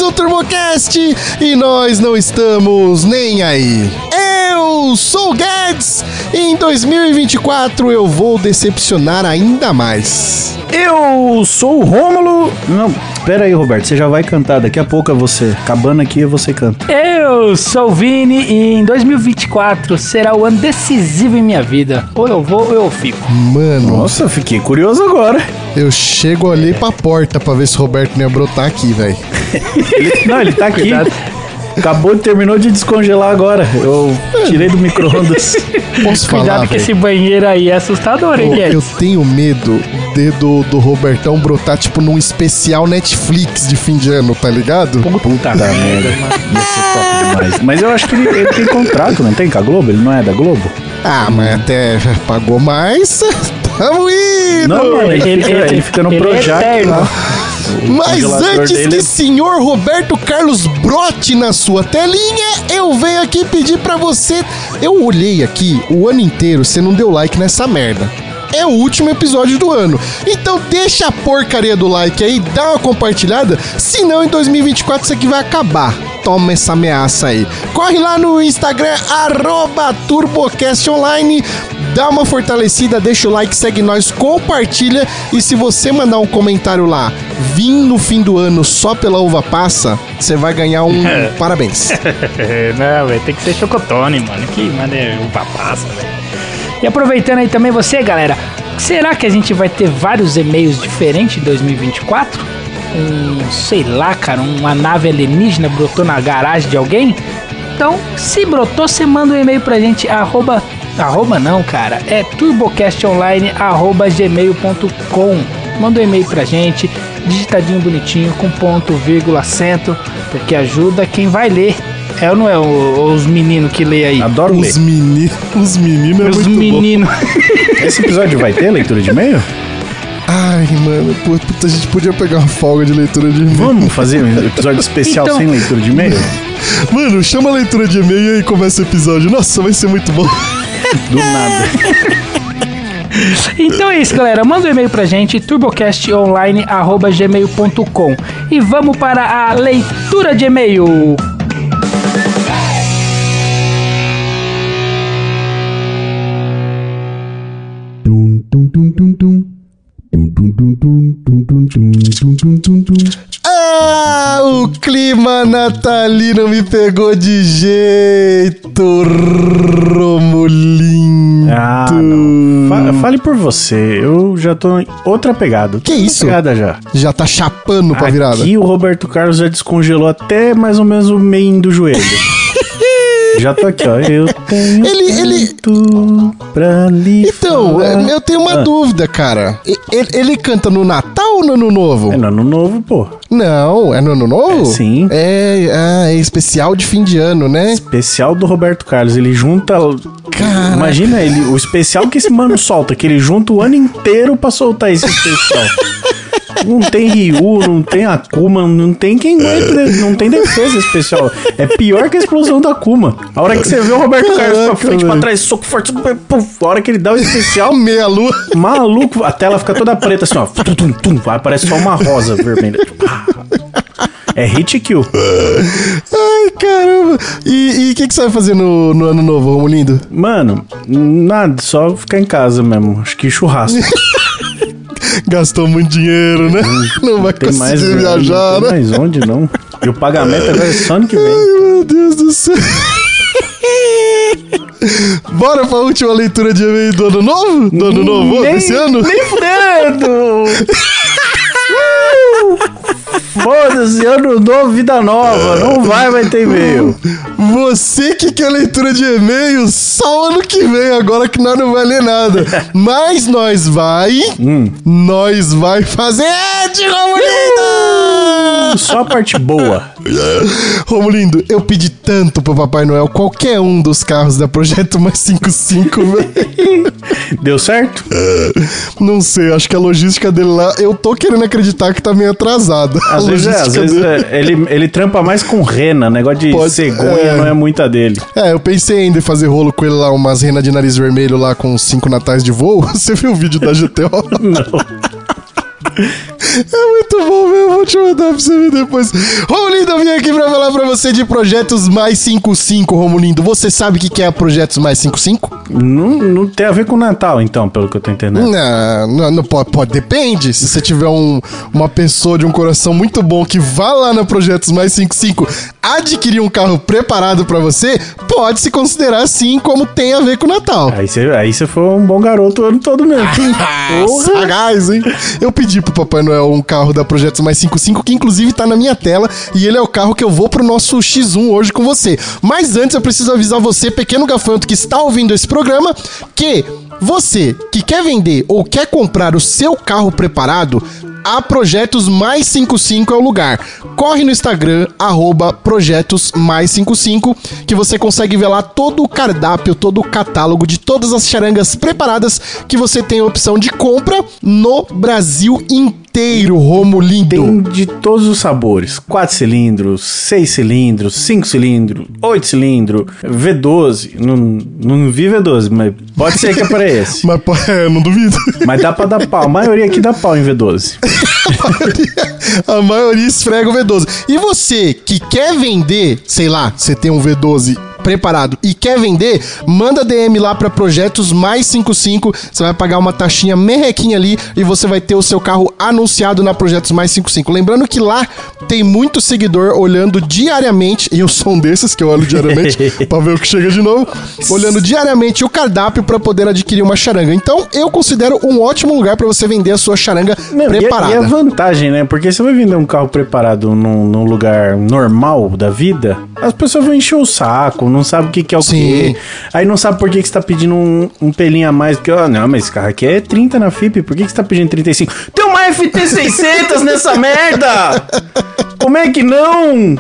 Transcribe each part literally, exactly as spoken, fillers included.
um TurboCast e nós não estamos nem aí. Eu sou o Guedes e em dois mil e vinte e quatro eu vou decepcionar ainda mais. Eu sou o Rômulo. Não, pera aí, Roberto, você já vai cantar. Daqui a pouco é você. Acabando aqui, você canta. Eu sou o Vini e em dois mil e vinte e quatro será o ano decisivo em minha vida. Ou eu vou ou eu fico. Mano, nossa, eu fiquei curioso agora. Eu chego, olhei pra porta pra ver se o Roberto não ia brotar aqui, velho. Não, ele tá aqui. Cuidado. Acabou, terminou de descongelar agora. Eu tirei do micro-ondas. Posso falar, Cuidado que véio? Esse banheiro aí é assustador, hein, Guedes? Eu tenho medo de, do, do Robertão brotar, tipo, num especial Netflix de fim de ano, tá ligado? Puta da merda, mano. Ia ser top demais. Mas eu acho que ele, ele tem contrato, não tem com a Globo? Ele não é da Globo? Ah, mas até pagou mais. Tamo indo! Não, mano, ele, ele, fica, ele, ele fica no ele Projac é lá. Mas antes dele... que senhor Roberto Carlos brote na sua telinha, eu venho aqui pedir pra você... Eu olhei aqui o ano inteiro, você não deu like nessa merda. É o último episódio do ano. Então deixa a porcaria do like aí, dá uma compartilhada, senão em dois mil e vinte e quatro isso aqui vai acabar. Toma essa ameaça aí. Corre lá no Instagram, arroba TurboCastOnline, dá uma fortalecida, deixa o like, segue nós, compartilha. E se você mandar um comentário lá, vim no fim do ano só pela uva passa, você vai ganhar um parabéns. Não, velho, tem que ser chocotone, mano. Que mano é uva passa, velho. E aproveitando aí também você, galera, será que a gente vai ter vários e-mails diferentes em dois mil e vinte e quatro? Um, sei lá, cara, uma nave alienígena brotou na garagem de alguém? Então, se brotou, você manda um e-mail pra gente, arroba, arroba não, cara, é turbocastonline, arroba gmail ponto com. Manda um e-mail pra gente, digitadinho bonitinho, com ponto, vírgula, acento, porque ajuda quem vai ler. É ou não é o, os meninos que lê aí? Adoro os ler. Meni, os meninos é os muito menino. Bom. Esse episódio vai ter leitura de e-mail? Ai, mano, puta, a gente podia pegar uma folga de leitura de e-mail. Vamos fazer um episódio especial então... sem leitura de e-mail? Mano, chama a leitura de e-mail e aí começa o episódio. Nossa, vai ser muito bom. Do nada. Então é isso, galera. Manda um e-mail pra gente, turbocastonline arroba gmail ponto com. E vamos para a leitura de e-mail. Ah, o clima natalino me pegou de jeito, Romulinho. Ah, não. Fa- fale por você, eu já tô em outra pegada. Que isso? Pegada já. Já tá chapando pra Aqui virada. Aqui o Roberto Carlos já descongelou até mais ou menos o meio do joelho. Já tô aqui, ó. Eu tenho Ele, ele... pra lhe Então, falar. eu tenho uma Ah. dúvida, cara. Ele, ele canta no Natal ou no Ano Novo? É no Ano Novo, pô. Não, é no Ano Novo? É, sim. É, ah, é especial de fim de ano, né? Especial do Roberto Carlos. Ele junta... Caraca. Imagina ele, o especial que esse mano solta, que ele junta o ano inteiro pra soltar esse especial. Não tem Ryu, não tem Akuma, não tem quem aguente, não tem defesa especial. É pior que a explosão da Akuma. A hora que você vê o Roberto Carlos pra frente, pra trás, soco forte, puf, a hora que ele dá o especial, Meia lua. maluco, a tela fica toda preta assim, ó. Tum, tum, tum, aparece só uma rosa vermelha. É hit kill. Ai, caramba. E o que, que você vai fazer no, no Ano Novo, Romulindo? Mano, nada, só ficar em casa mesmo. Acho que churrasco. Gastou muito dinheiro, né? Não vai Tem conseguir mais, viajar, não tem né? mais onde não. E o pagamento agora é só ano que vem. Ai, meu Deus do céu. Bora pra última leitura de e-mail do Ano Novo? Do Ano Novo nem, desse ano? Nem fudendo! Foda-se, ano novo, vida nova. Não vai, vai ter e-mail. Você que quer leitura de e-mail, só ano que vem, agora que nós não vai ler nada. Mas nós vai... Hum. Nós vai fazer de Romulindo! Só a parte boa. Romulindo, eu pedi tanto pro Papai Noel qualquer um dos carros da Projeto Mais cinquenta e cinco, velho. Deu certo? Não sei, acho que a logística dele lá, eu tô querendo acreditar que tá meio atrasada. Às vezes, é, às vezes é, ele, ele trampa mais com rena, negócio de Pode, cegonha é... não é muita dele. É, eu pensei ainda em fazer rolo com ele lá, umas renas de nariz vermelho lá com cinco natais de voo. Você viu o vídeo da G T O? Não. É muito bom mesmo, vou te mandar pra você ver depois. Romulindo, eu vim aqui pra falar pra você de Projetos Mais cinquenta e cinco, Romulindo. Você sabe o que é Projetos Mais cinquenta e cinco? Não, não tem a ver com o Natal, então, pelo que eu tô entendendo. Não, não, não pode, pode, depende. Se você tiver um, uma pessoa de um coração muito bom que vá lá na Projetos Mais cinquenta e cinco adquirir um carro preparado pra você, pode se considerar sim como tem a ver com o Natal. Aí você aí você foi um bom garoto o ano todo mesmo. Ah, sagaz, hein? Eu pedi pro Papai Noel um carro da Projetos Mais cinquenta e cinco, que inclusive tá na minha tela, e ele é o carro que eu vou pro nosso X um hoje com você. Mas antes eu preciso avisar você, pequeno gafanhoto que está ouvindo esse programa, que você que quer vender ou quer comprar o seu carro preparado, a Projetos Mais cinquenta e cinco é o lugar. Corre no Instagram, arroba Projetos Mais cinquenta e cinco, que você consegue ver lá todo o cardápio, todo o catálogo de todas as charangas preparadas que você tem a opção de compra no Brasil inteiro, Romulindo. Tem de todos os sabores. quatro cilindros, seis cilindros, cinco cilindros, oito cilindros, V doze. Não, não vi V doze, mas pode ser que apareça. Mas é, não duvido. Mas dá pra dar pau. A maioria aqui dá pau em V doze. A maioria, a maioria esfrega o V doze. E você que quer vender, sei lá, você tem um V doze preparado e quer vender, manda D M lá para Projetos Mais cinquenta e cinco, você vai pagar uma taxinha merrequinha ali e você vai ter o seu carro anunciado na Projetos Mais cinquenta e cinco. Lembrando que lá tem muito seguidor olhando diariamente, e eu sou um desses que eu olho diariamente para ver o que chega de novo, olhando diariamente o cardápio para poder adquirir uma charanga. Então eu considero um ótimo lugar para você vender a sua charanga Não, preparada. E a, e a vantagem, né? Porque você vai vender um carro preparado num, num lugar normal da vida, as pessoas vão encher o saco, não sabe o que, que é o Sim. quê. Aí não sabe por que, que você tá pedindo um, um pelinho a mais. Porque, ó, não, mas esse carro aqui é trinta na F I P, por que, que você tá pedindo trinta e cinco? Tem uma F T seiscentos nessa merda! Como é que não?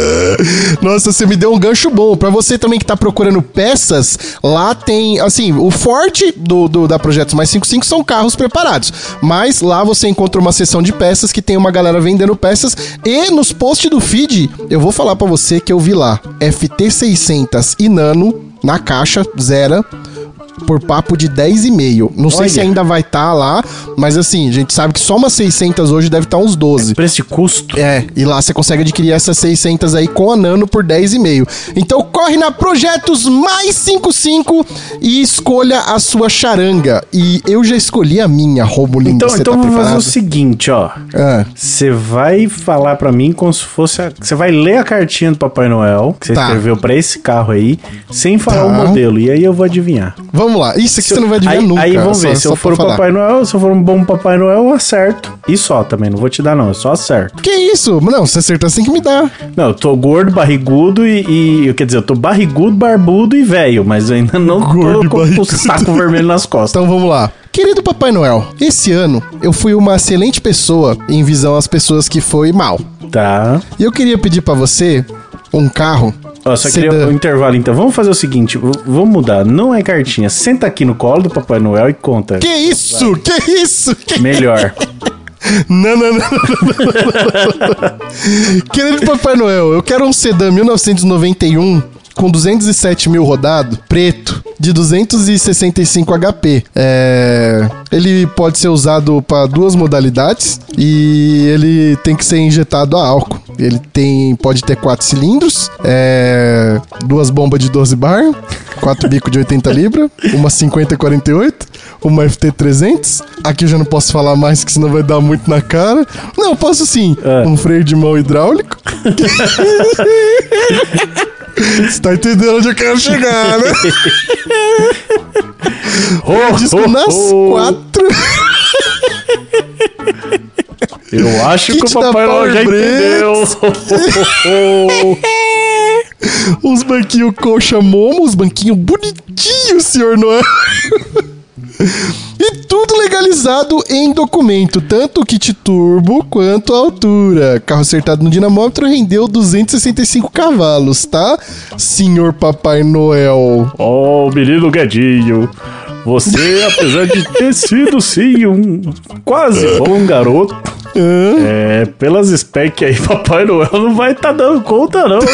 Nossa, você me deu um gancho bom. Pra você também que tá procurando peças, lá tem, assim, o forte do, do, da Projetos Mais cinquenta e cinco são carros preparados. Mas lá você encontra uma seção de peças que tem uma galera vendendo peças. E nos posts do feed, eu vou falar pra você que eu vi lá F T seiscentos e Nano na caixa, zero, por papo de dez e meio. Não sei Olha. se ainda vai estar tá lá, mas assim, a gente sabe que só umas seiscentas hoje deve estar tá uns doze. Preço de custo. É, e lá você consegue adquirir essas seiscentas aí com a Nano por dez e meio. Então corre na Projetos Mais cinquenta e cinco e escolha a sua charanga. E eu já escolhi a minha, Romulindo. Então, Você então tá vou fazer preparado? o seguinte, ó. Ah, Você vai falar pra mim como se fosse... a- Você vai ler a cartinha do Papai Noel, que você Tá. escreveu pra esse carro aí, sem falar Tá. o modelo. E aí eu vou adivinhar. vamos lá. Isso aqui você não vai adivinhar aí, nunca. Aí vamos só- ver, se só eu for o pra falar. Papai Noel, se eu for um bom Papai Noel, eu acerto. E só também, não vou te dar não, eu só acerto. Que isso? Não, se acertar, você tem que me dar. Não, eu tô gordo, barrigudo e, e... Quer dizer, eu tô barrigudo, barbudo e velho, mas eu ainda não Gordo e tô com o barrigudo. saco vermelho nas costas. Então vamos lá. Querido Papai Noel, esse ano eu fui uma excelente pessoa em visão às pessoas que foi mal. Tá. E eu queria pedir pra você um carro. Ó, só sedã. queria um intervalo então. Vamos fazer o seguinte, v- vamos mudar. Não é cartinha. Senta aqui no colo do Papai Noel e conta. Que isso? Que isso? Que... Melhor. Não, não, não, não, não, não, não. Querido Papai Noel, eu quero um sedã mil novecentos e noventa e um com duzentos e sete mil rodado, preto, de duzentos e sessenta e cinco H P. É... Ele pode ser usado para duas modalidades e ele tem que ser injetado a álcool. Ele tem, pode ter quatro cilindros, é... duas bombas de doze bar, quatro bicos de oitenta libras, uma cinquenta quarenta e oito, uma F T trezentos. Aqui eu já não posso falar mais, que senão vai dar muito na cara. Não, posso sim. É. Um freio de mão hidráulico. Você tá entendendo onde eu quero chegar, né? Oh, Disco oh, nas oh. quatro. Eu acho que Kit o da Papai Noel já Power entendeu. Uns banquinhos colcha momo, uns banquinhos bonitinhos, senhor Noel. E tudo legalizado em documento, tanto o kit turbo quanto a altura. Carro acertado no dinamômetro rendeu duzentos e sessenta e cinco cavalos, tá? Senhor Papai Noel. Oh, menino Guedinho. Você, apesar de ter sido, sim, um quase bom garoto, é, pelas specs aí, Papai Noel não vai estar dando conta, não.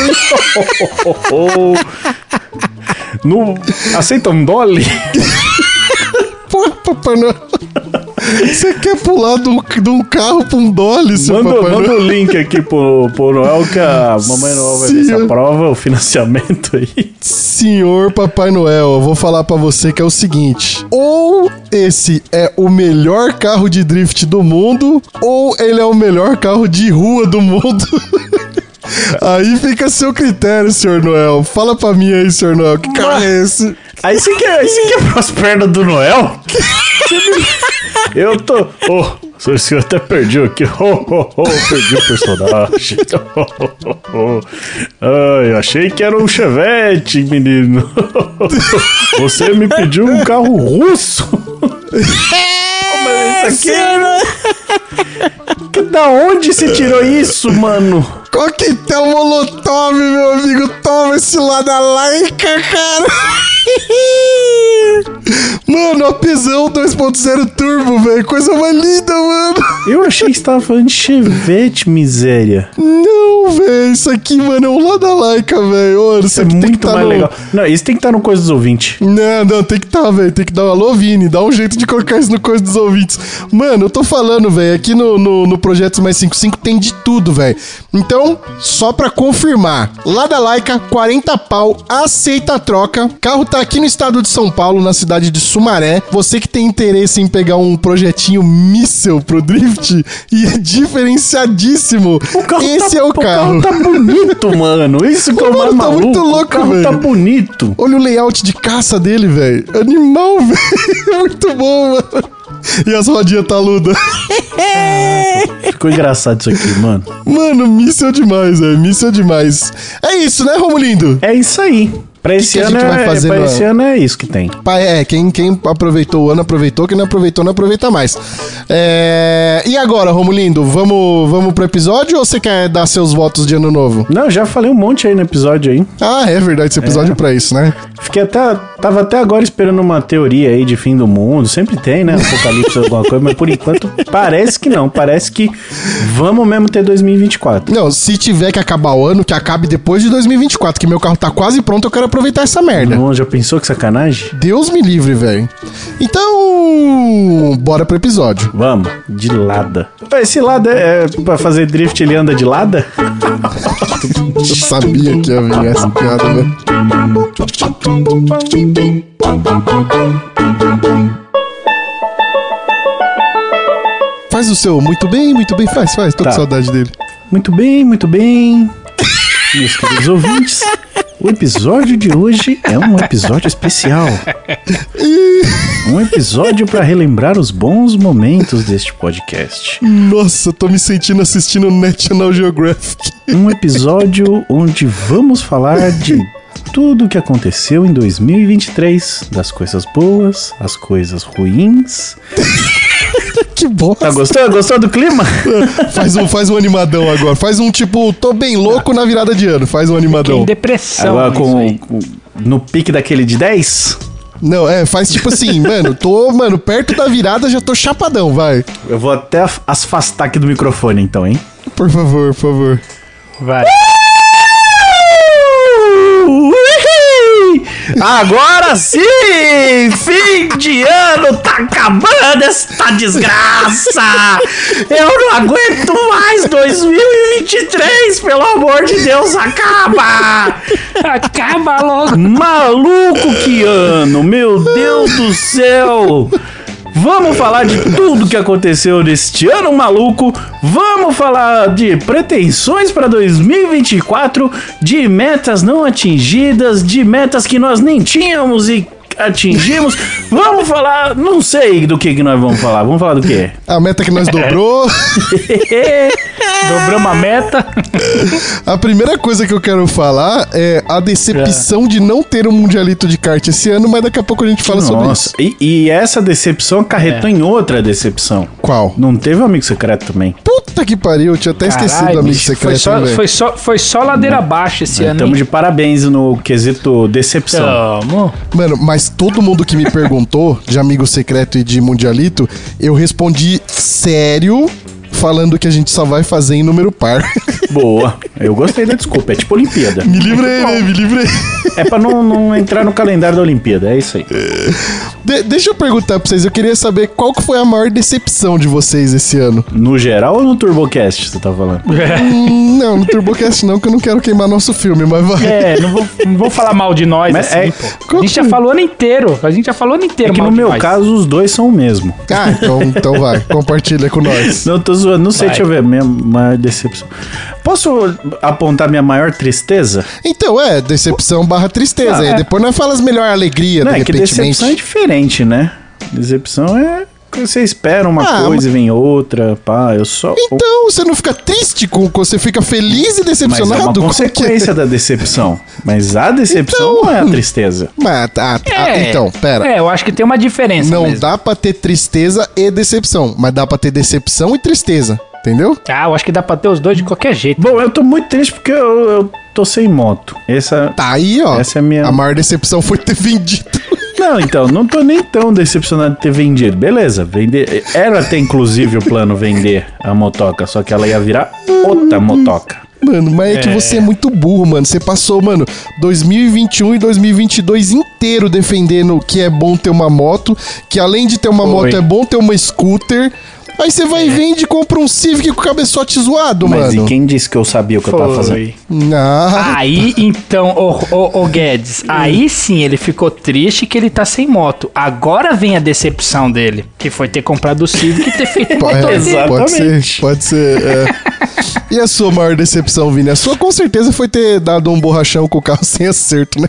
No, aceita um dolly? Pô, Papai Noel. Você quer pular de um, de um carro pra um Dolly, seu Manda, Papai manda Noel? o link aqui pro, pro Noel, que a Mamãe Noel vai ver se Sim. aprova o financiamento aí. Senhor Papai Noel, eu vou falar pra você que é o seguinte: ou esse é o melhor carro de drift do mundo, ou ele é o melhor carro de rua do mundo. Aí fica a seu critério, senhor Noel. Fala pra mim aí, senhor Noel, que carro é esse? Aí você quer, aí você quebrou as pernas do Noel? Eu tô... Oh, o senhor até perdeu aqui. Oh, oh, oh, perdi o personagem. Oh, oh, oh, oh. Ai, eu achei que era um Chevette, menino. Você me pediu um carro russo. Mas isso aqui... Que, da onde você tirou isso, mano? Coquetel Molotov, meu amigo. Toma esse lá da Laika, cara. Mano, apesão dois ponto zero turbo, velho. Coisa mais linda, mano. Eu achei que você tava falando de Chevette, miséria. Não, velho. Isso aqui, mano, é um lá da Laika, velho. Isso Isso é aqui tem que muito tá mais no... legal. Não, isso tem que estar no Coisa dos Ouvintes. Não, não, tem que tá, velho. Tem que dar um alô, Vini. Dá um jeito de colocar isso no Coisa dos Ouvintes. Mano, eu tô falando, velho. Aqui no, no, no Projetos Mais cinquenta e cinco tem de tudo, velho. Então, só pra confirmar, lá da Laika, quarenta pau, aceita a troca. Carro tá aqui no estado de São Paulo, na cidade de Sumaré. Você que tem interesse em pegar um projetinho míssel pro drift e é diferenciadíssimo. O carro Esse tá, é o carro. O carro tá bonito, mano. Isso que é o mais mano, tá maluco. muito louco, o carro velho. tá bonito. Olha o layout de caça dele, velho. Animal, velho. Muito bom, mano. E as rodinhas taludas. Ficou engraçado isso aqui, mano. Mano, míssel demais, velho. Míssel demais. É isso, né, Romulindo? É isso aí. Pra esse, que a ano, gente vai é, fazer pra no- esse ano é isso que tem. Pai, é, quem, quem aproveitou o ano, aproveitou. Quem não aproveitou, não aproveita mais. É... E agora, Romulindo, vamos, vamos pro episódio ou você quer dar seus votos de ano novo? Não, já falei um monte aí no episódio aí. Ah, é verdade, esse episódio é pra isso, né? Fiquei até... Tava até agora esperando uma teoria aí de fim do mundo. Sempre tem, né? Apocalipse ou alguma coisa, mas por enquanto parece que não. Parece que vamos mesmo ter dois mil e vinte e quatro. Não, se tiver que acabar o ano, que acabe depois de dois mil e vinte e quatro, que meu carro tá quase pronto, eu quero aproveitar essa merda. Não, já pensou que sacanagem? Deus me livre, velho. Então, bora pro episódio. Vamos, de lada. Esse lada é, é pra fazer drift, ele anda de lada? Eu sabia que ia vir essa piada, velho. Faz o seu muito bem, muito bem, faz, faz. Tô Tá. com saudade dele. Muito bem, muito bem. Meus queridos ouvintes, o episódio de hoje é um episódio especial. Um episódio para relembrar os bons momentos deste podcast. Nossa, tô me sentindo assistindo National Geographic. Um episódio onde vamos falar de tudo o que aconteceu em dois mil e vinte e três, das coisas boas, as coisas ruins. Que bosta. Tá gostando? Gostou do clima? Faz um, faz um animadão agora. Faz um tipo, tô bem louco na virada de ano. Faz um Fiquei animadão. em depressão. Agora isso com, aí. com- no pique daquele de dez, Não, é, faz tipo assim, mano, tô, mano, perto da virada, já tô chapadão, vai. eu vou até af- afastar aqui do microfone então, hein? Por favor, por favor. Vai. Agora sim! Fim de ano! Tá acabando esta desgraça! Eu não aguento mais dois mil e vinte e três! Pelo amor de Deus, acaba! Acaba logo. Maluco que ano! Meu Deus do céu! Vamos falar de tudo que aconteceu neste ano maluco. Vamos falar de pretensões para dois mil e vinte e quatro, de metas não atingidas, de metas que nós nem tínhamos e atingimos. Vamos falar, não sei do que que nós vamos falar. Vamos falar do quê? A meta que nós dobrou. Dobramos a meta. A primeira coisa que eu quero falar é a decepção de não ter um mundialito de kart esse ano, mas daqui a pouco a gente fala sobre isso. e, e essa decepção acarretou em outra decepção. Qual? Não teve um amigo secreto também? Puta que pariu, eu tinha até esquecido do Caralho, amigo bicho, secreto, foi só, hein, velho. foi, só, foi só ladeira abaixo esse ano. Estamos hein? de parabéns no quesito decepção. Tamo. Mano, mas todo mundo que me perguntou de amigo secreto e de mundialito, eu respondi sério, falando que a gente só vai fazer em número par. Boa. Eu gostei da desculpa. É tipo Olimpíada. Me livrei, né? Me livrei. É pra não, não entrar no calendário da Olimpíada. É isso aí. De- deixa eu perguntar pra vocês. Eu queria saber qual que foi a maior decepção de vocês esse ano. No geral ou no TurboCast, você tá falando? Hum, não, no TurboCast não, que eu não quero queimar nosso filme, mas vai. É, não vou, não vou falar mal de nós, Mas assim, é- pô. A gente já falou o ano inteiro. A gente já falou o ano É inteiro que mal no de meu nós. caso, os dois são o mesmo. Ah, então, então vai. Compartilha com nós. Não, tô zoando. Não sei, Vai. deixa eu ver. Minha maior decepção. Posso apontar minha maior tristeza? Então, é, decepção barra tristeza. Ah, aí é. depois nós falamos melhor alegria, Não, de é que repentemente. decepção é diferente, né? Decepção é que você espera uma Ah, coisa e vem outra, pá, eu só... Então, você não fica triste com você fica feliz e Mas é decepcionado? uma com consequência da decepção. Mas a decepção Então- não é a tristeza. que- Mas, ah, ah, É, então, pera. É, eu acho que tem uma diferença Não mesmo. dá pra ter tristeza e decepção, mas dá pra ter decepção e tristeza, entendeu? Ah, eu acho que dá pra ter os dois de qualquer jeito. Bom, eu tô muito triste porque eu, eu tô sem moto. Essa... Tá aí, ó. Essa é a minha- A maior decepção foi ter vendido. Não, então, não tô nem tão decepcionado de ter vendido. Beleza, vender. Era até inclusive o plano vender a motoca, só que ela ia virar outra motoca. Mano, mas é que você é muito burro, mano. Você passou, mano, dois mil e vinte e um e dois mil e vinte e dois inteiro defendendo que é bom ter uma moto, que além de ter uma Foi. moto é bom ter uma scooter. Aí você vai e vende e compra um Civic com o cabeçote zoado, Mas mano. e quem disse que eu sabia o que eu tava fazendo? Ah, Aí, então, ô, ô, ô Guedes, aí sim ele ficou triste que ele tá sem moto. Agora vem a decepção dele, que foi ter comprado o Civic e ter feito o é, motor dele. pode ser, Exatamente. pode ser. é. E a sua maior decepção, Vini? A sua com certeza foi ter dado um borrachão com o carro sem acerto, né?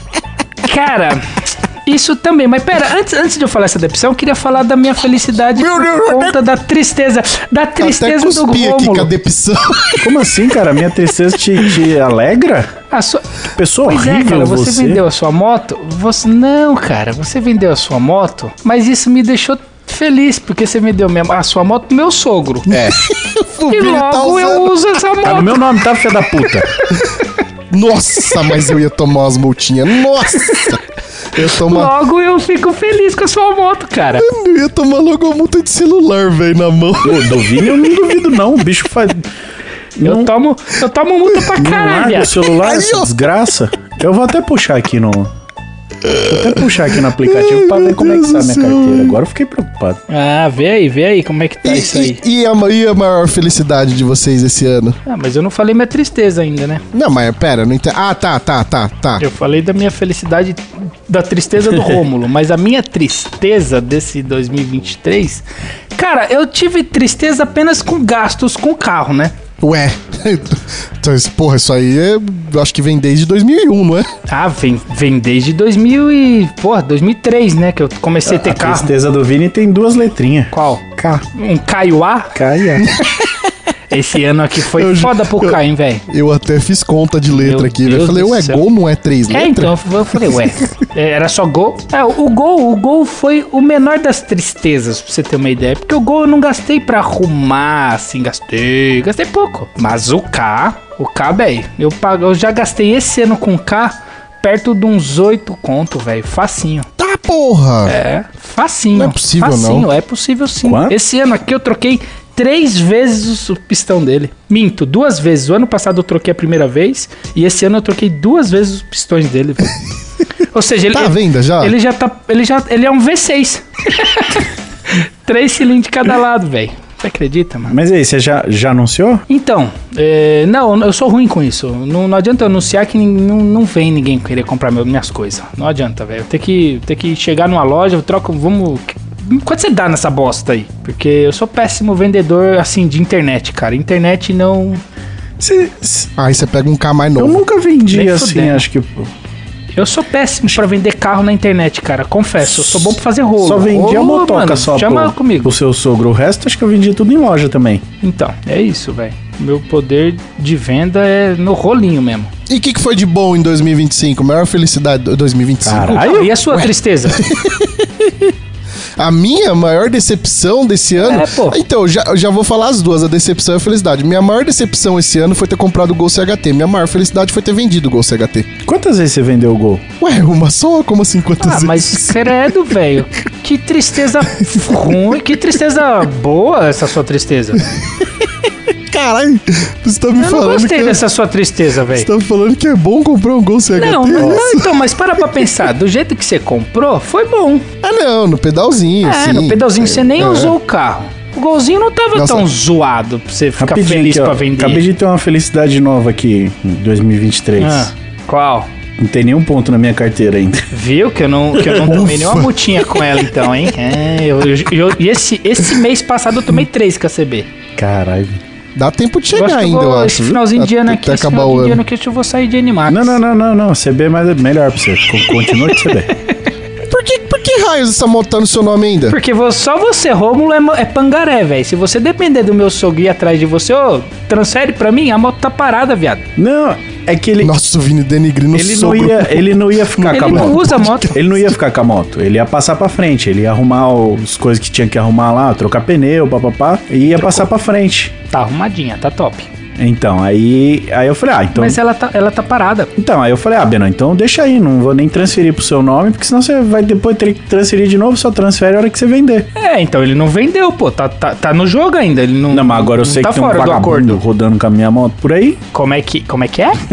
Cara, isso também. Mas pera, antes, antes de eu falar essa decepção, eu queria falar da minha felicidade Meu por Deus, conta da tristeza. Da Até tristeza do cuspi aqui com a Rômulo. decepção. Como assim, cara? Minha tristeza te, te alegra? A sua... Pessoa Pois é, horrível cara, você, você. vendeu a sua moto. Você não, cara, você vendeu a sua moto, mas isso me deixou feliz, porque você vendeu mesmo a sua moto pro meu sogro. É. O E Vini tá logo eu usando. uso essa Tá no moto. meu nome, tá, filha da puta? Nossa, mas eu ia tomar umas multinhas. Nossa! Eu ia tomar. Logo eu fico feliz com a sua moto, cara. Eu ia tomar logo uma multa de celular, velho, na mão. O do Vini eu não duvido, não. O bicho faz. Eu Não, tomo, eu tomo multa pra não caralho, larga o viado. celular, Aí, essa ó. desgraça. Eu vou até puxar aqui no. Vou até puxar aqui no aplicativo pra ver como é que Meu tá a Deus minha do céu. carteira. Agora eu fiquei preocupado. Ah, vê aí, vê aí como é que tá E, isso aí. e- e a, e a maior felicidade de vocês esse ano? Ah, mas eu não falei minha tristeza ainda, né? Não, mas pera, não entendo. Ah, tá, tá, tá, tá. Eu falei da minha felicidade, da tristeza do Rômulo, mas a minha tristeza desse dois mil e vinte e três, cara, eu tive tristeza apenas com gastos com o carro, né? Ué. Então, isso- porra, isso aí é, eu acho que vem desde dois mil e um, não é? Ah, vem, vem desde dois mil e... Porra, dois mil e três, né? Que eu comecei a ter A carro. tristeza do Vini tem duas letrinhas. Qual? K. Um Kaiowá? Caia. Esse ano aqui foi Eu- foda pro eu- Caio, hein, velho? Eu até fiz conta de letra Meu aqui. Eu Deus falei, do ué, céu. gol não é três É, letras? então, eu falei, ué, é, era só gol? É, o gol, o gol foi o menor das tristezas, pra você ter uma ideia. Porque o gol eu não gastei pra arrumar, assim, gastei, gastei pouco. Mas o K, o K, velho, eu, pago- eu já gastei esse ano com o K perto de uns oito conto, velho, facinho. Tá, porra! É, facinho. Não é possível, facinho, não. é possível sim. Quanto? Esse ano aqui eu troquei três vezes o pistão dele. Minto, duas vezes. O ano passado eu troquei a primeira vez e esse ano eu troquei duas vezes os pistões dele. velho. Ou seja, ele, Tá à venda já? ele já tá, ele já, ele é um V seis. Três cilindros de cada lado, velho. Você acredita, mano? Mas aí, você já, já anunciou? Então, é, não, eu sou ruim com isso. Não, não adianta eu anunciar que nin- não, não vem ninguém querer comprar meu- minhas coisas. Não adianta, velho. Tem que, tem que chegar numa loja, eu troco, vamos... Quanto você dá nessa bosta aí? Porque eu sou péssimo vendedor, assim, de internet, cara. Internet não... Você, você- Aí você pega um K mais eu novo. nunca vendi Nem assim, fudendo. acho que. Eu sou péssimo pra vender carro na internet, cara. Confesso, eu sou bom pra fazer rolo. Só vendi a Ô, motoca mano, só chama pro, comigo. pro seu sogro. O resto acho que eu vendi tudo em loja também. Então, é isso, velho. Meu poder de venda é no rolinho mesmo. E o que, que foi de bom em dois mil e vinte e cinco? Maior felicidade de dois mil e vinte e cinco? Caralho. Ah, e a sua tristeza? A minha maior decepção desse ano... É, pô. Então, já, eu já vou falar as duas, a decepção e a felicidade. Minha maior decepção esse ano foi ter comprado o Gol C H T. Minha maior felicidade foi ter vendido o Gol C H T. Quantas vezes você vendeu o Gol? Ué, uma só? Como assim, quantas Ah, vezes? mas credo, velho. Que tristeza ruim, que tristeza boa essa sua tristeza. Caralho, você tá me Eu não falando gostei que... dessa sua tristeza, Você velho. tá me falando que é bom comprar um Gol C H T? Não, não, não, então, mas para pra pensar. Do jeito que você comprou, foi bom. Ah, não, no pedalzinho, É, sim. no pedalzinho você nem É. usou o carro. O Golzinho não tava Nossa. tão zoado pra você ficar Rapidinho feliz aqui, ó. pra vender. Acabei de ter uma felicidade nova aqui em dois mil e vinte e três. Ah, qual? Não tem nenhum ponto na minha carteira ainda. Viu que eu não, que eu não tomei nenhuma multinha com ela então, hein? É, eu, eu, eu- e esse, esse mês passado eu tomei três K C B. Caralho. Dá tempo de Eu chegar acho que ainda, vou- eu acho. Esse viu? finalzinho de ano Até- aqui, até esse acabar o finalzinho de ano. ano aqui eu vou sair de Animax. Não, não, não, não, não. C B é mais- melhor pra você. Co- Continua de C B. Por que, por que raios essa moto tá no seu nome ainda? Porque vo- só você, Rômulo, é, mo- é pangaré, velho. Se você depender do meu sogro ir atrás de você, ô, transfere pra mim, a moto tá parada, viado. Não, é que ele, Nossa, o Vini denigrindo ele, não sogro. ia, ele não ia ficar com a Ele não moto. usa a moto. Ele não ia ficar com a moto. Ele ia passar pra frente. Ele ia arrumar as coisas que tinha que arrumar lá, trocar pneu, papapá, e ia passar pra frente. Tá arrumadinha, tá top. Então, aí, aí eu falei, ah, então... Mas ela tá, ela tá parada. Então, aí eu falei, ah, Beno, então deixa aí, não vou nem transferir pro seu nome, porque senão você vai depois ter que transferir de novo, só transfere a hora que você vender. É, então ele não vendeu, pô. Tá, tá, tá no jogo ainda. Ele não, Não, mas agora eu não sei tá que tem um fora do vagabundo acordo. rodando com a minha moto por aí. Como é que, como é, que é?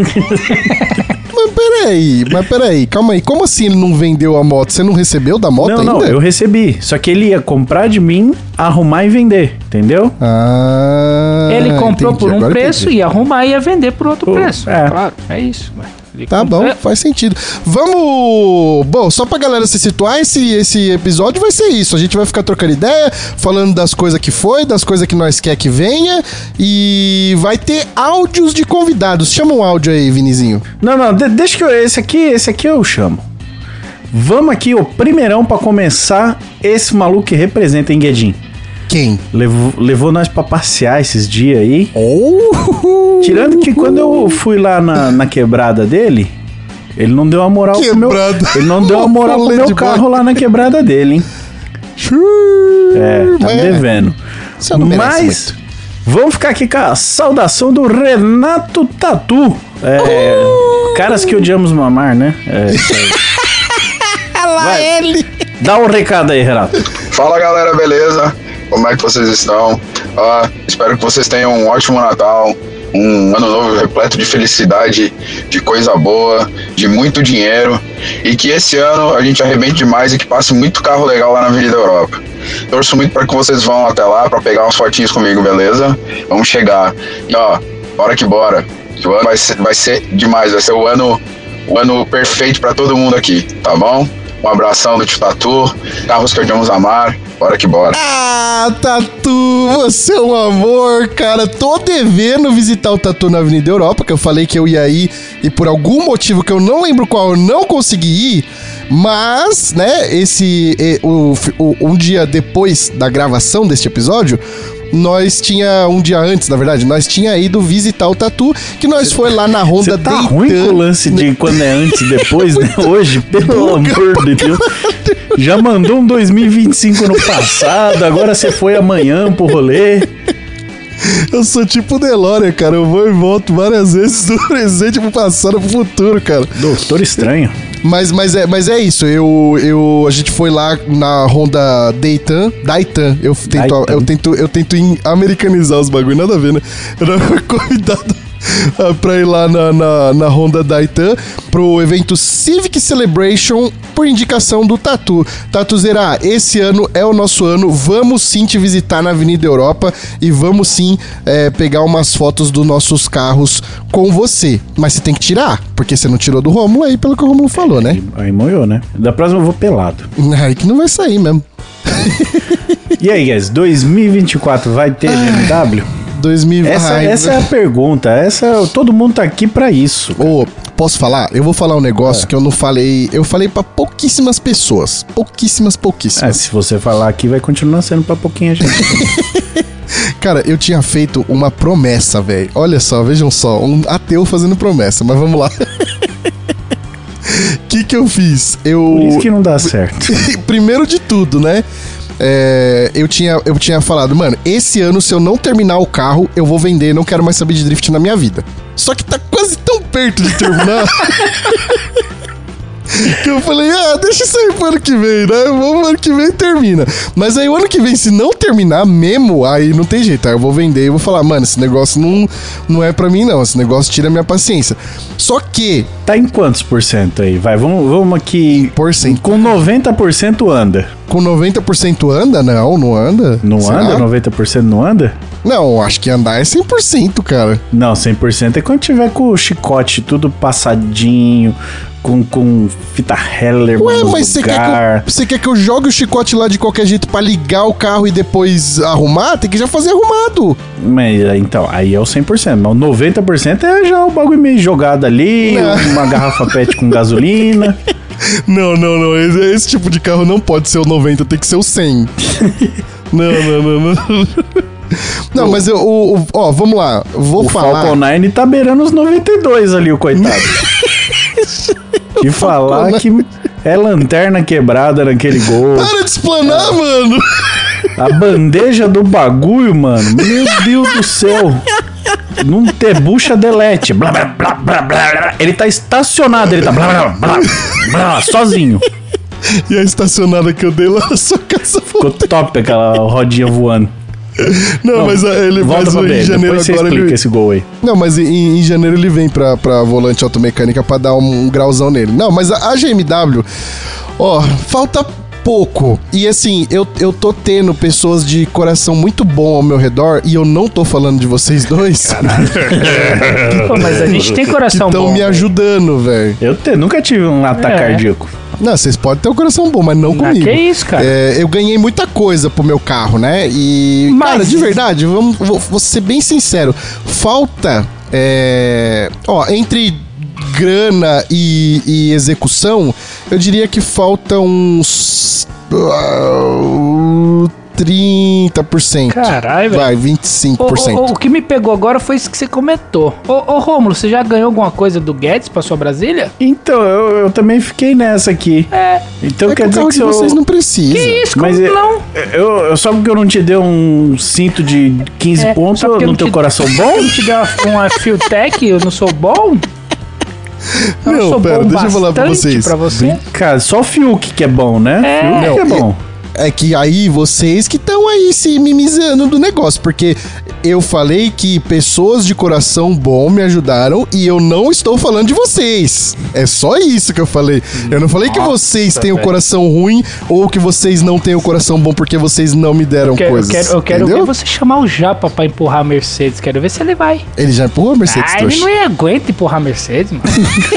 Mas peraí, mas peraí, calma aí. Como assim ele não vendeu a moto? Você não recebeu da moto não, ainda? não, eu recebi. Só que ele ia comprar de mim, arrumar e vender, entendeu? Ah, Ele comprou entendi, por um agora preço, entendi. ia arrumar e ia vender por outro Pô, preço. é. Claro, é isso. ué. Ele Tá comprou- bom, É, faz sentido. Vamos... Bom, só pra galera se situar, esse, esse episódio vai ser isso. A gente vai ficar trocando ideia, falando das coisas que foi, das coisas que nós quer que venha. E vai ter áudios de convidados. Chama um áudio aí, Vinizinho. Não, não, de- deixa que eu, esse aqui, esse aqui eu chamo. Vamos aqui, o primeirão pra começar, esse maluco que representa em Guedin. Quem? Levou, levou nós pra passear esses dias aí. Oh! Tirando que quando eu fui lá na, na quebrada dele, ele não deu uma moral pro meu... Quebrada. Ele não deu uma moral pro Rolê meu de carro lá na quebrada dele, hein? É, tá Mas- devendo. Você não merece Mas muito. vamos ficar aqui com a saudação do Renato Tatu. É, caras que odiamos mamar, né? É, isso aí. Lá ele! Dá um recado aí, Renato. Fala galera, beleza? Como é que vocês estão? Ah, espero que vocês tenham um ótimo Natal, um ano novo repleto de felicidade, de coisa boa, de muito dinheiro e que esse ano a gente arrebente demais e que passe muito carro legal lá na Avenida Europa. Torço muito para que vocês vão até lá para pegar umas fotinhos comigo, beleza? Vamos chegar. E ó, bora que bora. Que o ano vai ser, vai ser demais, vai ser o ano, o ano perfeito para todo mundo aqui, tá bom? Um abração do Tio Tatu, carros que odiamos amar, bora que bora. Ah, Tatu, você é um amor, cara. Tô devendo visitar o Tatu na Avenida Europa, que eu falei que eu ia ir e por algum motivo que eu não lembro qual eu não consegui ir. Mas, né, esse eh, o, o- um dia depois da gravação deste episódio, nós tinha um dia antes, na verdade, nós tinha ido visitar o Tatu, que nós foi lá na Honda Você tá Daytona. ruim com o lance de quando é antes e depois, né? Hoje, pelo amor de Deus. Já mandou um dois mil e vinte e cinco no passado, agora você foi amanhã pro rolê. Eu sou tipo o DeLorean, cara. Eu vou e volto várias vezes do presente pro passado pro futuro, cara. Doutor Estranho. Mas, mas, é, mas é isso. Eu, eu, a gente foi lá na Honda Daytona. Daytona. Eu tento, Daytona. eu tento, eu tento em- americanizar os bagulho, nada a ver, né? Eu fui convidado ah, pra ir lá na, na, na Honda Daytona pro evento Civic Celebration por indicação do Tatu. Tatuzeira, esse ano é o nosso ano. Vamos sim te visitar na Avenida Europa e vamos sim é, pegar umas fotos dos nossos carros com você. Mas você tem que tirar, porque você não tirou do Rômulo aí, pelo que o Rômulo falou, né? Aí moiou, né? Da próxima eu vou pelado. Aí que não vai sair mesmo. E aí, guys, dois mil e vinte e quatro vai ter B M W? dois mil Essa, Ai, essa é a pergunta. Essa, todo mundo tá aqui pra isso. Ô, posso falar? Eu vou falar um negócio que eu não falei. Eu falei pra pouquíssimas pessoas. Pouquíssimas, É, pouquíssimas. se você falar aqui, vai continuar sendo pra pouquinha gente. Cara, eu tinha feito uma promessa, velho. Olha só, vejam só. Um ateu fazendo promessa, mas vamos lá. O que que eu fiz? Eu. Por isso que não dá certo. Primeiro de tudo, né? É, eu, tinha, eu tinha falado, mano, esse ano, se eu não terminar o carro, eu vou vender, não quero mais saber de drift na minha vida. Só que tá quase tão perto de terminar. Que eu falei, ah, deixa isso aí pro ano que vem, né? Vamos ano que vem termina. Mas aí o ano que vem, se não terminar mesmo, aí não tem jeito. Aí eu vou vender e vou falar, mano, esse negócio não, não é pra mim, não. Esse negócio tira a minha paciência. Só que... Tá em quantos por cento aí? Vai, vamos, vamos aqui... Por cento. Com noventa por cento anda. Com noventa por cento anda? Não, não anda. Não Será? anda? noventa por cento não anda? Não, acho que andar é cem por cento, cara. Não, cem por cento é quando tiver com o chicote tudo passadinho, com, com fita Heller. Ué, mas você quer, que eu, você quer que eu jogue o chicote lá de qualquer jeito pra ligar o carro e depois arrumar? Tem que já fazer arrumado. Mas, então, aí é o cem por cento. Mas o noventa por cento é já o bagulho meio jogado ali, não. Uma garrafa pet com gasolina. Não, não, não. Esse, esse tipo de carro não pode ser o noventa, tem que ser o cem. Não, não, não, não. Não, mas eu, o, o, ó, vamos lá. Vou o falar. O Falcon nove tá beirando os noventa e dois ali, o coitado. E falar que é lanterna quebrada naquele Gol. Para de explanar, é. mano. A bandeja do bagulho, mano. Meu Deus do céu. Não ter bucha delete. Blá, blá, blá, blá, blá. Ele tá estacionado, ele tá blá, blá, blá, blá, sozinho. E a estacionada que eu dei lá na sua casa ficou top, aquela rodinha voando. Não, não, mas ele volta mas em janeiro Depois agora ele... esse Gol aí. Não, mas em, em janeiro ele vem pra, pra volante automecânica pra dar um, um grauzão nele. Não, mas a, a G M W, ó, falta pouco. E assim, eu, eu tô tendo pessoas de coração muito bom ao meu redor e eu não tô falando de vocês dois. Caralho. Pô, mas a gente tem coração que bom. Estão me véio. ajudando, velho. Eu te, nunca tive um ataque é. cardíaco. Não, vocês podem ter um coração bom, mas não Na, comigo. Que isso, cara? É, eu ganhei muita coisa pro meu carro, né? E, mas... cara, de verdade, vamos, vou, vou ser bem sincero. Falta, é, ó, entre grana e, e execução, eu diria que falta uns... Uh, trinta por cento. Caralho, velho. Vai, vinte e cinco por cento. O, o, o que me pegou agora foi isso que você comentou. Ô, ô Rômulo, você já ganhou alguma coisa do Guedes pra sua Brasília? Então, eu, eu também fiquei nessa aqui. É. Então é quer que dizer o carro que de eu... vocês não precisam. Que isso, como Mas não? Eu, eu, só porque eu não te dei um cinto de quinze É, pontos só porque no eu teu te- coração bom? Eu não te dei uma, uma Fiotec, eu não sou bom? Eu Não, sou pera, bom deixa eu falar pra bastante vocês. Pra você? Cara, só o Fiuk que é bom, né? É. Fiuk Não, que é bom. É que aí vocês que estão aí se mimizando do negócio, porque eu falei que pessoas de coração bom me ajudaram e eu não estou falando de vocês. É só isso que eu falei. Eu não falei que vocês têm o velho. coração ruim ou que vocês não têm o coração bom porque vocês não me deram Eu quero, eu coisas. quero, eu quero entendeu? ver você chamar o Japa pra empurrar a Mercedes. Quero ver se ele vai. Ele já empurrou a Mercedes, Ah, ele trouxa. não aguenta empurrar a Mercedes, mano.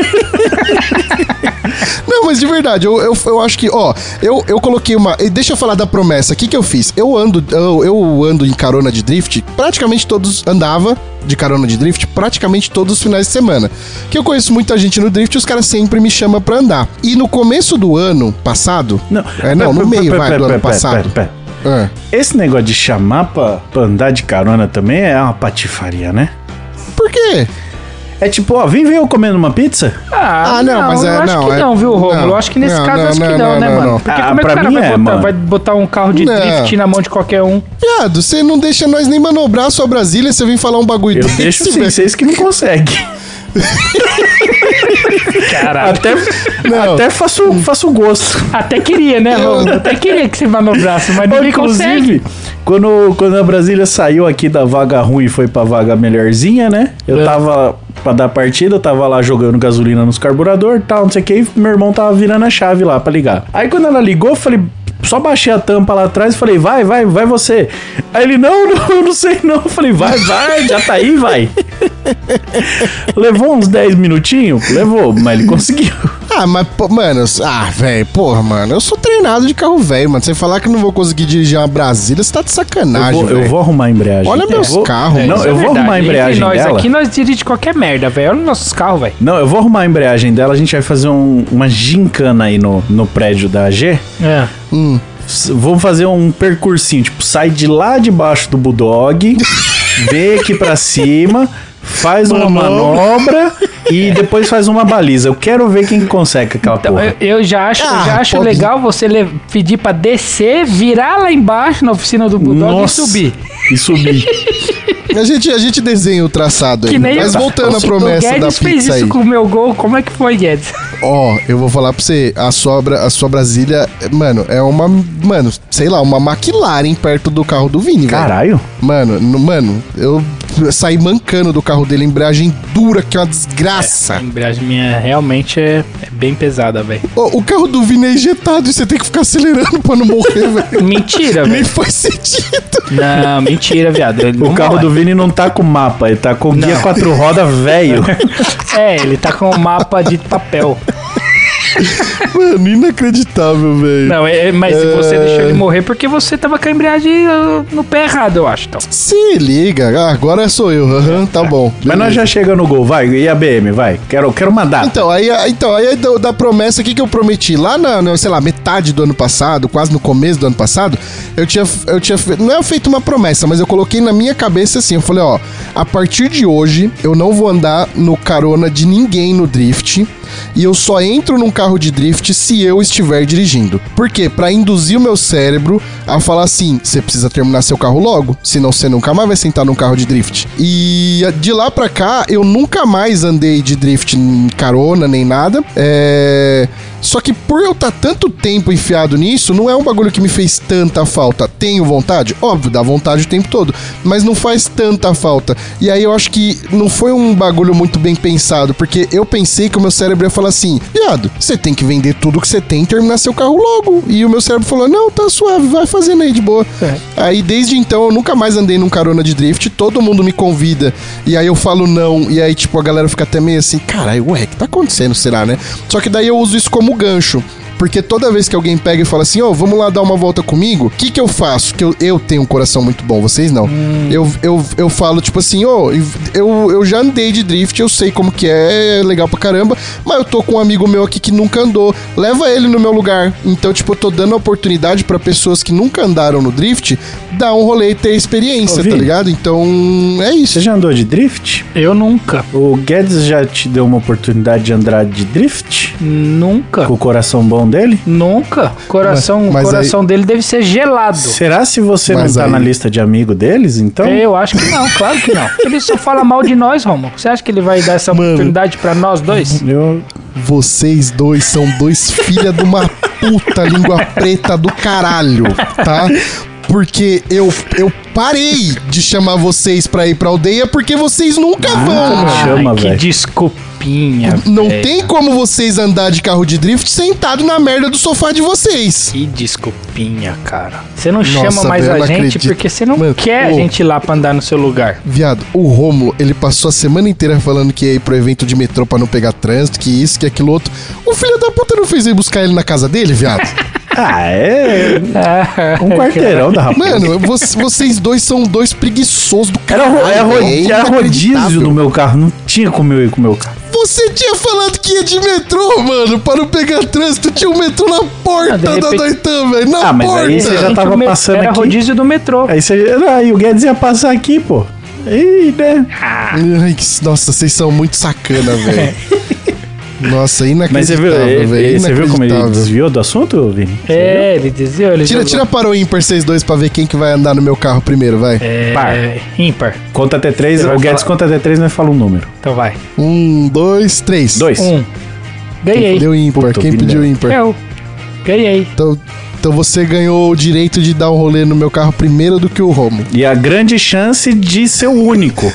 Não, mas de verdade, eu, eu, eu acho que, ó, eu, eu coloquei uma... e Deixa eu falar da promessa. O que que eu fiz? Eu ando, eu, eu ando em carona de drift, praticamente todos... Andava de carona de drift praticamente todos os finais de semana. Que eu conheço muita gente no drift e os caras sempre me chamam pra andar. E no começo do ano passado... Não, É, não, no pera, meio, pera, vai, pera, do ano pera, passado. pera, pera. É. Esse negócio de chamar pra, pra andar de carona também é uma patifaria, né? Por quê? É tipo, ó, vem ver eu comendo uma pizza? Ah, Ah, não, mas eu é- acho não, que é- não, viu, Rômulo? não, Eu acho que nesse não, caso, não, acho que não, não, não, né, não, mano? não. Porque Ah, como é que pra o cara mim vai, é, botar, mano. vai botar um carro de Não. drift na mão de qualquer um? Viado, você não deixa nós nem manobrar a sua Brasília, você vem falar um bagulho Eu desse, deixo sim, velho. vocês que não conseguem. Caralho. Até, Não. até faço, faço gosto. Até queria, né, Rômulo? Até queria que você manobrasse, mas ninguém consegue. Inclusive, quando, quando a Brasília saiu aqui da vaga ruim e foi pra vaga melhorzinha, né? Eu É. tava pra dar partida, eu tava lá jogando gasolina nos carburador e tal, não sei o que, e meu irmão tava virando a chave lá pra ligar. Aí quando ela ligou, eu falei, só baixei a tampa lá atrás e falei, vai, vai, vai você. Aí ele, não, não, eu não sei não. Eu falei, vai, vai, já tá aí, vai. Levou uns dez minutinhos? Levou, mas ele conseguiu. Ah, mas, pô, mano, ah, velho, porra, mano, eu sou treinado de carro velho, mano. Você falar que eu não vou conseguir dirigir uma Brasília, você tá de Eu sacanagem, vou, eu velho. vou arrumar a embreagem. Olha meus Eu vou- carros, Não, Isso eu é vou verdade. arrumar a Entre embreagem nós dela. aqui, nós dirigimos qualquer merda, velho. Olha os nossos carros, velho. Não, eu vou arrumar a embreagem dela, a gente vai fazer um- uma gincana aí no, no prédio da A G. É. Hum. S- Vamos fazer um percursinho, tipo, sai de lá debaixo do Bulldog, vem aqui pra cima, faz uma manobra e depois faz uma baliza. Eu quero ver quem consegue aquela Então, porra. eu, eu já acho, eu Ah, já acho pode- legal você le- pedir pra descer, virar lá embaixo na oficina do Bulldog Nossa, e subir. E subir. A gente, a gente desenha o traçado aí. Que nem Mas eu- voltando à o promessa da Guedes fez pizza isso aí. com o meu gol. Como é que foi, Guedes? Ó, eu vou falar pra você, a sua, Bra- a sua Brasília, mano, é uma, mano, sei lá, uma McLaren perto do carro do Vini, velho. Caralho. Mano, no- mano, eu saí mancando do carro dele, embreagem dura, que é uma desgraça. A embreagem minha realmente é, é bem pesada, velho. Ó, o carro do Vini é injetado e você tem que ficar acelerando pra não morrer, velho. Mentira, Nem velho. faz sentido. Não, mentira, viado. Ele O não carro morre. do Vini não tá com mapa, ele tá com guia quatro rodas velho. É, ele tá com um mapa de papel. Mano, inacreditável, velho. Não, é, mas É. você deixou ele morrer porque você tava com a embreagem uh, no pé errado, eu acho. Então. Se liga, ah, agora sou eu. Aham, tá bom. Mas nós já chegamos no gol, vai. E a B M, vai. Quero, quero uma data. Então, aí, então, aí da, da promessa aqui que eu prometi lá na, na, sei lá, metade do ano passado, quase no começo do ano passado, eu tinha, eu tinha fe- não é feito uma promessa, mas eu coloquei na minha cabeça assim, eu falei, ó, a partir de hoje eu não vou andar no carona de ninguém no drift e eu só entro num carro de drift se eu estiver dirigindo. Por quê? Pra induzir o meu cérebro a falar assim, você precisa terminar seu carro logo, senão você nunca mais vai sentar num carro de drift. E de lá pra cá, eu nunca mais andei de drift em carona, nem nada. É... Só que por eu estar tanto tempo enfiado nisso, não é um bagulho que me fez tanta falta. Tenho vontade? Óbvio, dá vontade o tempo todo. Mas não faz tanta falta. E aí eu acho que não foi um bagulho muito bem pensado, porque eu pensei que o meu cérebro ia falar assim, viado, você tem que vender tudo que você tem e terminar seu carro logo. E o meu cérebro falou, não, tá suave, vai fazendo aí de boa. É. Aí desde então eu nunca mais andei num carona de drift, todo mundo me convida, e aí eu falo não, e aí tipo a galera fica até meio assim, caralho, ué, o que tá acontecendo, será, né? Só que daí eu uso isso como gancho. Porque toda vez que alguém pega e fala assim, ó, oh, vamos lá dar uma volta comigo, o que que eu faço? Que eu, eu tenho um coração muito bom, vocês não. Hum. Eu, eu, eu falo, tipo assim, ó, oh, eu, eu já andei de drift, eu sei como que é, é legal pra caramba, mas eu tô com um amigo meu aqui que nunca andou, leva ele no meu lugar. Então, tipo, eu tô dando a oportunidade pra pessoas que nunca andaram no drift, dar um rolê e ter experiência, Ô, tá Vini. ligado? Então, é isso. Você já andou de drift? Eu nunca. O Guedes já te deu uma oportunidade de andar de drift? Nunca. Com o coração bom dele? Nunca. Coração, Mas- mas coração dele deve ser gelado. Será se você Mas não tá aí- na lista de amigo deles, então? Eu acho que não, claro que não. Ele só fala mal de nós, Romulo. Você acha que ele vai dar essa Mano. oportunidade pra nós dois? Eu... Vocês dois são dois filha de uma puta língua preta do caralho, tá? Porque eu, eu parei de chamar vocês pra ir pra aldeia porque vocês nunca vão. Ah, chama, que velho. desculpinha. Não velho. tem como vocês andar de carro de drift sentado na merda do sofá de vocês. Que desculpinha, cara. Você não Nossa, chama mais velho, eu a não gente acredito. porque você não Mano, quer a ô. gente ir lá pra andar no seu lugar. Viado, o Rômulo, ele passou a semana inteira falando que ia ir pro evento de metrô pra não pegar trânsito, que isso, que aquilo outro. O filho da puta não fez ir buscar ele na casa dele, viado? Ah, é um quarteirão da rapaz. Mano, vo- vocês dois são dois preguiçosos do Era, caralho. ro- era, ro- é era rodízio inacreditável. no meu carro, não tinha como eu ir com o meu carro. Você tinha falado que ia de metrô, mano, para não pegar trânsito. Tinha um metrô na porta Ah, de da repente- Doitan, velho. Na Ah, mas porta. aí você já Gente, tava o me- passando Era aqui. rodízio do metrô. Aí você. Aí o Guedes ia passar aqui, pô. Ih, né? Ai, que- nossa, vocês são muito sacana, velho. Nossa, Mas você viu, inacreditável, ele- velho. você viu como ele inacreditável. desviou do assunto, Vini? Você É, ele dizia. Ele Tira, jogou- tira para o ímpar vocês dois pra ver quem que vai andar no meu carro primeiro, vai. É, Par. ímpar. viu? Conta até três, Você vai o Guedes falar- conta até três, nós fala um número. Então vai. Um, dois, três. Dois. Um. Ganhei. Deu ímpar. Puta, Quem Vini, pediu né? ímpar? Eu. Ganhei. Então, então você ganhou o direito de dar um rolê no meu carro primeiro do que o Romo. E a grande chance de ser o único.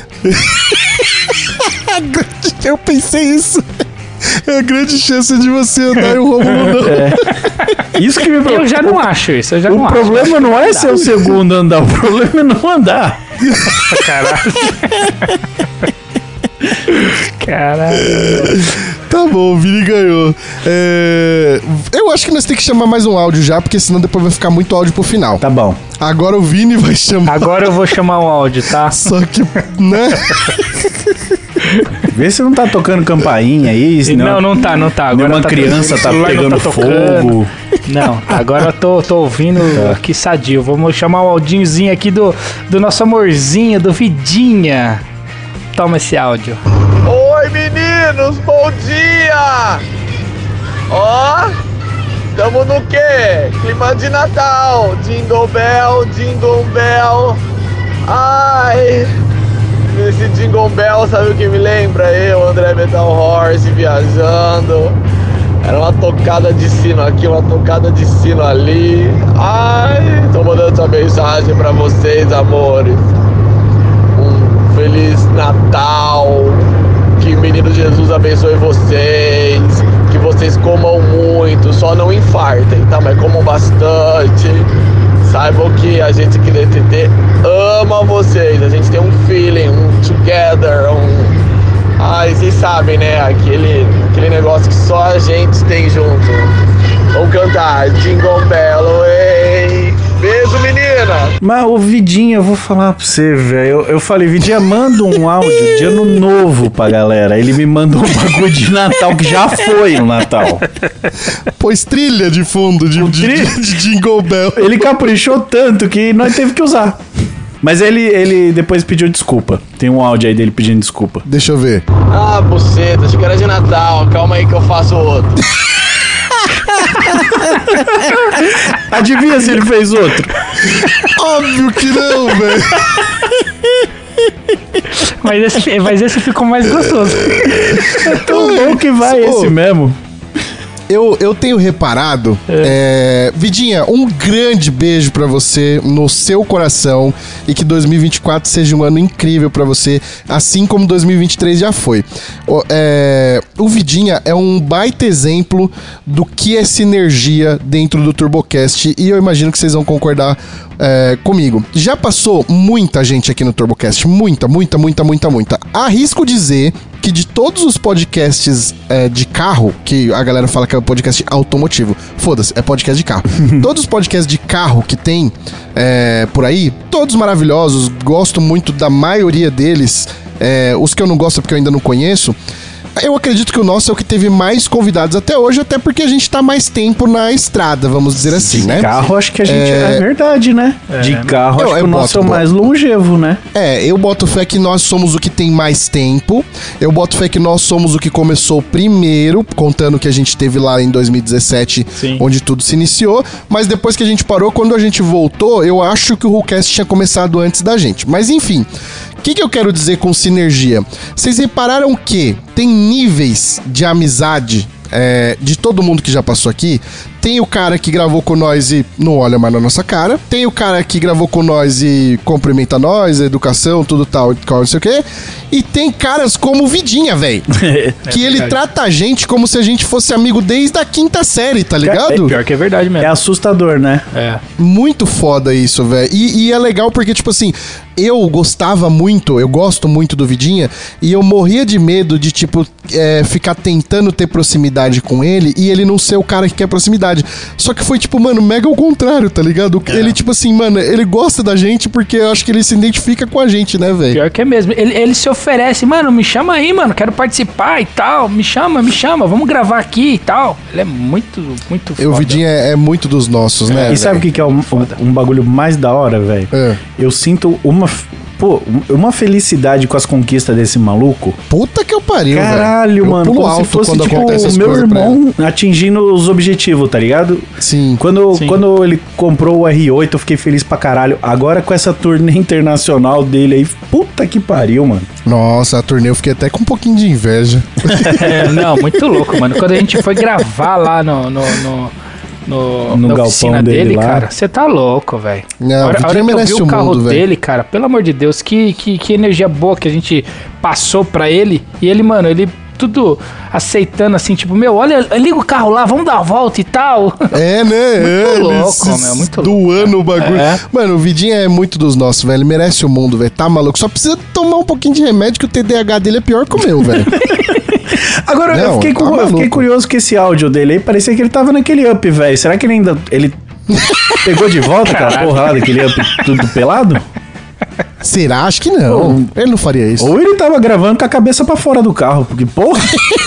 Eu pensei isso. É a grande chance de você andar e o Romulo não. Isso que me preocupa. Eu já não acho isso, eu já O não problema não é ser o segundo a andar, o problema é não andar. acho. Caralho. Caralho. Tá bom, o Vini ganhou. É, eu acho que nós temos que chamar mais um áudio já, porque senão depois vai ficar muito áudio pro final. Tá bom. Agora o Vini vai chamar. Agora eu vou chamar um áudio, tá? Só que, né? Vê se não tá tocando campainha aí, senão Não, não tá, não tá. Agora nenhuma tá criança tocando, tá o celular não pegando tá tocando. fogo. Não, agora eu tô, tô ouvindo aqui sadio. Vamos chamar o audiozinho aqui do, do nosso amorzinho, do Vidinha. Toma esse áudio. Oi meninos, bom dia! Ó, tamo no quê? Clima de Natal, Jingle Bell, Jingle Bell. Ai, esse Jingle Bell, sabe o que me lembra? Eu, André Metal Horse, viajando. Era uma tocada de sino aqui, uma tocada de sino ali. Ai, tô mandando essa mensagem pra vocês, amores. Um Feliz Natal. Que o Menino Jesus abençoe vocês. Que vocês comam muito, só não infartem, tá? Mas comam bastante. Saibam que a gente aqui da T T ama vocês. A gente tem um feeling, um together, um... Ai, vocês sabem, né? Aquele, aquele negócio que só a gente tem junto. Vamos cantar Jingle Bell Way. Beijo, menina! Mas, ô Vidinha, eu vou falar pra você, velho. Eu, eu falei, Vidinha, manda um áudio de ano novo pra galera. Ele me mandou um bagulho de Natal que já foi no Natal. Pôs trilha de fundo de, de, tri... de, de Jingle Bell. Ele caprichou tanto que nós teve que usar. Mas ele, ele depois pediu desculpa. Tem um áudio aí dele pedindo desculpa. Deixa eu ver. Ah, buceta, achei que era de Natal. Calma aí que eu faço outro. Adivinha se ele fez outro? Óbvio que não, velho. Mas esse, mas esse ficou mais gostoso. É tão bom que vai Pô, esse mesmo. Eu, eu tenho reparado, é. É, Vidinha, um grande beijo pra você no seu coração e que dois mil e vinte e quatro seja um ano incrível pra você, assim como dois mil e vinte e três já foi. O, é, o Vidinha é um baita exemplo do que é sinergia dentro do TurboCast e eu imagino que vocês vão concordar é, comigo. Já passou muita gente aqui no TurboCast, muita, muita, muita, muita, muita. Arrisco dizer que de todos os podcasts é, de carro, que a galera fala que é podcast automotivo, foda-se, é podcast de carro. Todos os podcasts de carro que tem é, por aí, todos maravilhosos, gosto muito da maioria deles. É, os que eu não gosto é porque eu ainda não conheço. Eu acredito que o nosso é o que teve mais convidados até hoje, até porque a gente tá mais tempo na estrada, vamos dizer assim, de né? De carro, acho que a gente... É, é verdade, né? É. De carro, eu, acho que o nosso boto, é o mais longevo, né? É, eu boto fé que nós somos o que tem mais tempo. Eu boto fé que nós somos o que começou primeiro, contando que a gente teve lá em dois mil e dezessete, sim, onde tudo se iniciou. Mas depois que a gente parou, quando a gente voltou, eu acho que o WhoCast tinha começado antes da gente. Mas enfim... O que, que eu quero dizer com sinergia? Vocês repararam que tem níveis de amizade é, de todo mundo que já passou aqui? Tem o cara que gravou com nós e não olha mais na nossa cara. Tem o cara que gravou com nós e cumprimenta nós, educação, tudo tal, não sei o quê. E tem caras como o Vidinha, velho. É, que é ele trata a gente como se a gente fosse amigo desde a quinta série, tá ligado? É, pior que é verdade mesmo. É assustador, né? É. Muito foda isso, velho. E, e é legal porque, tipo assim, eu gostava muito, eu gosto muito do Vidinha, e eu morria de medo de, tipo, é, ficar tentando ter proximidade com ele e ele não ser o cara que quer proximidade. Só que foi, tipo, mano, mega ao contrário, tá ligado? É. Ele, tipo assim, mano, ele gosta da gente porque eu acho que ele se identifica com a gente, né, velho? Pior que é mesmo. Ele, ele se oferece, mano, me chama aí, mano, quero participar e tal. Me chama, me chama, vamos gravar aqui e tal. Ele é muito, muito foda. O Vidinha é, é muito dos nossos, é. né? E véio? Sabe o que, que é um, um, um bagulho mais da hora, velho? É. Eu sinto uma... Pô, uma felicidade com as conquistas desse maluco. Puta que eu pariu, velho. Caralho, eu mano. Pulo como alto se fosse, quando tipo, acontece o meu irmão atingindo os objetivos, tá ligado? Sim. Quando, Sim. quando ele comprou o R oito, eu fiquei feliz pra caralho. Agora com essa turnê internacional dele aí, puta que pariu, mano. Nossa, a turnê eu fiquei até com um pouquinho de inveja. É, não, muito louco, mano. Quando a gente foi gravar lá no... no, no... No, no na galpão oficina dele, dele, lá. Cara, você tá louco, velho. Não, a hora, a hora que eu vi o carro mundo, dele, cara, pelo amor de Deus, que, que, que energia boa que a gente passou pra ele. E ele, mano, ele tudo aceitando assim, tipo, meu, olha, liga o carro lá, vamos dar uma volta e tal. É, né? Muito é, louco, meu, muito doando louco. Doando o bagulho. É. Mano, o Vidinha é muito dos nossos, velho. Ele merece o mundo, velho. Tá maluco. Só precisa tomar um pouquinho de remédio que o T D A H dele é pior que o meu, velho. Agora, não, eu, fiquei, tá cu- eu fiquei curioso com esse áudio dele aí. Parecia que ele tava naquele up, velho. Será que ele ainda... Ele pegou de volta aquela porra lá daquele up tudo pelado? Será? Acho que não. Ou, ele não faria isso. Ou ele tava gravando com a cabeça pra fora do carro, porque, porra...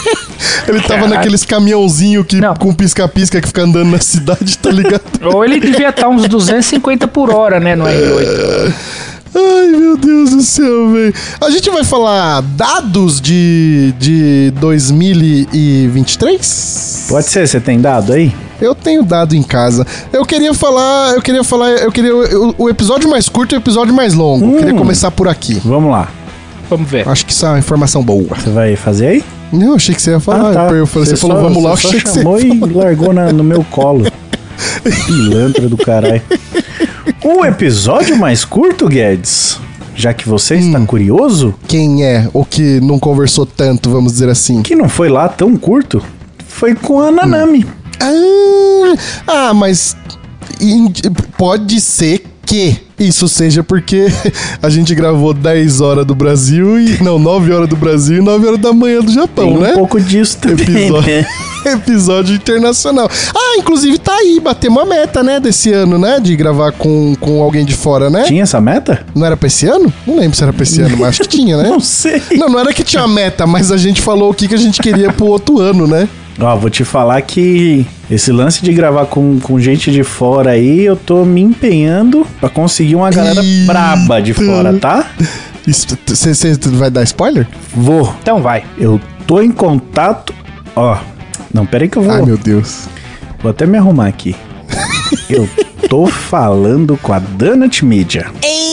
Ele tava Caralho. naqueles caminhãozinho que, com pisca-pisca que fica andando na cidade, tá ligado? Ou ele devia estar uns duzentos e cinquenta por hora, né, no R oito. Ai, meu Deus do céu, velho. A gente vai falar dados de, de dois mil e vinte e três? Pode ser, você tem dado aí? Eu tenho dado em casa. Eu queria falar, eu queria falar, eu queria o, o episódio mais curto e o episódio mais longo. Hum, eu queria começar por aqui. Vamos lá. Vamos ver. Acho que isso é uma informação boa. Você vai fazer aí? Não, achei que você ia falar. Ah, tá. Eu falei, você, Você falou, só- vamos lá, eu você achei só que você chamou ia e largou na- no meu colo. Pilantra do caralho. Um episódio mais curto, Guedes? Já que você Hum. está curioso, Quem é o que não conversou tanto, vamos dizer assim? que não foi lá tão curto, foi com a Nanami. Ah, ah, mas in- pode ser que isso seja porque a gente gravou dez horas do Brasil e. Não, nove horas do Brasil e nove horas da manhã do Japão, Tem um né? pouco disso também, Episódio, né? episódio internacional. Ah, inclusive tá aí, batemos uma meta, né, desse ano, né? De gravar com, com alguém de fora, né? Tinha essa meta? Não era pra esse ano? Não lembro se era pra esse ano, mas acho que tinha, né? Não sei. Não, não era que tinha meta, mas a gente falou o que, que a gente queria pro outro ano, né? Ó, vou te falar que esse lance de gravar com, com gente de fora aí, eu tô me empenhando pra conseguir uma galera Eita. braba de fora, tá? Você vai dar spoiler? Vou. Então vai. Eu tô em contato. Ó. Não, pera aí que eu vou. Ai, meu Deus. Vou até me arrumar aqui. Eu tô falando com a Donut Media.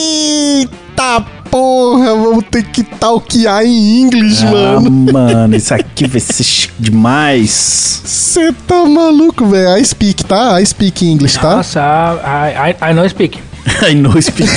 Eita porra, vamos ter que talkear em inglês, Ah, mano. mano, isso aqui vai ser chique demais. Você tá maluco, velho. I speak, tá? I speak English, tá? Nossa, I, I, I know speak. I know speak.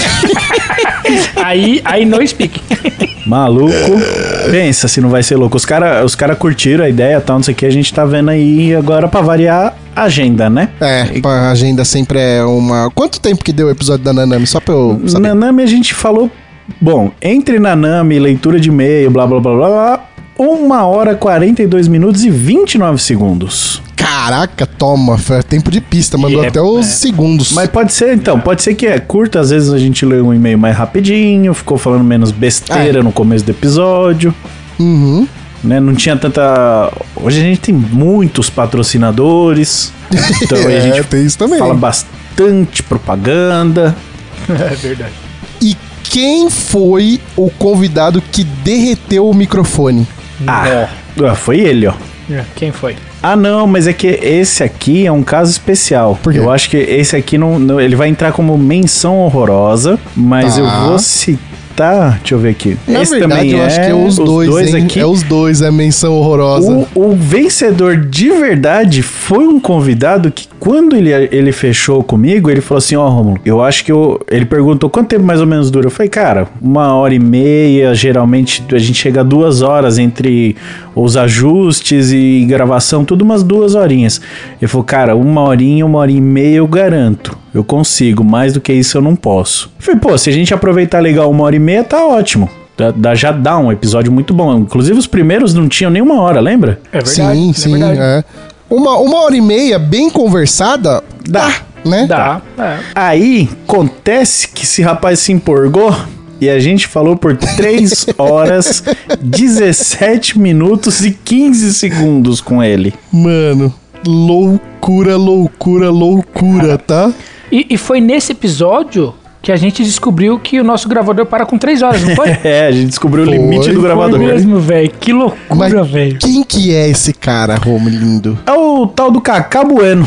Aí, I know speak. Maluco. Pensa se não vai ser louco. Os caras os cara curtiram a ideia e tal, não sei o que. A gente tá vendo aí agora pra variar a agenda, né? É, a agenda sempre é uma... Quanto tempo que deu o episódio da Nanami? Só pra eu saber. Nanami a gente falou... Bom, entre Nanami, leitura de e-mail, blá blá blá blá blá... uma hora, quarenta e dois minutos e vinte e nove segundos. Caraca, toma. Foi tempo de pista. Mandou E é- até os é. segundos. Mas pode ser, então, pode ser que é curto, às vezes a gente lê um e-mail mais rapidinho, ficou falando menos besteira É. no começo do episódio, Uhum. né? Não tinha tanta... Hoje a gente tem muitos patrocinadores, então aí a É, gente tem isso também. fala bastante propaganda. É verdade. E quem foi o convidado que derreteu o microfone? Ah, ah, foi ele, ó. É, quem foi? Ah, não, mas é que esse aqui é um caso especial. Por quê? Eu acho que esse aqui não, não- ele vai entrar como menção horrorosa, mas Tá. eu vou citar. Deixa eu ver aqui. Na esse verdade, também eu é, acho que é os, dois, hein? aqui. É os dois, é menção horrorosa. O, o vencedor de verdade foi um convidado que, quando ele, ele fechou comigo, ele falou assim: Ó, Rômulo, eu acho que eu. Ele perguntou quanto tempo mais ou menos dura. Eu falei, cara, uma hora e meia. Geralmente a gente chega a duas horas entre os ajustes e gravação, tudo umas duas horinhas. Ele falou, cara, uma horinha, uma hora e meia eu garanto. Eu consigo, mais do que isso eu não posso. Eu falei, pô, se a gente aproveitar legal uma hora e meia, tá ótimo. Dá, dá- já dá um episódio muito bom. Inclusive os primeiros não tinham nem uma hora, lembra? É verdade. sim, é sim, verdade. é. Uma, uma hora e meia bem conversada, dá, né? Dá. É. Aí, acontece que esse rapaz se empolgou e a gente falou por três horas, dezessete minutos e quinze segundos com ele. Mano, loucura, loucura, loucura, tá? E, e foi nesse episódio que a gente descobriu que o nosso gravador para com três horas, não foi? É, a gente descobriu Foi, o limite do foi gravador. Foi mesmo, velho. Que Mas loucura, velho. quem que é esse cara, Romo lindo? É o tal do Cacá Bueno.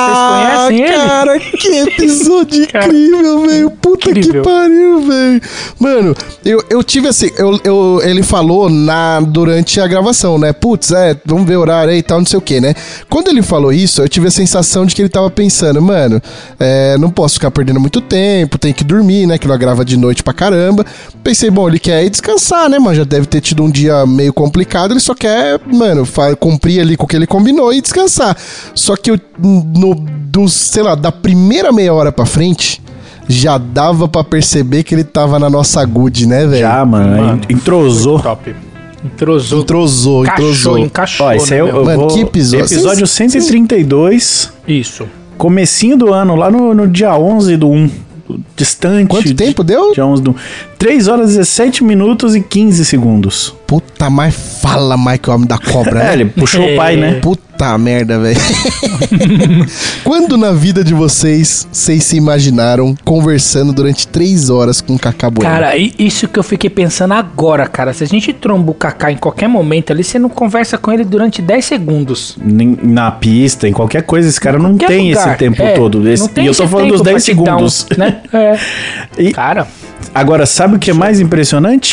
Ah, conhecem ele? cara, que episódio Cara, incrível, velho. Puta incrível. que pariu, velho. Mano, eu, eu tive assim, eu, eu, ele falou na, durante a gravação, né? Putz, é, vamos ver o horário aí e tal, não sei o que, né? Quando ele falou isso, eu tive a sensação de que ele tava pensando, mano, é, não posso ficar perdendo muito tempo, tem que dormir, né? Que ela grava de noite pra caramba. Pensei, bom, ele quer ir descansar, né, mano? Já deve ter tido um dia meio complicado, ele só quer, mano, fa- cumprir ali com o que ele combinou e descansar. Só que eu, no, do, sei lá, da primeira meia hora pra frente, já dava pra perceber que ele tava na nossa good, né, velho? Já, mano, Mano, entrosou. Top. Entrosou. Entrosou, Encaixou, entrosou. encaixou. Ó, esse aí né, eu, meu? eu Mano, vou... que episódio? Episódio Vocês- cento e trinta e dois, Isso. comecinho do ano, lá no, no dia onze do um. Distante. Quanto tempo deu? Dia onze do um. três horas, dezessete minutos e quinze segundos. Puta, mas fala, Mike, o homem da cobra, É, né? ele puxou o pai, né? Puta merda, velho. Quando na vida de vocês, vocês se imaginaram conversando durante três horas com o Cacá Bueno? Cara, i- isso que eu fiquei pensando agora, cara. Se a gente tromba o Kaká em qualquer momento ali, você não conversa com ele durante dez segundos. Nem- Na pista, em qualquer coisa, esse cara não Qualquer tem lugar. esse tempo É, todo. Esse- não tem e eu tô esse falando tempo dos pra dez te dar um- segundos. né? É. E- Cara, Agora, sabe o que é mais impressionante?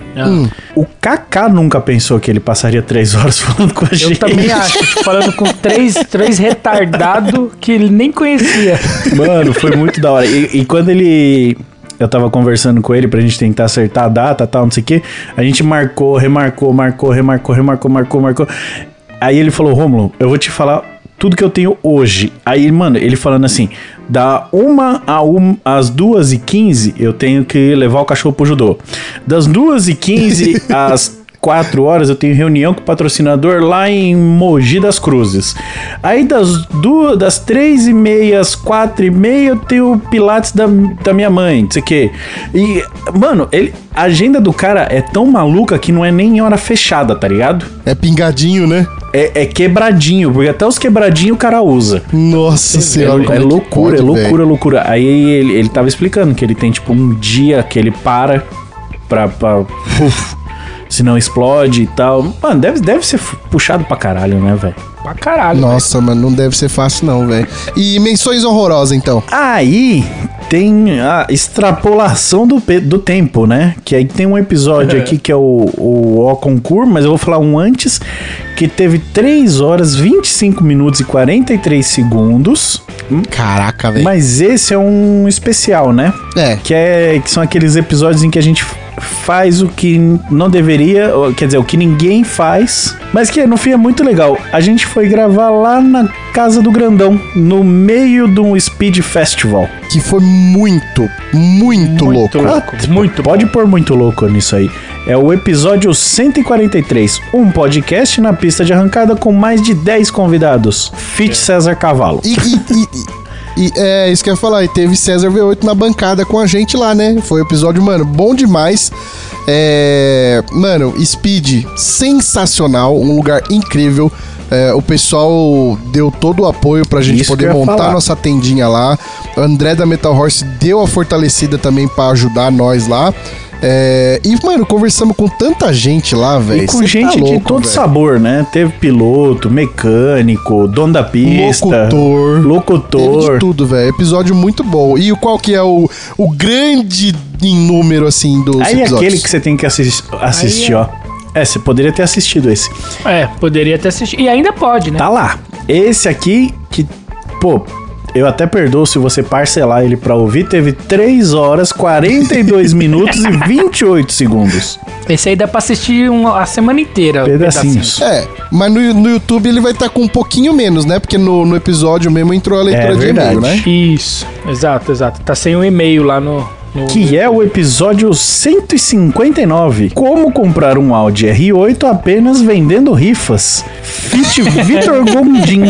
Hum. O Kaká nunca pensou que ele passaria três horas falando com a gente. Eu também acho, falando com três, três retardados que ele nem conhecia. Mano, foi muito da hora. E, e quando ele... Eu tava conversando com ele pra gente tentar acertar a data e tal, não sei o quê. A gente marcou, remarcou, marcou, remarcou, remarcou, marcou, marcou. Aí ele falou, Rômulo, eu vou te falar tudo que eu tenho hoje. Aí, mano, ele falando assim, da uma a uma, às duas e quinze, eu tenho que levar o cachorro pro judô. Das duas e quinze às quatro horas, eu tenho reunião com o patrocinador lá em Mogi das Cruzes. Aí das duas, das três e meia às quatro e meia, eu tenho o pilates da, da minha mãe, não sei o quê. E, mano, ele, a agenda do cara é tão maluca que não é nem em hora fechada, tá ligado? É pingadinho, né? É, é quebradinho, porque até os quebradinhos o cara usa. Nossa senhora, é, como é que loucura, pode, é loucura, véio? loucura. Aí ele, ele tava explicando que ele tem tipo um dia que ele para pra... pra uf, se não explode e tal. Mano, deve, deve ser puxado pra caralho, né, velho? Pra caralho. Nossa, véio. Mano, não deve ser fácil não, velho. E menções horrorosas, então? Aí tem a extrapolação do, do tempo, né? Que aí tem um episódio aqui que é o, o O Concurso, mas eu vou falar um antes, que teve três horas, vinte e cinco minutos e quarenta e três segundos. Caraca, velho. Mas esse é um especial, né? É. Que, é. que são aqueles episódios em que a gente faz o que não deveria, quer dizer, o que ninguém faz, mas que no fim é muito legal. A gente foi gravar lá na Casa do Grandão, no meio de um Speed Festival. Que foi muito, muito, muito louco. louco. Ah, muito Pode pôr muito louco nisso aí. É o episódio cento e quarenta e três, um podcast na pista de arrancada com mais de dez convidados. Fit César Cavalo. E, e, e, e é isso que eu ia falar. E teve César V oito na bancada com a gente lá, né? Foi um episódio, mano, bom demais. É, mano, Speed, sensacional. Um lugar incrível. É, o pessoal deu todo o apoio pra gente Isso poder montar falar. nossa tendinha lá. O André da Metal Horse deu a fortalecida também pra ajudar nós lá. É, e, mano, conversamos com tanta gente lá, velho. E com gente tá louco, de todo véio. sabor, né? Teve piloto, mecânico, dono da pista, Locutor. locutor. Teve de tudo, velho. Episódio muito bom. E qual que é o, o grande em número, assim, dos Aí episódios? aquele que você tem que assis- assistir, Aí é- ó. É, você poderia ter assistido esse. É, poderia ter assistido. E ainda pode, né? Tá lá. Esse aqui, que, pô, eu até perdoo se você parcelar ele pra ouvir, teve três horas, quarenta e dois minutos e vinte e oito segundos. Esse aí dá pra assistir uma, a semana inteira. Pedacinhos. É, mas no, no YouTube ele vai estar com um pouquinho menos, né? Porque no, no episódio mesmo entrou a leitura É de e-mail, verdade. né? Isso, exato, exato. Tá sem o e-mail lá no... no... Que é o episódio cento e cinquenta e nove. Como comprar um Audi R oito apenas vendendo rifas. Fit Vitor Gondim.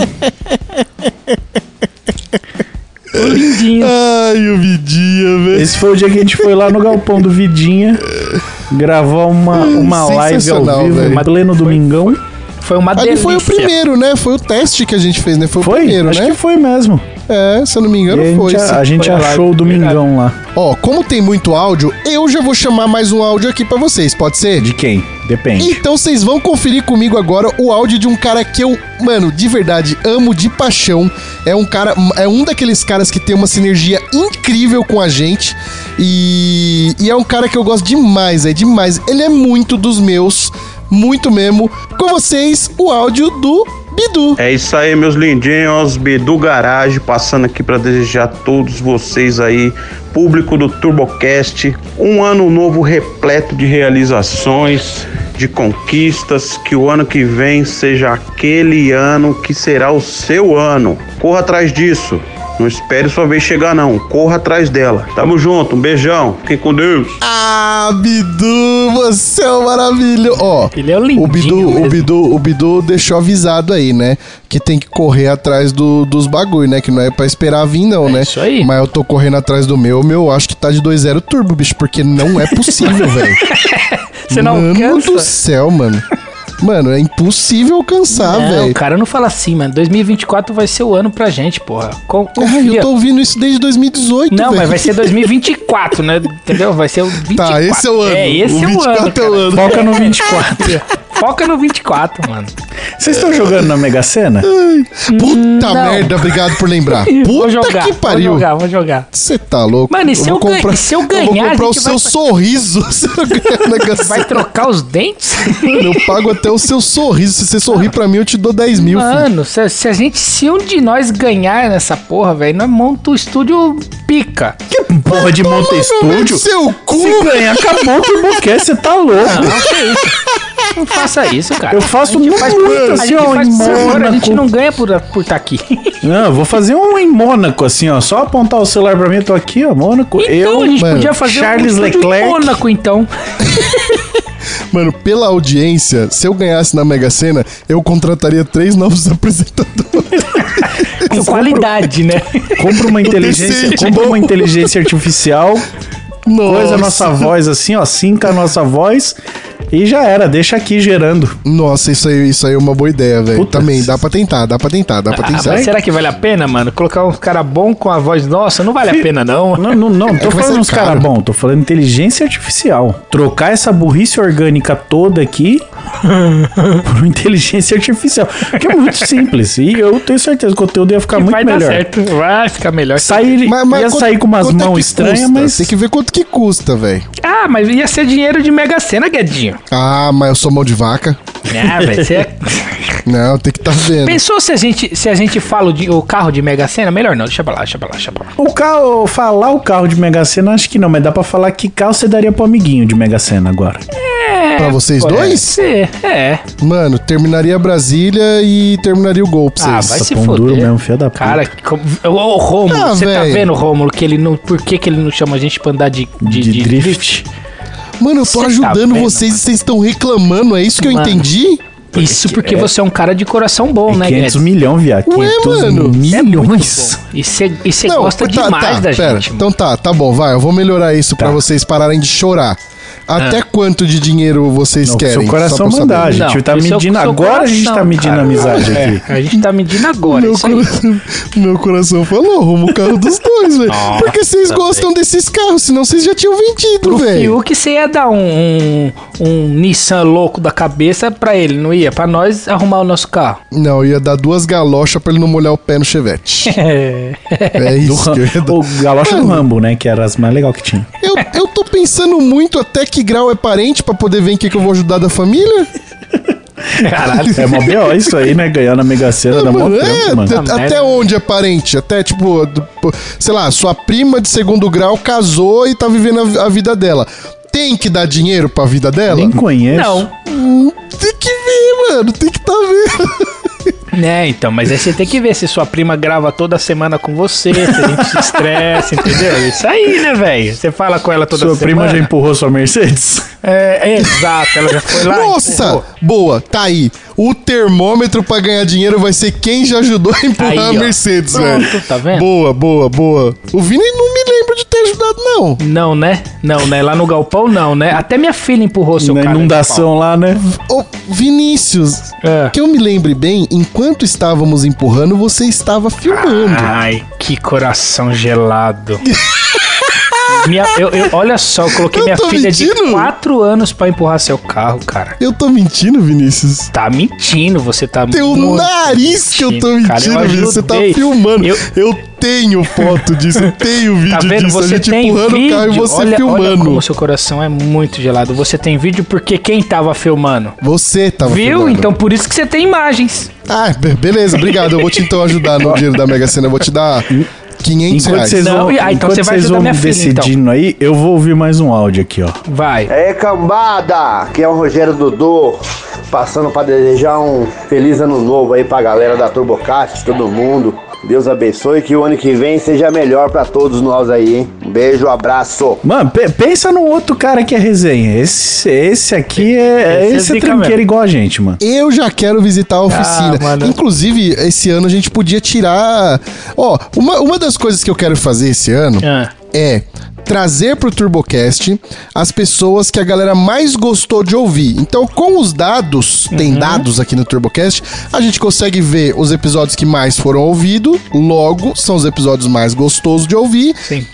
Lindinho. Ai, o Vidinha, velho. Esse foi o dia que a gente foi lá no galpão do Vidinha gravar uma, uma live ao Sensacional, vivo, velho. em pleno domingão. Foi uma Ali delícia. foi o primeiro, né? Foi o teste que a gente fez, né? Foi o Foi? primeiro, Acho né? que foi mesmo. É, se eu não me engano, E a gente, foi. a, sim. a gente Foi a achou live, o domingão lá. Ó, como tem muito áudio, eu já vou chamar mais um áudio aqui pra vocês, pode ser? De quem? Depende. Então vocês vão conferir comigo agora o áudio de um cara que eu, mano, de verdade, amo de paixão. É um cara, é um daqueles caras que tem uma sinergia incrível com a gente. E, e é um cara que eu gosto demais, é demais. Ele é muito dos meus, muito mesmo. Com vocês, o áudio do Bidu. É isso aí, meus lindinhos, Bidu Garage, passando aqui para desejar a todos vocês aí, público do TurboCast, um ano novo repleto de realizações, de conquistas, que o ano que vem seja aquele ano que será o seu ano. Corra atrás disso. Não espere sua vez chegar, não. Corra atrás dela. Tamo junto, um beijão. Fiquem com Deus. Ah, Bidu, você é um maravilhoso. Ó, Ele é o lindinho o Bidu, mesmo. o Bidu, o Bidu deixou avisado aí, né? Que tem que correr atrás do, dos bagulho, né? Que não é pra esperar vir, não, É né? isso aí. Mas eu tô correndo atrás do meu. O meu acho que tá de dois zero turbo, bicho, porque não é possível, velho. Você não Mano alcança? do céu, mano. Mano, é impossível alcançar, Não, velho. cara, não fala assim, mano. dois mil e vinte e quatro vai ser o ano pra gente, porra. Com- Ai, confia. eu tô ouvindo isso desde dois mil e dezoito, Não, velho. mas vai ser dois mil e vinte e quatro, né? Entendeu? Vai ser o vinte e quatro. Tá, esse é o ano. É, esse O é o vinte e ano, quatro é o cara. ano. Foca no vinte e quatro. Foca no vinte e quatro, mano. Vocês estão jogando na Mega Sena? Puta Não. merda, obrigado por lembrar. Puta Vou jogar, que pariu. vou jogar, vou jogar. Você tá louco? Mano, e se eu vou ganha- se eu ganhar, eu vou a comprar o gente seu vai- sorriso. Se eu ganhar na Mega Vai Sena. trocar os dentes? Mano, eu pago até o seu sorriso. Se você sorrir pra mim, eu te dou dez mil, filho. Mano, se, se a gente, se um de nós ganhar nessa porra, velho, nós monta o estúdio pica. Que porra de monta estúdio? Seu cu! Se ganhar, acabou o TurboCast, você tá louco. Não, que isso? Não faça isso, cara. Eu faço a gente muito faz por, a assim, gente ó, faz em por favor, a gente Mônaco. não ganha por estar por tá aqui. Não, eu vou fazer um em Mônaco, assim, ó. Só apontar o celular pra mim, eu tô aqui, ó, Mônaco. Então eu, a gente mano, podia fazer Charles um estúdio em Leclerc. Mônaco, então. Mano, pela audiência, se eu ganhasse na Mega Sena, eu contrataria três novos apresentadores. Com qualidade, né? compra uma inteligência, decente, compra bom. uma inteligência artificial, coisa a nossa voz assim, ó, sinca a nossa voz e já era, deixa aqui gerando. Nossa, isso aí, isso aí é uma boa ideia, velho. Puta. Também, dá pra tentar, dá pra tentar, dá pra Ah, tentar. mas será que vale a pena, mano? Colocar um cara bom com a voz nossa? Não vale a pena, não. Não, não, não, tô que vai falando ser uns caras caro. bons, tô falando inteligência artificial. Trocar essa burrice orgânica toda aqui por uma inteligência artificial. Que é muito simples. E eu tenho certeza que o conteúdo ia ficar Que muito vai dar melhor. certo. Vai ficar melhor. Sair, Mas- mas ia quanto- sair com umas quanto é mãos que estranhas, custa? mas. Tem que ver quanto que custa, velho. Ah, mas ia ser dinheiro de Mega Sena, Guedinho. Ah, mas eu sou mão de vaca. Ah, velho, você é... Não, tem que tá vendo. Pensou se a gente, se a gente fala o, de- o carro de Mega Sena? Melhor não, deixa pra lá, deixa pra lá, deixa pra lá. O carro, falar o carro de Mega Sena, acho que não, mas dá pra falar que carro você daria pro amiguinho de Mega Sena agora. É, Pra vocês pode dois? ser, é. Mano, terminaria Brasília e terminaria o gol pra Ah, vocês. vai se pão foder. duro mesmo, filho da puta. Cara, que como- ô, ô, Rômulo, Ah, você tá velho. vendo, Rômulo, que ele não. Por que, que ele não chama a gente pra andar de, de, De de drift. Mano, eu tô Cê tá ajudando vendo, vocês e mano? vocês estão reclamando, é isso que eu Mano. entendi? Isso porque você é um cara de coração bom, né, quinhentos Guedes? milhões, viado. Ué, quinhentos mano. milhões. E você e cê Não, gosta tá, demais tá, da pera. gente. Então tá, tá bom, vai, eu vou melhorar isso pra Tá. vocês pararem de chorar. Até quanto de dinheiro vocês Não, querem? seu coração Só pra eu mandar, a saber. gente tá o seu- medindo. seu Agora a gente tá coração, medindo cara. a amizade É, aqui. a gente tá medindo agora, Meu isso aí. coração, meu coração falou, rumo o carro dos dois, velho. Nossa, Porque vocês gostam desses carros, senão vocês já tinham vendido, Pro velho. Fiuk você ia dar um, um, um Nissan louco da cabeça pra ele, não ia? Pra nós arrumar o nosso carro. Não, eu ia dar duas galochas pra ele não molhar o pé no chevette. É. É isso que eu ia dar. O galocha do Mano. Rambo, né? Que era as mais legais que tinha. Eu, eu tô pensando muito até que grau é parente pra poder ver em que, que eu vou ajudar da família. Caralho. É mó B O isso aí, né? Ganhar na Mega Sena dá mó Mano, trampo, é, mano. até- Ah, até merda. onde é parente? Até, tipo, do- pô, sei lá, sua prima de segundo grau casou e tá vivendo a, a vida dela. Tem que dar dinheiro pra vida dela? Nem conheço. Não. Hum, tem que ver, mano. Tem que tá vendo. Né, então, mas aí você tem que ver se sua prima grava toda semana com você, se a gente se estressa, entendeu? Isso aí, né, velho? Você fala com ela toda Sua semana. prima já empurrou sua Mercedes? É, exato, ela já foi lá. Nossa, empurrou. boa, tá aí. O termômetro pra ganhar dinheiro vai ser quem já ajudou a empurrar Aí, a ó. Mercedes, Pronto, velho. tá vendo? Boa, boa, boa. O Vini não me lembro de ter ajudado, não. Não, né? Não, né? Lá no galpão, não, né? Até minha filha empurrou seu Na cara. inundação lá, né? Ô, Vinícius, É. que eu me lembre bem, enquanto estávamos empurrando, você estava filmando. Ai, que coração gelado. Minha, eu, eu- olha só, eu coloquei Eu minha tô filha de mentindo? quatro anos pra empurrar seu carro, cara. Eu tô mentindo, Vinícius? Tá mentindo, você tá Teu muito nariz que eu tô mentindo, cara, mentindo, eu Vinícius. Você tá ajudei. filmando. Eu- Eu... tenho foto disso, eu tenho vídeo Tá vendo? disso. A Você gente tem empurrando vídeo. o carro e você olha, filmando. olha como seu coração é muito gelado. Você tem vídeo porque quem tava filmando? Você tava Viu? filmando. Então por isso que você tem imagens. Ah, be- beleza, obrigado. Eu vou te então ajudar no dinheiro da Mega Sena. Eu vou te dar quinhentos Enquanto reais. vocês Não, vão, ah, então enquanto você vai vocês ajudar vão minha filha, então. decidindo aí, eu vou ouvir mais um áudio aqui, ó. Vai. É cambada, que é o Rogério Dudu, passando para desejar um feliz ano novo aí pra galera da TurboCast, todo mundo. Deus abençoe e que o ano que vem seja melhor pra todos nós aí, hein? Um beijo, abraço. Mano, pe- pensa no outro cara que é resenha. Esse, esse aqui é. Esse é Esse é zica tranqueiro mesmo. igual a gente, mano. Eu já quero visitar a oficina. Ah, mano. Inclusive, esse ano a gente podia tirar. Ó, uma, uma das coisas que eu quero fazer esse ano Ah. é trazer pro TurboCast as pessoas que a galera mais gostou de ouvir. Então, com os dados, tem dados aqui no TurboCast, a gente consegue ver os episódios que mais foram ouvidos, logo são os episódios mais gostosos de ouvir. Sim.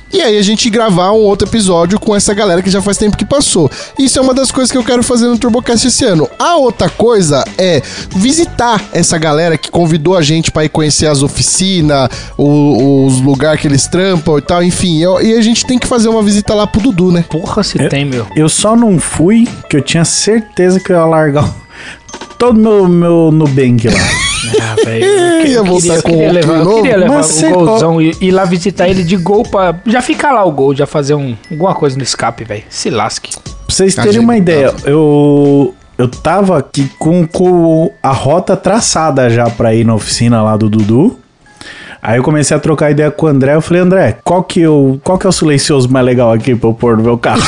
E aí a gente gravar um outro episódio com essa galera que já faz tempo que passou. Isso é uma das coisas que eu quero fazer no TurboCast esse ano. A outra coisa é visitar essa galera que convidou a gente pra ir conhecer as oficinas, o, os lugares que eles trampam e tal, enfim. Eu, e a gente tem que fazer uma visita lá pro Dudu, né? Porra, se Eu- tem, meu. Eu só não fui, que eu tinha certeza que eu ia largar o- todo meu, meu Nubank lá. Ah, velho. Eu, que- Ia eu voltar queria, eu com queria o levar, eu novo? queria levar Mas o você- golzão e ir lá visitar ele de gol pra. Já ficar lá o gol, já fazer um, alguma coisa no escape, velho. Se lasque. Pra vocês terem Ajeitado. uma ideia, eu, eu tava aqui com, com a rota traçada já pra ir na oficina lá do Dudu. Aí eu comecei a trocar ideia com o André. Eu falei, André, qual que, eu, qual que é o silencioso mais legal aqui pra eu pôr no meu carro?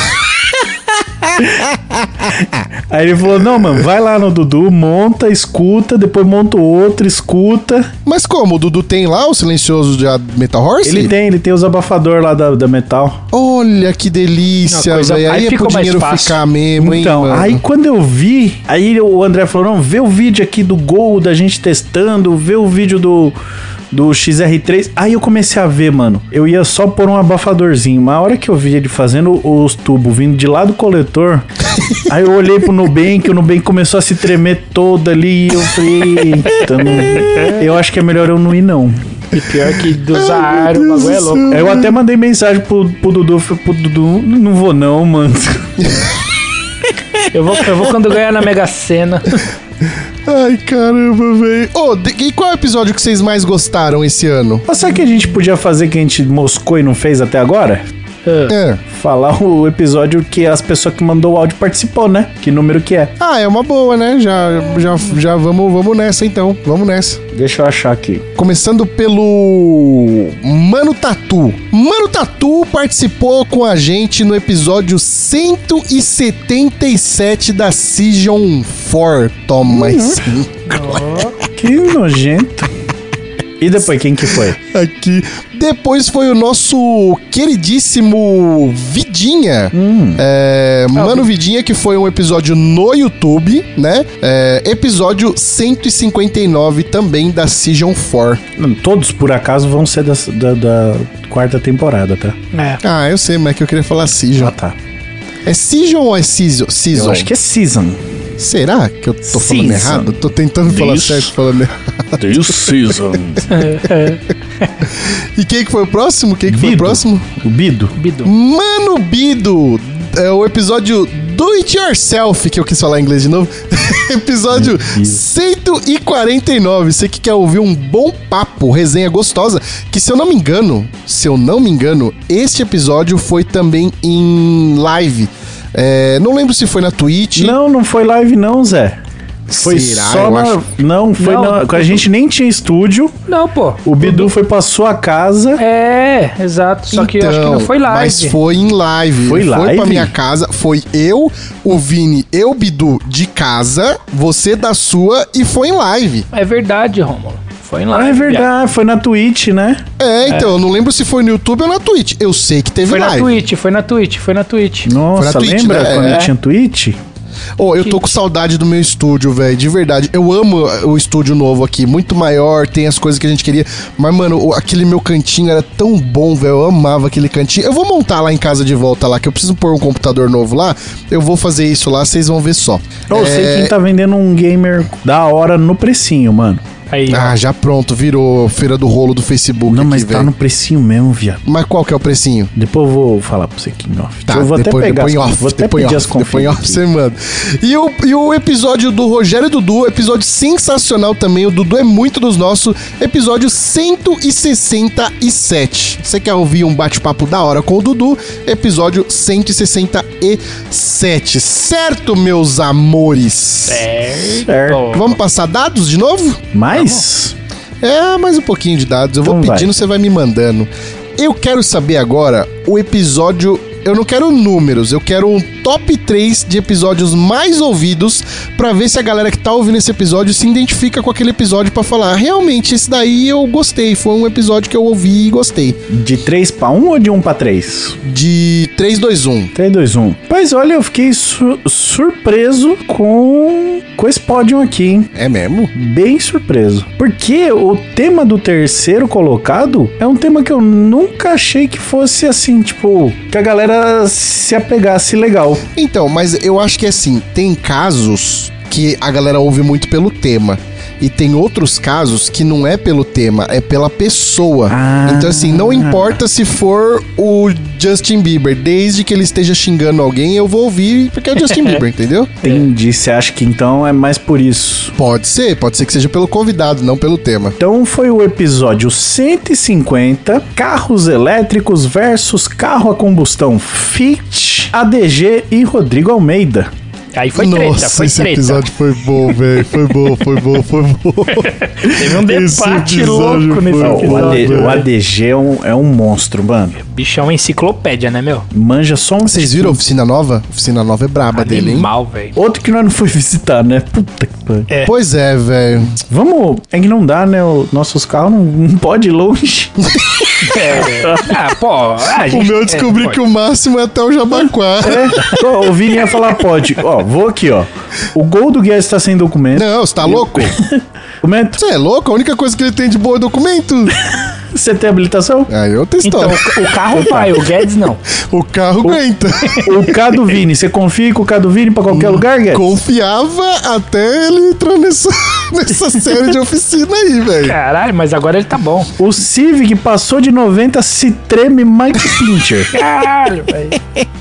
Aí ele falou, não, mano, vai lá no Dudu, monta, escuta, depois monta o outro, escuta. Mas como? O Dudu tem lá o silencioso de Metal Horse? Ele tem, ele tem os abafador lá da, da Metal. Olha que delícia, Uma coisa- velho. Aí, aí é pro ficou mais dinheiro fácil. ficar mesmo, hein, Então, mano? aí quando eu vi, aí o André falou, não, vê o vídeo aqui do Gol, da gente testando, vê o vídeo do, do X R três. Aí eu comecei a ver, mano, eu ia só pôr um abafadorzinho, mas a hora que eu vi ele fazendo os tubos vindo de lá do coletor, aí eu olhei pro Nubank, o Nubank começou a se tremer todo ali, e eu falei, eita, não, eu acho que é melhor eu não ir, não. E pior que dos ar, o bagulho é louco. Eu até mandei mensagem pro, pro Dudu, falei, pro Dudu, não vou não, mano. Eu vou, eu vou quando ganhar na Mega Sena. Ai, caramba, velho. Ô, de- e qual é o episódio que vocês mais gostaram esse ano? Mas sabe o que a gente podia fazer que a gente moscou e não fez até agora? É. Falar o episódio que as pessoas que mandou o áudio participou, né? Que número que é. Ah, é uma boa, né? Já, já, já vamos, vamos nessa, então. Vamos nessa. Deixa eu achar aqui. Começando pelo Mano Tatu. Mano Tatu participou com a gente no episódio cento e setenta e sete da Season quatro. Toma isso. Que nojento. E depois, quem que foi? Aqui. Depois foi o nosso queridíssimo Vidinha. É, Mano Vidinha, que foi um episódio no YouTube, né? É, episódio cento e cinquenta e nove também da Season quatro. Não, todos, por acaso, vão ser da, da, da quarta temporada, tá? É. Ah, eu sei, mas é que eu queria falar Season. Ah, tá. É Season ou é Season? Season. Eu acho que é season. Será que eu tô falando Season. errado? Tô tentando falar This- certo, falando errado. This season. E quem que foi o próximo? Quem que foi o Bido. próximo? O Bido. Bidu. Mano Bido! É o episódio Do It Yourself, que eu quis falar em inglês de novo. Episódio cento e quarenta e nove. Você que quer ouvir um bom papo, resenha gostosa, que se eu não me engano, se eu não me engano, este episódio foi também em live. É, não lembro se foi na Twitch. Não, não foi live não, Zé. Foi Será? só Eu na... acho- Não, foi Não. na... A gente nem tinha estúdio. Não, pô. O Bidu foi pra sua casa. É, exato. Só que eu acho que não foi live. Mas foi em live. Foi Ele Foi live? pra minha casa. Foi eu, o Vini, eu, Bidu, de casa, você da sua, e foi em live. É verdade, Rômulo. Foi lá. Ah, é verdade, foi na Twitch, né? É, então, eu não lembro se foi no YouTube ou na Twitch. Eu sei que teve Foi na live. Twitch, foi na Twitch, foi na Twitch. Nossa, Foi na Twitch, lembra né? quando É. tinha Twitch? Ô, eu tô com saudade do meu estúdio, velho, de verdade. Eu amo o estúdio novo aqui, muito maior, tem as coisas que a gente queria. Mas, mano, o- aquele meu cantinho era tão bom, velho. Eu amava aquele cantinho. Eu vou montar lá em casa de volta lá, que eu preciso pôr um computador novo lá. Eu vou fazer isso lá, vocês vão ver só. Eu sei quem tá vendendo um gamer da hora no precinho, mano. Aí, Ah, ó. já pronto, virou feira do rolo do Facebook. Não, aqui, mas tá velho. no precinho mesmo, viado. Mas qual que é o precinho? Depois eu vou falar pra você aqui em off. Tá, eu vou depois, até pegar, depois em as- off, vou até depois em pedir off, as depois em off conferências. você manda. E o, e o episódio do Rogério e Dudu, episódio sensacional também, o Dudu é muito dos nossos, episódio cento e sessenta e sete. Você quer ouvir um bate-papo da hora com o Dudu? Episódio cento e sessenta e sete. Certo, meus amores? Certo. Vamos passar dados de novo? Mas, É, mais um pouquinho de dados. Eu vou Então vai. pedindo, você vai me mandando. Eu quero saber agora o episódio. Eu não quero números, eu quero um top três de episódios mais ouvidos pra ver se a galera que tá ouvindo esse episódio se identifica com aquele episódio pra falar, realmente, esse daí eu gostei, foi um episódio que eu ouvi e gostei. de três pra um ou de um pra três? De três, dois, um. três, dois, um. Pois olha, eu fiquei su- surpreso com com esse pódio aqui, hein? É mesmo? Bem surpreso. Porque o tema do terceiro colocado é um tema que eu nunca achei que fosse assim, tipo, que a galera se apegasse legal. Então, mas eu acho que assim, tem casos que a galera ouve muito pelo tema. E tem outros casos que não é pelo tema, é pela pessoa. Ah. Então, assim, não importa se for o Justin Bieber, desde que ele esteja xingando alguém, eu vou ouvir porque é o Justin Bieber, entendeu? Entendi. Você acha que então é mais por isso? Pode ser, pode ser que seja pelo convidado, não pelo tema. Então foi o episódio cento e cinquenta, carros elétricos versus carro a combustão Fiat, A D G e Rodrigo Almeida. Aí foi treta, Nossa, foi esse treta. episódio foi bom, velho. Foi bom, foi bom, foi bom. Teve um debate louco nesse foi O, AD, episódio. o A D G é um, é um monstro, mano. Bicho é uma enciclopédia, né, meu? Manja só um... Vocês viram a oficina nova? A oficina nova é braba dele, hein? Animal, velho. Outro que nós não foi visitar, né? Puta que pariu. É. Pois é, velho. Vamos... É que não dá, né? O, nossos carros não, não pode ir longe. É. Ah, pô. A O gente, meu eu descobri é, que o máximo é até o Jabaquara. É. Ó, o Vini ia falar pode. Ó, vou aqui, ó. O gol do Guedes tá sem documento. Não, você tá louco? Documento? Você é louco? A única coisa que ele tem de boa é documento. Você tem habilitação? Aí outra Então, história. o carro vai, o Guedes não. O carro aguenta. O K do Vini, você confia com o K do Vini pra qualquer lugar, Guedes? Confiava até ele entrar nessa, nessa série de oficina aí, velho. Caralho, mas agora ele tá bom. O Civic passou de noventa, se treme Mike Pincher. Caralho, velho.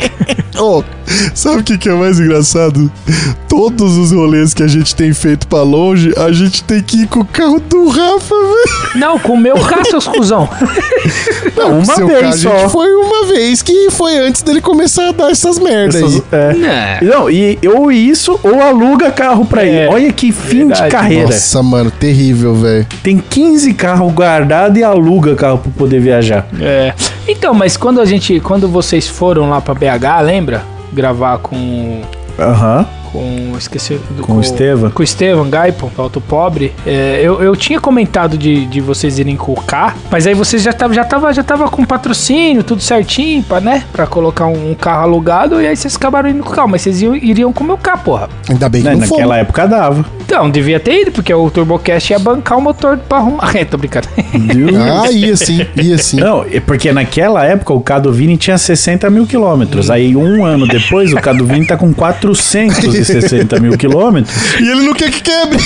Ô, sabe o que, que é mais engraçado? Todos os rolês que a gente tem feito pra longe, a gente tem que ir com o carro do Rafa, velho. Não, com o meu carro, seus cuzão. Não, uma seu vez carro, só. A gente foi uma vez que foi antes dele começar a dar essas merdas Essas- aí. é. Não. Não, e ou isso, ou aluga carro pra É, ir. Olha que fim verdade. de carreira. Nossa, mano, terrível, velho. Tem quinze carros guardados e aluga carro pra poder viajar. É. Então, mas quando a gente, quando vocês foram lá pra B H, lembra? Gravar com Aham. com esqueci do, Com o Estevam? com o Estevam Gaipo, Auto Pobre. É, eu, eu tinha comentado de, de vocês irem com o K, mas aí vocês já tava já tava já tava com patrocínio, tudo certinho, pra, né, para colocar um, um carro alugado, e aí vocês acabaram indo com o carro, mas vocês iam, iriam com o meu K, porra. Ainda bem que Né, não naquela fomos. época dava. Então, devia ter ido, porque o Turbocast ia bancar o motor pra arrumar. É, tô brincando. Ah, ia sim, ia sim. Não, é porque naquela época o K do Vini tinha sessenta mil quilômetros. Aí um ano depois o K do Vini tá com quatrocentos e sessenta mil quilômetros. E ele não quer que quebre.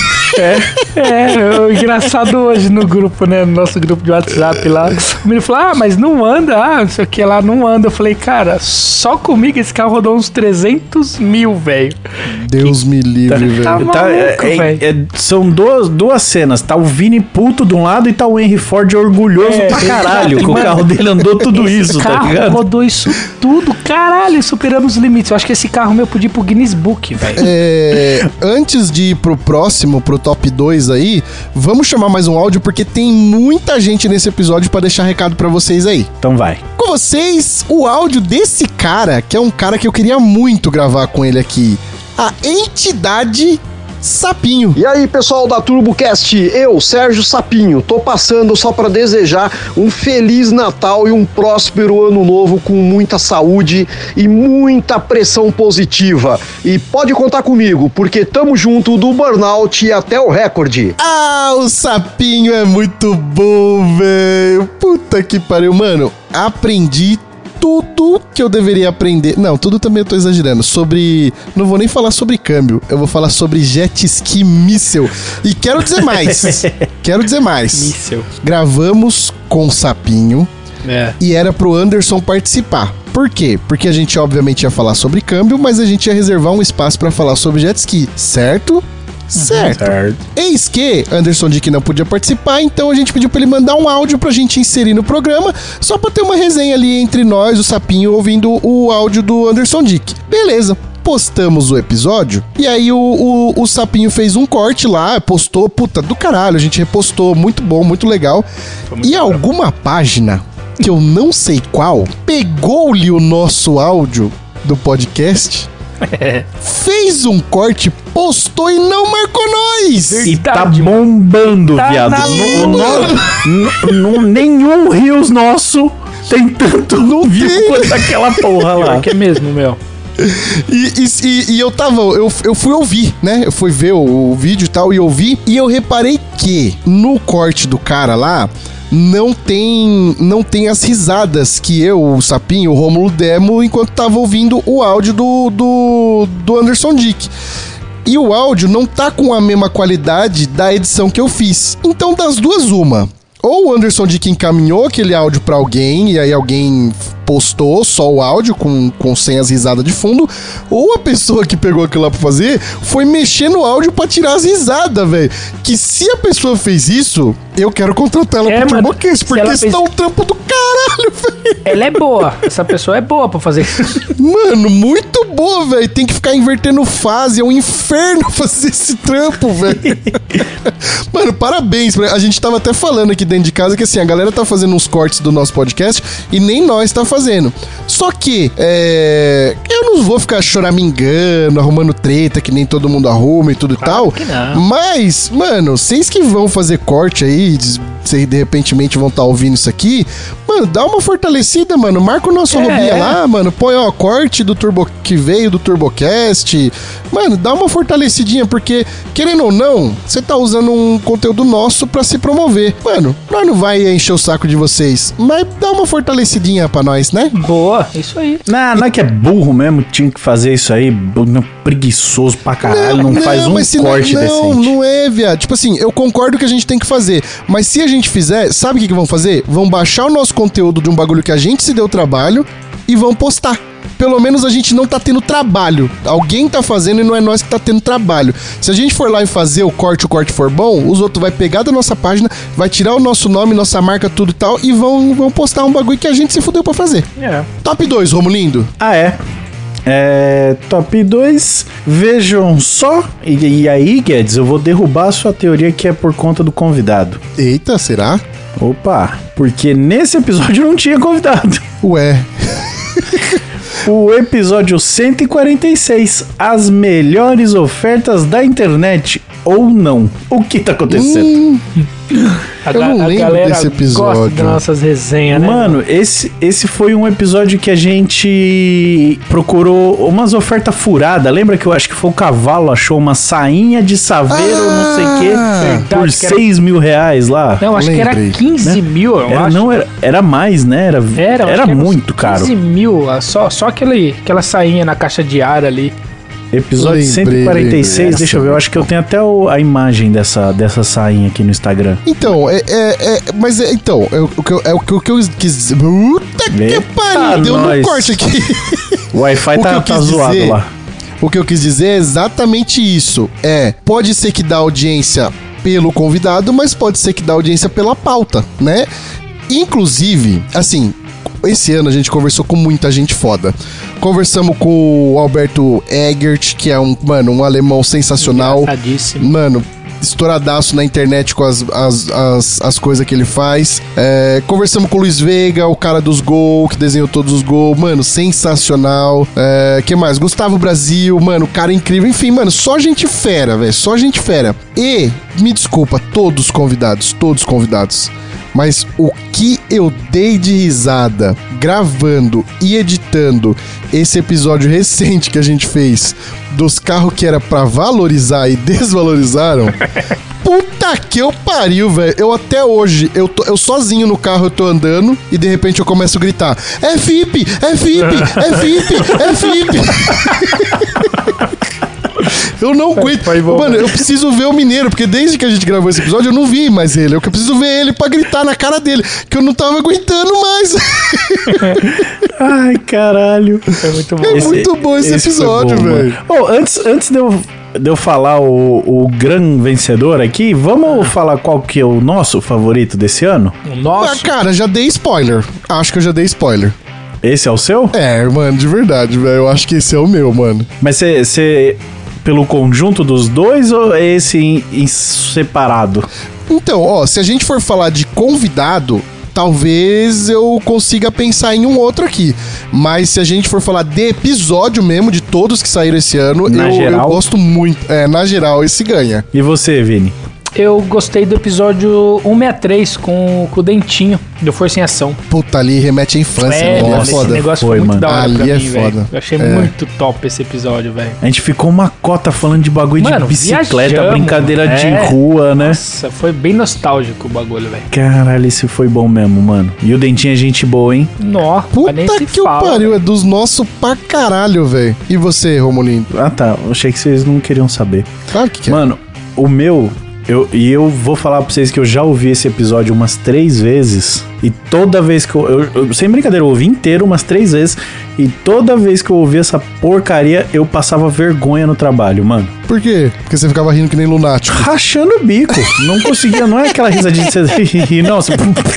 É, o engraçado hoje no grupo, né? No nosso grupo de WhatsApp lá. O menino falou: ah, mas não anda, ah, não sei o que lá, não anda. Eu falei, cara, só comigo esse carro rodou uns trezentos mil, velho. Deus me livre, velho. Tá Tá, é- maluco, é- velho. é- são duas, duas cenas. Tá o Vini puto de um lado e tá o Henry Ford orgulhoso É, pra caralho. exato, Que o mano. carro dele andou tudo Esse isso, tá carro ligado? rodou isso tudo, caralho, superando os limites. Eu acho que esse carro meu podia ir pro Guinness Book, velho. É, antes de ir pro próximo, pro top dois aí, vamos chamar mais um áudio porque tem muita gente nesse episódio pra deixar recado pra vocês aí. Então vai. Com vocês, o áudio desse cara, que é um cara que eu queria muito gravar com ele aqui. A entidade Sapinho. E aí, pessoal da TurboCast, eu, Sérgio Sapinho, tô passando só para desejar um feliz Natal e um próspero ano novo com muita saúde e muita pressão positiva. E pode contar comigo, porque tamo junto do burnout até o recorde. Ah, o Sapinho é muito bom, velho. Puta que pariu, mano. Aprendi tudo que eu deveria aprender. Não, tudo também eu tô exagerando. Sobre... Não vou nem falar sobre câmbio. Eu vou falar sobre jet ski míssel. E quero dizer mais. Quero dizer mais. Míssel. Gravamos com o Sapinho. É. E era pro Anderson participar. Por quê? Porque a gente obviamente ia falar sobre câmbio, mas a gente ia reservar um espaço pra falar sobre jet ski, certo? Certo. Certo. Eis que Anderson Dick não podia participar, então a gente pediu pra ele mandar um áudio pra gente inserir no programa, só pra ter uma resenha ali entre nós, o Sapinho, ouvindo o áudio do Anderson Dick. Beleza. Postamos o episódio, e aí o, o, o Sapinho fez um corte lá, postou, puta, do caralho, a gente repostou, muito bom, muito legal. muito E legal. alguma página, que eu não sei qual, pegou-lhe o nosso áudio do podcast, fez um corte, postou e não marcou nós! E tá Verdade, bombando, Tá viado. na No- lua. no- no- nenhum Rios nosso tem tanto Não view tem. quanto aquela porra lá. Pior que é mesmo, meu. E, e, e eu tava, eu, eu fui ouvir, né? Eu fui ver o, o vídeo e tal, e ouvi, e eu reparei que no corte do cara lá, não tem, não tem as risadas que eu, o Sapinho, o Rômulo demo enquanto tava ouvindo o áudio do, do, do Anderson Dick. E o áudio não tá com a mesma qualidade da edição que eu fiz. Então, das duas, uma. Ou o Anderson Dick encaminhou aquele áudio pra alguém e aí alguém postou só o áudio com, com sem as risadas de fundo, ou a pessoa que pegou aquilo lá pra fazer foi mexer no áudio pra tirar as risadas, velho. Que se a pessoa fez isso, eu quero contratar ela É, pro mano, TurboCast, se porque ela isso fez- dá um trampo do caralho, velho. Ela é boa. Essa pessoa é boa pra fazer isso. Mano, muito boa, velho. Tem que ficar invertendo fase. É um inferno fazer esse trampo, velho. Mano, parabéns. A gente tava até falando aqui dentro de casa que assim, a galera tá fazendo uns cortes do nosso podcast e nem nós tá fazendo. Só que, é... eu não vou ficar choramingando, arrumando treta que nem todo mundo arruma e tudo e Claro tal. que não. Mas, mano, vocês que vão fazer corte aí, vocês de repentemente vão estar ouvindo isso aqui, mano, dá uma fortalecida, mano. Marca o nosso É. robinha lá, mano. Põe, ó, corte do Turbo que veio do TurboCast. Mano, dá uma fortalecidinha, porque, querendo ou não, você tá usando um conteúdo nosso pra se promover. Mano, nós não vai encher o saco de vocês, mas dá uma fortalecidinha pra nós, né? Boa, isso aí. Não, não é que é burro mesmo, tinha que fazer isso aí, bu- preguiçoso pra caralho, não, faz um mas se não- corte não, decente. Não é, viado. Tipo assim, eu concordo que a gente tem que fazer, mas se a gente fizer, sabe o que, que vão fazer? Vão baixar o nosso conteúdo de um bagulho que a gente se deu trabalho e vão postar. Pelo menos a gente não tá tendo trabalho. Alguém tá fazendo e não é nós que tá tendo trabalho. Se a gente for lá e fazer o corte, o corte for bom, os outros vai pegar da nossa página, vai tirar o nosso nome, nossa marca, tudo e tal, e vão, vão postar um bagulho que a gente se fudeu pra fazer. É. Top dois, Romulindo. Ah, é? É, top dois, vejam só. E, e aí, Guedes, eu vou derrubar a sua teoria que é por conta do convidado. Eita, será? Opa, porque nesse episódio não tinha convidado. Ué. O episódio cento e quarenta e seis, as melhores ofertas da internet ou não. O que tá acontecendo? Hum, A, Eu ga- não a lembro galera desse episódio. gosta das nossas resenhas, né? Mano, esse, esse foi um episódio que a gente procurou umas ofertas furadas. Lembra que eu acho que foi o Cavalo, achou uma sainha de saveiro, não sei o quê, verdade, por que era- seis mil reais lá. Não, acho Lembrei, que era quinze mil, eu Era, acho. não, era, era mais, né? Era, Era, eu era acho que uns muito caro. quinze mil, só, só aquele, aquela sainha na caixa de ar ali. Episódio Lembrei, cento e quarenta e seis, lembrei. deixa eu ver, eu acho que eu tenho até o- a imagem dessa, dessa sainha aqui no Instagram. Então, é, é, é- mas é, então, é o que eu, é o que eu, que eu quis. Puta que Eita, pariu, deu no nós. corte aqui. O Wi-Fi O que tá, eu tá quis zoado dizer- lá. O que eu quis dizer é exatamente isso. É, pode ser que dá audiência pelo convidado, mas pode ser que dá audiência pela pauta, né? Inclusive, assim, esse ano a gente conversou com muita gente foda. Conversamos com o Alberto Egert, que é um, mano, um alemão sensacional. Engraçadíssimo. Mano, estouradaço na internet com as, as, as, as coisas que ele faz. É, conversamos com o Luiz Veiga, o cara dos gols, que desenhou todos os gols. Mano, sensacional. É, que mais? Gustavo Brasil, mano, cara incrível. Enfim, mano, só gente fera, velho. Só gente fera. E, me desculpa, todos convidados, todos convidados. Mas o que eu dei de risada gravando e editando esse episódio recente que a gente fez dos carros que era pra valorizar e desvalorizaram. Puta que eu pariu, velho. Eu até hoje, eu, tô, eu sozinho no carro, eu tô andando e de repente eu começo a gritar: é F I P, é F I P, é F I P, é F I P. Eu não aguento. foi bom, Mano, né? eu preciso ver o Mineiro, porque desde que a gente gravou esse episódio eu não vi mais ele. Eu preciso ver ele pra gritar na cara dele, que eu não tava aguentando mais. Ai, caralho. É muito bom. É muito bom esse, foi episódio, bom, velho. mano. Oh, antes, antes de eu, de eu falar o, o gran vencedor aqui, vamos falar qual que é o nosso favorito desse ano? O Ah, nosso. cara, já dei spoiler. Acho que eu já dei spoiler. Esse é o seu? É, mano, de verdade, velho. Eu acho que esse é o meu, mano. Mas você... Pelo conjunto dos dois ou é esse em, em separado? Então, ó, se a gente for falar de convidado, talvez eu consiga pensar em um outro aqui. Mas se a gente for falar de episódio mesmo, de todos que saíram esse ano, Na eu, eu geral? gosto muito. É, na geral, esse ganha. E você, Vini? eu gostei do episódio cento e sessenta e três com, com o Dentinho, do Força em Ação. Puta, ali remete à infância, É, né? mano, É esse foda. negócio Foi, foi muito mano. da hora Ali pra é mim, velho. foda. Eu achei É. muito top esse episódio, velho. A gente ficou uma cota falando de bagulho Mano, de bicicleta, viajamos, brincadeira de é. rua, né? Nossa, foi bem nostálgico o bagulho, velho. Caralho, esse foi bom mesmo, mano. E o Dentinho é gente boa, hein? Nó, Puta mas nem se que o fala, pariu, velho. é dos nossos pra caralho, velho. E você, Romulindo? Ah, tá. Eu achei que vocês não queriam saber. Claro que quer. Mano, o meu... Eu, e eu vou falar pra vocês que eu já ouvi esse episódio umas três vezes. E toda vez que eu, eu, eu... Sem brincadeira, eu ouvi inteiro umas três vezes. E toda vez que eu ouvi essa porcaria, eu passava vergonha no trabalho, mano. Por quê? Porque você ficava rindo que nem lunático. Rachando o bico. Não conseguia, não é aquela risadinha de você rir, não. Você...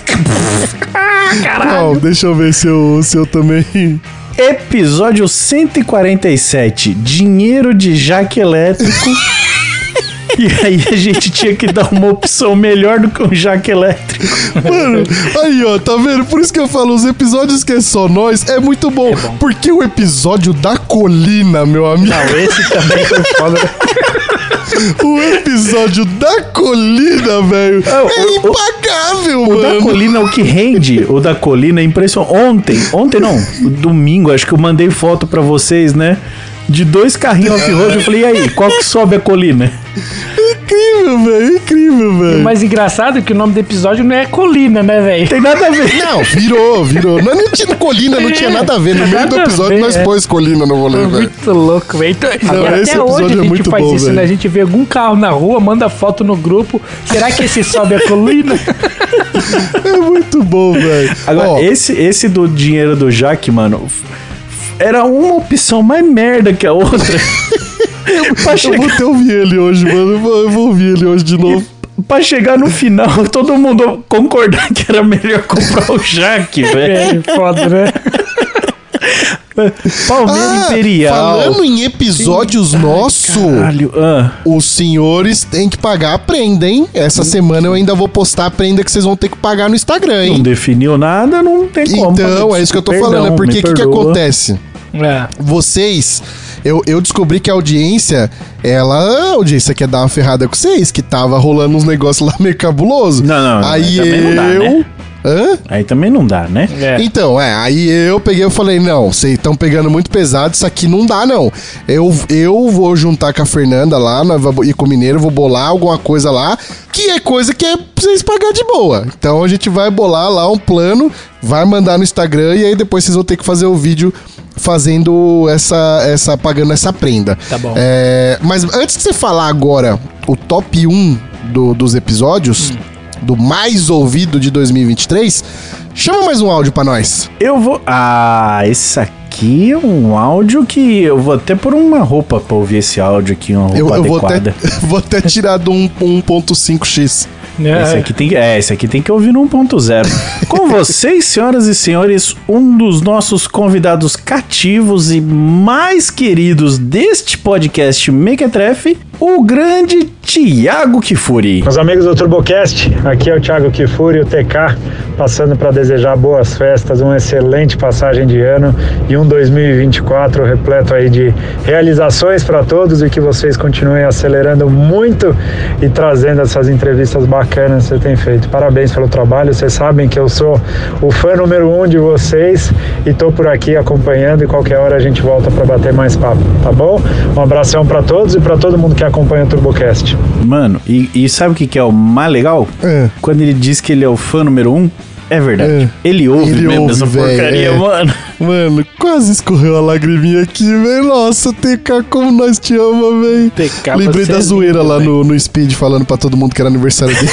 Não, deixa eu ver se eu, se eu também... Episódio cento e quarenta e sete. Dinheiro de jaque elétrico. E aí a gente tinha que dar uma opção melhor do que um jaque elétrico. Mano, aí ó, tá vendo? Por isso que eu falo, os episódios que é só nós é muito bom. É bom. Porque o episódio da colina, meu amigo. Não, esse também foi foda. O episódio da colina, velho. Ah, o- É o- impagável, O da mano. colina, o que rende, o da colina é impressionante. Ontem, ontem não, domingo, acho que eu mandei foto pra vocês, né? De dois carrinhos off-road, eu falei, e aí, qual que sobe a colina? Incrível, velho. Incrível, O velho. mais engraçado é que o nome do episódio não é Colina, né, velho? Tem nada a ver. Não, virou, virou. Não, não tinha colina, não tinha nada a ver. No meio do Nada a episódio, ver, nós é. pôs colina no rolê, velho. Muito louco, velho. Então, Não, e esse até hoje episódio a é gente muito faz bom, isso, velho. né? A gente vê algum carro na rua, manda foto no grupo. Será que esse sobe a colina? É muito bom, velho. Agora, Ó, esse, esse do dinheiro do Jaque, mano, f- era uma opção mais merda que a outra. pra, eu chegar, vou até ouvir ele hoje, mano. Eu vou, eu vou ouvir ele hoje de novo. pra chegar no final, todo mundo concordar que era melhor comprar o Jaque, velho. É, foda, né? Palmeira Ah, Imperial. falando em episódios nossos, Caralho, ah. os senhores têm que pagar a prenda, hein? Essa semana eu ainda vou postar a prenda que vocês vão ter que pagar no Instagram, Não hein? definiu nada, não tem como. Então, é isso que eu tô Perdão, falando. É porque me o que, que perdoa. acontece? É. Vocês, eu, eu descobri que a audiência, ela, a audiência quer dar uma ferrada com vocês, que tava rolando uns negócios lá meio cabuloso. Não, não, não, Aí também não dá, eu. né? Hã? Aí também não dá, né? É. Então, é, aí eu peguei e falei, não, vocês estão pegando muito pesado, isso aqui não dá, não. Eu, eu vou juntar com a Fernanda lá nós vamos- e com o Mineiro, vou bolar alguma coisa lá, que é coisa que é pra vocês pagar de boa. Então a gente vai bolar lá um plano, vai mandar no Instagram e aí depois vocês vão ter que fazer o vídeo fazendo essa, essa pagando essa prenda. Tá bom. É, mas antes de você falar agora o top um do- dos episódios, do mais ouvido de dois mil e vinte e três, chama mais um áudio pra nós. Eu vou. Ah, esse aqui é um áudio que eu vou até pôr uma roupa pra ouvir esse áudio aqui, uma roupa Eu, eu vou, até, adequada. vou até tirar do um- um ponto cinco x. Esse aqui tem que, é, esse aqui tem que ouvir no um ponto zero. Com vocês, senhoras e senhores, um dos nossos convidados cativos e mais queridos deste podcast Mequetrefe, o grande Thiago Kifuri. Meus amigos do TurboCast, aqui é o Thiago Kifuri, o T K, passando para desejar boas festas, uma excelente passagem de ano e um dois mil e vinte e quatro repleto aí de realizações para todos e que vocês continuem acelerando muito e trazendo essas entrevistas bacanas que você tem feito. Parabéns pelo trabalho, vocês sabem que eu sou o fã número um de vocês e tô por aqui acompanhando e qualquer hora a gente volta para bater mais papo, tá bom? Um abração para todos e para todo mundo que acompanha o TurboCast. Mano, e, e sabe o que, que é o mais legal? É. Quando ele diz que ele é o fã número um, é verdade. É. Ele ouve Ele mesmo ouve, essa véi, porcaria, é. mano. Mano, quase escorreu a lagriminha aqui, velho. Nossa, T K, como nós te ama, velho. T K, Lembrei você da é zoeira lindo, lá véi. no, no Speed, falando pra todo mundo que era aniversário dele.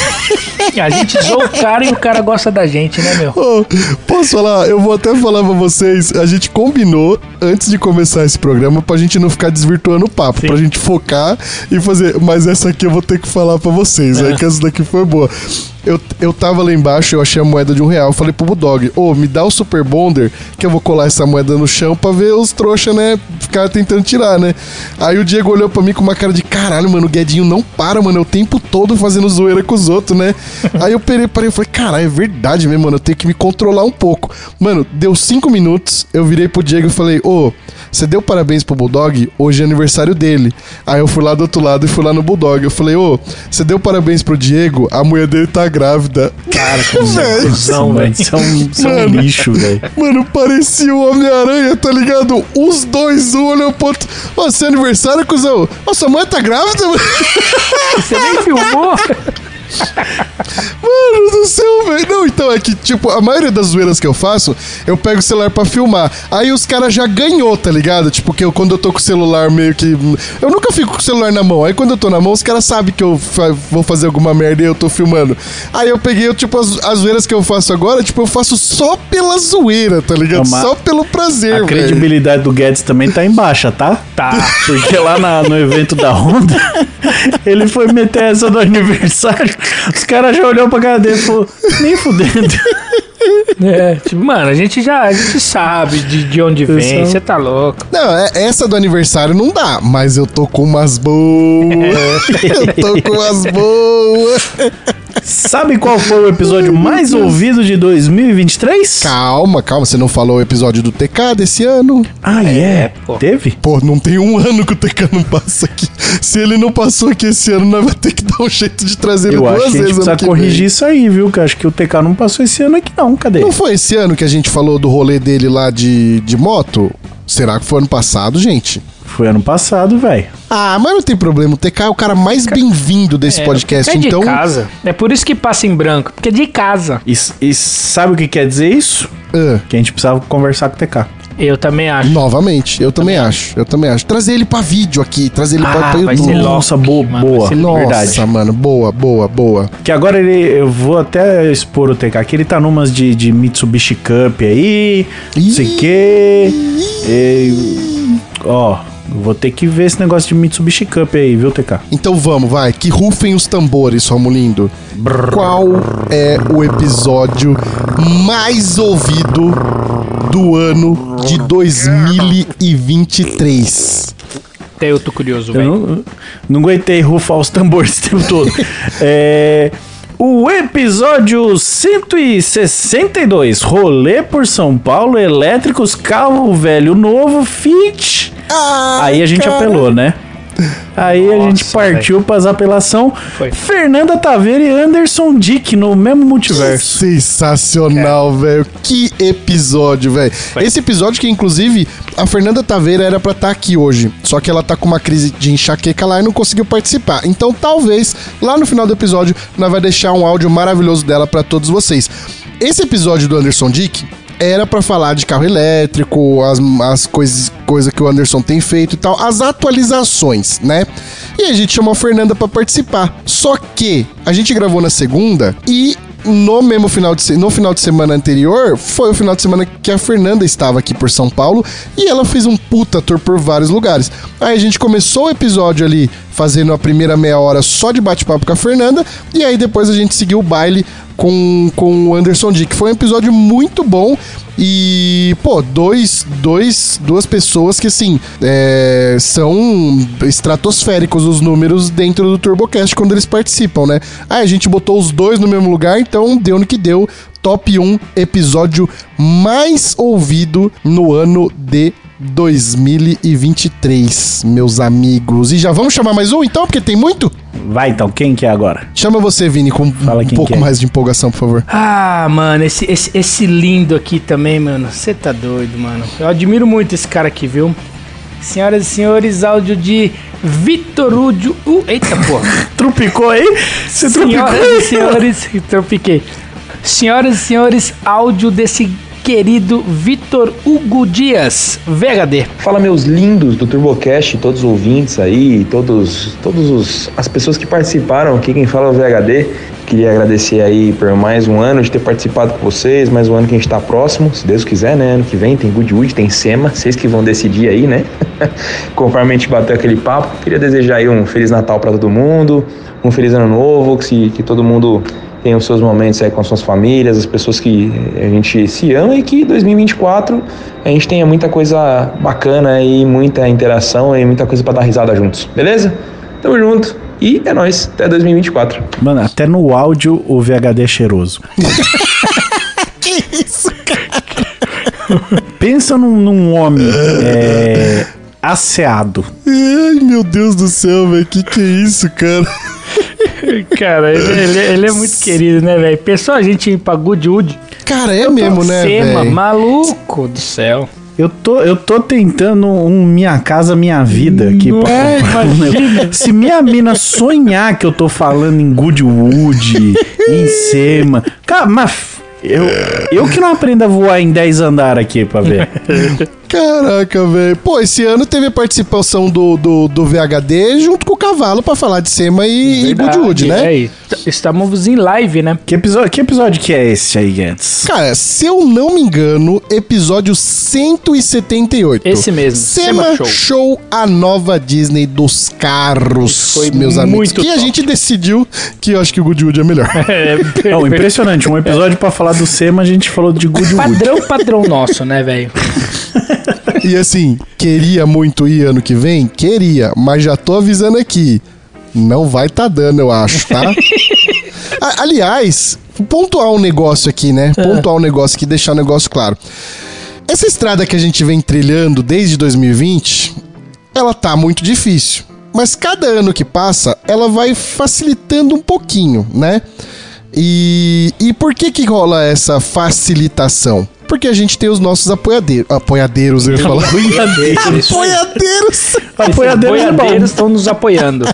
A gente zoa o cara e o cara gosta da gente, né, meu? Ô, posso falar? Eu vou até falar pra vocês. A gente combinou antes de começar esse programa pra gente não ficar desvirtuando o papo, Sim. pra gente focar e fazer. Mas essa aqui eu vou ter que falar pra vocês, é que essa daqui foi boa. Eu, eu tava lá embaixo, eu achei a moeda de um real. Eu falei pro Bulldog, ô, me dá o Super Bonder que eu vou colar essa moeda no chão pra ver os trouxa, né? Ficar tentando tirar, né? Aí o Diego olhou pra mim com uma cara de caralho, mano, o Guedinho não para, mano, é o tempo todo fazendo zoeira com os outros, né? Aí eu parei, parei e falei, caralho, é verdade mesmo, mano, eu tenho que me controlar um pouco. Mano, deu cinco minutos, eu virei pro Diego e falei, ô, você deu parabéns pro Bulldog? Hoje é aniversário dele. Aí eu fui lá do outro lado e fui lá no Bulldog. Eu falei, ô, você deu parabéns pro Diego? A mulher dele tá grávida. Cara, que cuzão, velho. São um lixo, velho. Mano, parecia o Homem-Aranha, tá ligado? Os dois, um olhou pro outro. Ô, seu aniversário, cuzão? Ô, sua mãe tá grávida, mano? Você nem filmou? Mano do céu, velho. Não, então é que, tipo, a maioria das zoeiras que eu faço, eu pego o celular pra filmar. Aí os caras já ganhou, tá ligado? Tipo, que eu, quando eu tô com o celular meio que... Eu nunca fico com o celular na mão. Aí quando eu tô na mão, os caras sabem que eu fa- vou fazer alguma merda e eu tô filmando. Aí eu peguei, eu, tipo, as, as zoeiras que eu faço agora, tipo, eu faço só pela zoeira, tá ligado? Não, só pelo prazer, velho. A credibilidade do Guedes também tá em baixa, tá? Tá. Porque lá na- no evento da Honda, ele foi meter essa do aniversário. Os caras já olhou pra cara dele e falou, nem fudendo. É, tipo, mano, a gente já a gente sabe de, de onde vem, você tá louco. Não, é- essa do aniversário não dá, mas eu tô com umas boas. Eu tô com umas boas. Sabe qual foi o episódio mais ouvido de dois mil e vinte e três? Calma, calma, você não falou o episódio do T K desse ano? Ah, é? É, pô. Teve? Pô, não tem um ano que o T K não passa aqui. Se ele não passou aqui esse ano, nós vamos ter que dar um jeito de trazer ele Eu duas acho que a gente vezes precisa ano que corrigir vem. isso aí, viu? Que eu acho que o T K não passou esse ano aqui não, cadê? Não foi esse ano que a gente falou do rolê dele lá de, de moto? Será que foi ano passado, gente? Foi ano passado, velho. Ah, mas não tem problema. O T K é o cara mais bem-vindo desse É, podcast, é de então... casa. É por isso que passa em branco, porque é de casa. E, e sabe o que quer dizer isso? Ah, Que a gente precisava conversar com o T K. Eu também acho. novamente, eu também acho. Eu também acho. Trazer ele pra vídeo aqui, trazer ele pra, Ah, pra vai YouTube. ser louco, Nossa, boa, mano, boa. vai ser Nossa, Verdade. mano, boa, boa, boa. Que agora ele, eu vou até expor o T K, que ele tá numas de, de Mitsubishi Cup aí, não sei o quê. E, ó, vou ter que ver esse negócio de Mitsubishi Cup aí, viu, T K? Então vamos, vai, que rufem os tambores, Romulindo. Qual é o episódio mais ouvido do ano de dois mil e vinte e três? Até eu tô curioso, Eu velho. não, não aguentei rufar os tambores o tempo todo. É... O episódio cento e sessenta e dois, Rolê por São Paulo, elétricos, carro velho novo, Fit. Aí a gente apelou, né? Aí a gente Nossa, partiu pras apelação. Foi. Fernanda Taveira e Anderson Dick no mesmo multiverso. Sensacional, velho. Que episódio, velho. Esse episódio que, inclusive, a Fernanda Taveira era pra estar aqui hoje. Só que ela tá com uma crise de enxaqueca lá e não conseguiu participar. Então, talvez, lá no final do episódio, nós vai deixar um áudio maravilhoso dela pra todos vocês. Esse episódio do Anderson Dick era pra falar de carro elétrico, as, as coisas coisa que o Anderson tem feito e tal, as atualizações, né? E a gente chamou a Fernanda pra participar. Só que a gente gravou na segunda e no mesmo final de, se- no final de semana anterior, foi o final de semana que a Fernanda estava aqui por São Paulo e ela fez um puta tour por vários lugares. Aí a gente começou o episódio ali fazendo a primeira meia hora só de bate-papo com a Fernanda e aí depois a gente seguiu o baile com, com o Anderson Dick. Foi um episódio muito bom e, pô, dois, dois, duas pessoas que, assim, é, são estratosféricos os números dentro do TurboCast quando eles participam, né? Aí a gente botou os dois no mesmo lugar, então deu no que deu. Top um episódio mais ouvido no ano de dois mil e vinte e três, meus amigos. E já vamos chamar mais um, então, porque tem muito? Vai então, quem que é agora? Chama você, Vini, com Fala um quem pouco que é. mais de empolgação, por favor. Ah, mano, esse, esse, esse lindo aqui também, mano. Você tá doido, mano. Eu admiro muito esse cara aqui, viu? Senhoras e senhores, áudio de Vitor Udio. Uh, eita porra. Trupicou aí? Você Senhoras trupicou e aí? senhores, tropiquei. Senhoras e senhores, áudio desse querido Vitor Hugo Dias, V H D. Fala, meus lindos do TurboCast, todos os ouvintes aí, todos, todos os, as pessoas que participaram aqui, quem fala é o V H D. Queria agradecer aí por mais um ano de ter participado com vocês, mais um ano que a gente tá próximo, se Deus quiser, né? Ano que vem tem Goodwood, tem SEMA, vocês que vão decidir aí, né? Conforme a gente bateu aquele papo, queria desejar aí um Feliz Natal pra todo mundo, um Feliz Ano Novo, que, se, que todo mundo tenha os seus momentos aí com as suas famílias, as pessoas que a gente se ama, e que dois mil e vinte e quatro a gente tenha muita coisa bacana e muita interação e muita coisa pra dar risada juntos, beleza? Tamo junto e é nóis, até dois mil e vinte e quatro. Mano, até no áudio o V H D é cheiroso. Que isso, cara? pensa num, num homem é, asseado. Ai, meu Deus do céu, velho. Que que é isso, cara? Cara, ele, ele, ele é muito querido, né, velho? Pensou a gente ir pra Goodwood? Cara, é mesmo, né, velho? Maluco do céu. Eu tô, eu tô tentando um Minha Casa Minha Vida aqui. Não pra, é, pra, imagina. Se minha mina sonhar que eu tô falando em Goodwood, em Sema... Cara, mas eu, eu que não aprendo a voar em dez andares aqui pra ver. Caraca, velho. Pô, esse ano teve a participação do, do, do V H D junto com o Cavalo pra falar de Sema e, e Goodwood, né? É, estamos em live, né? Que episódio, que episódio que é esse aí, Guedes? Cara, se eu não me engano, episódio cento e setenta e oito. Esse mesmo. Sema, Sema Show. Show. A nova Disney dos carros, Foi meus amigos. muito Que a top. gente decidiu que eu acho que o Goodwood é melhor. É, Não, impressionante. Um episódio pra falar do Sema, a gente falou de Goodwood. padrão, padrão nosso, né, velho? E assim, queria muito ir ano que vem? Queria, mas já tô avisando aqui. Não vai tá dando, eu acho, tá? A- aliás, pontuar um negócio aqui, né? Pontuar um negócio aqui, deixar o negócio claro. Essa estrada que a gente vem trilhando desde dois mil e vinte, ela tá muito difícil. Mas cada ano que passa, ela vai facilitando um pouquinho, né? E, e por que que rola essa facilitação? Porque a gente tem os nossos apoiadeiros. Apoiadeiros, eu ia falar. Apoiadeiros. Apoiadeiros! Apoiadeiros é bom. Apoiadeiros estão nos apoiando.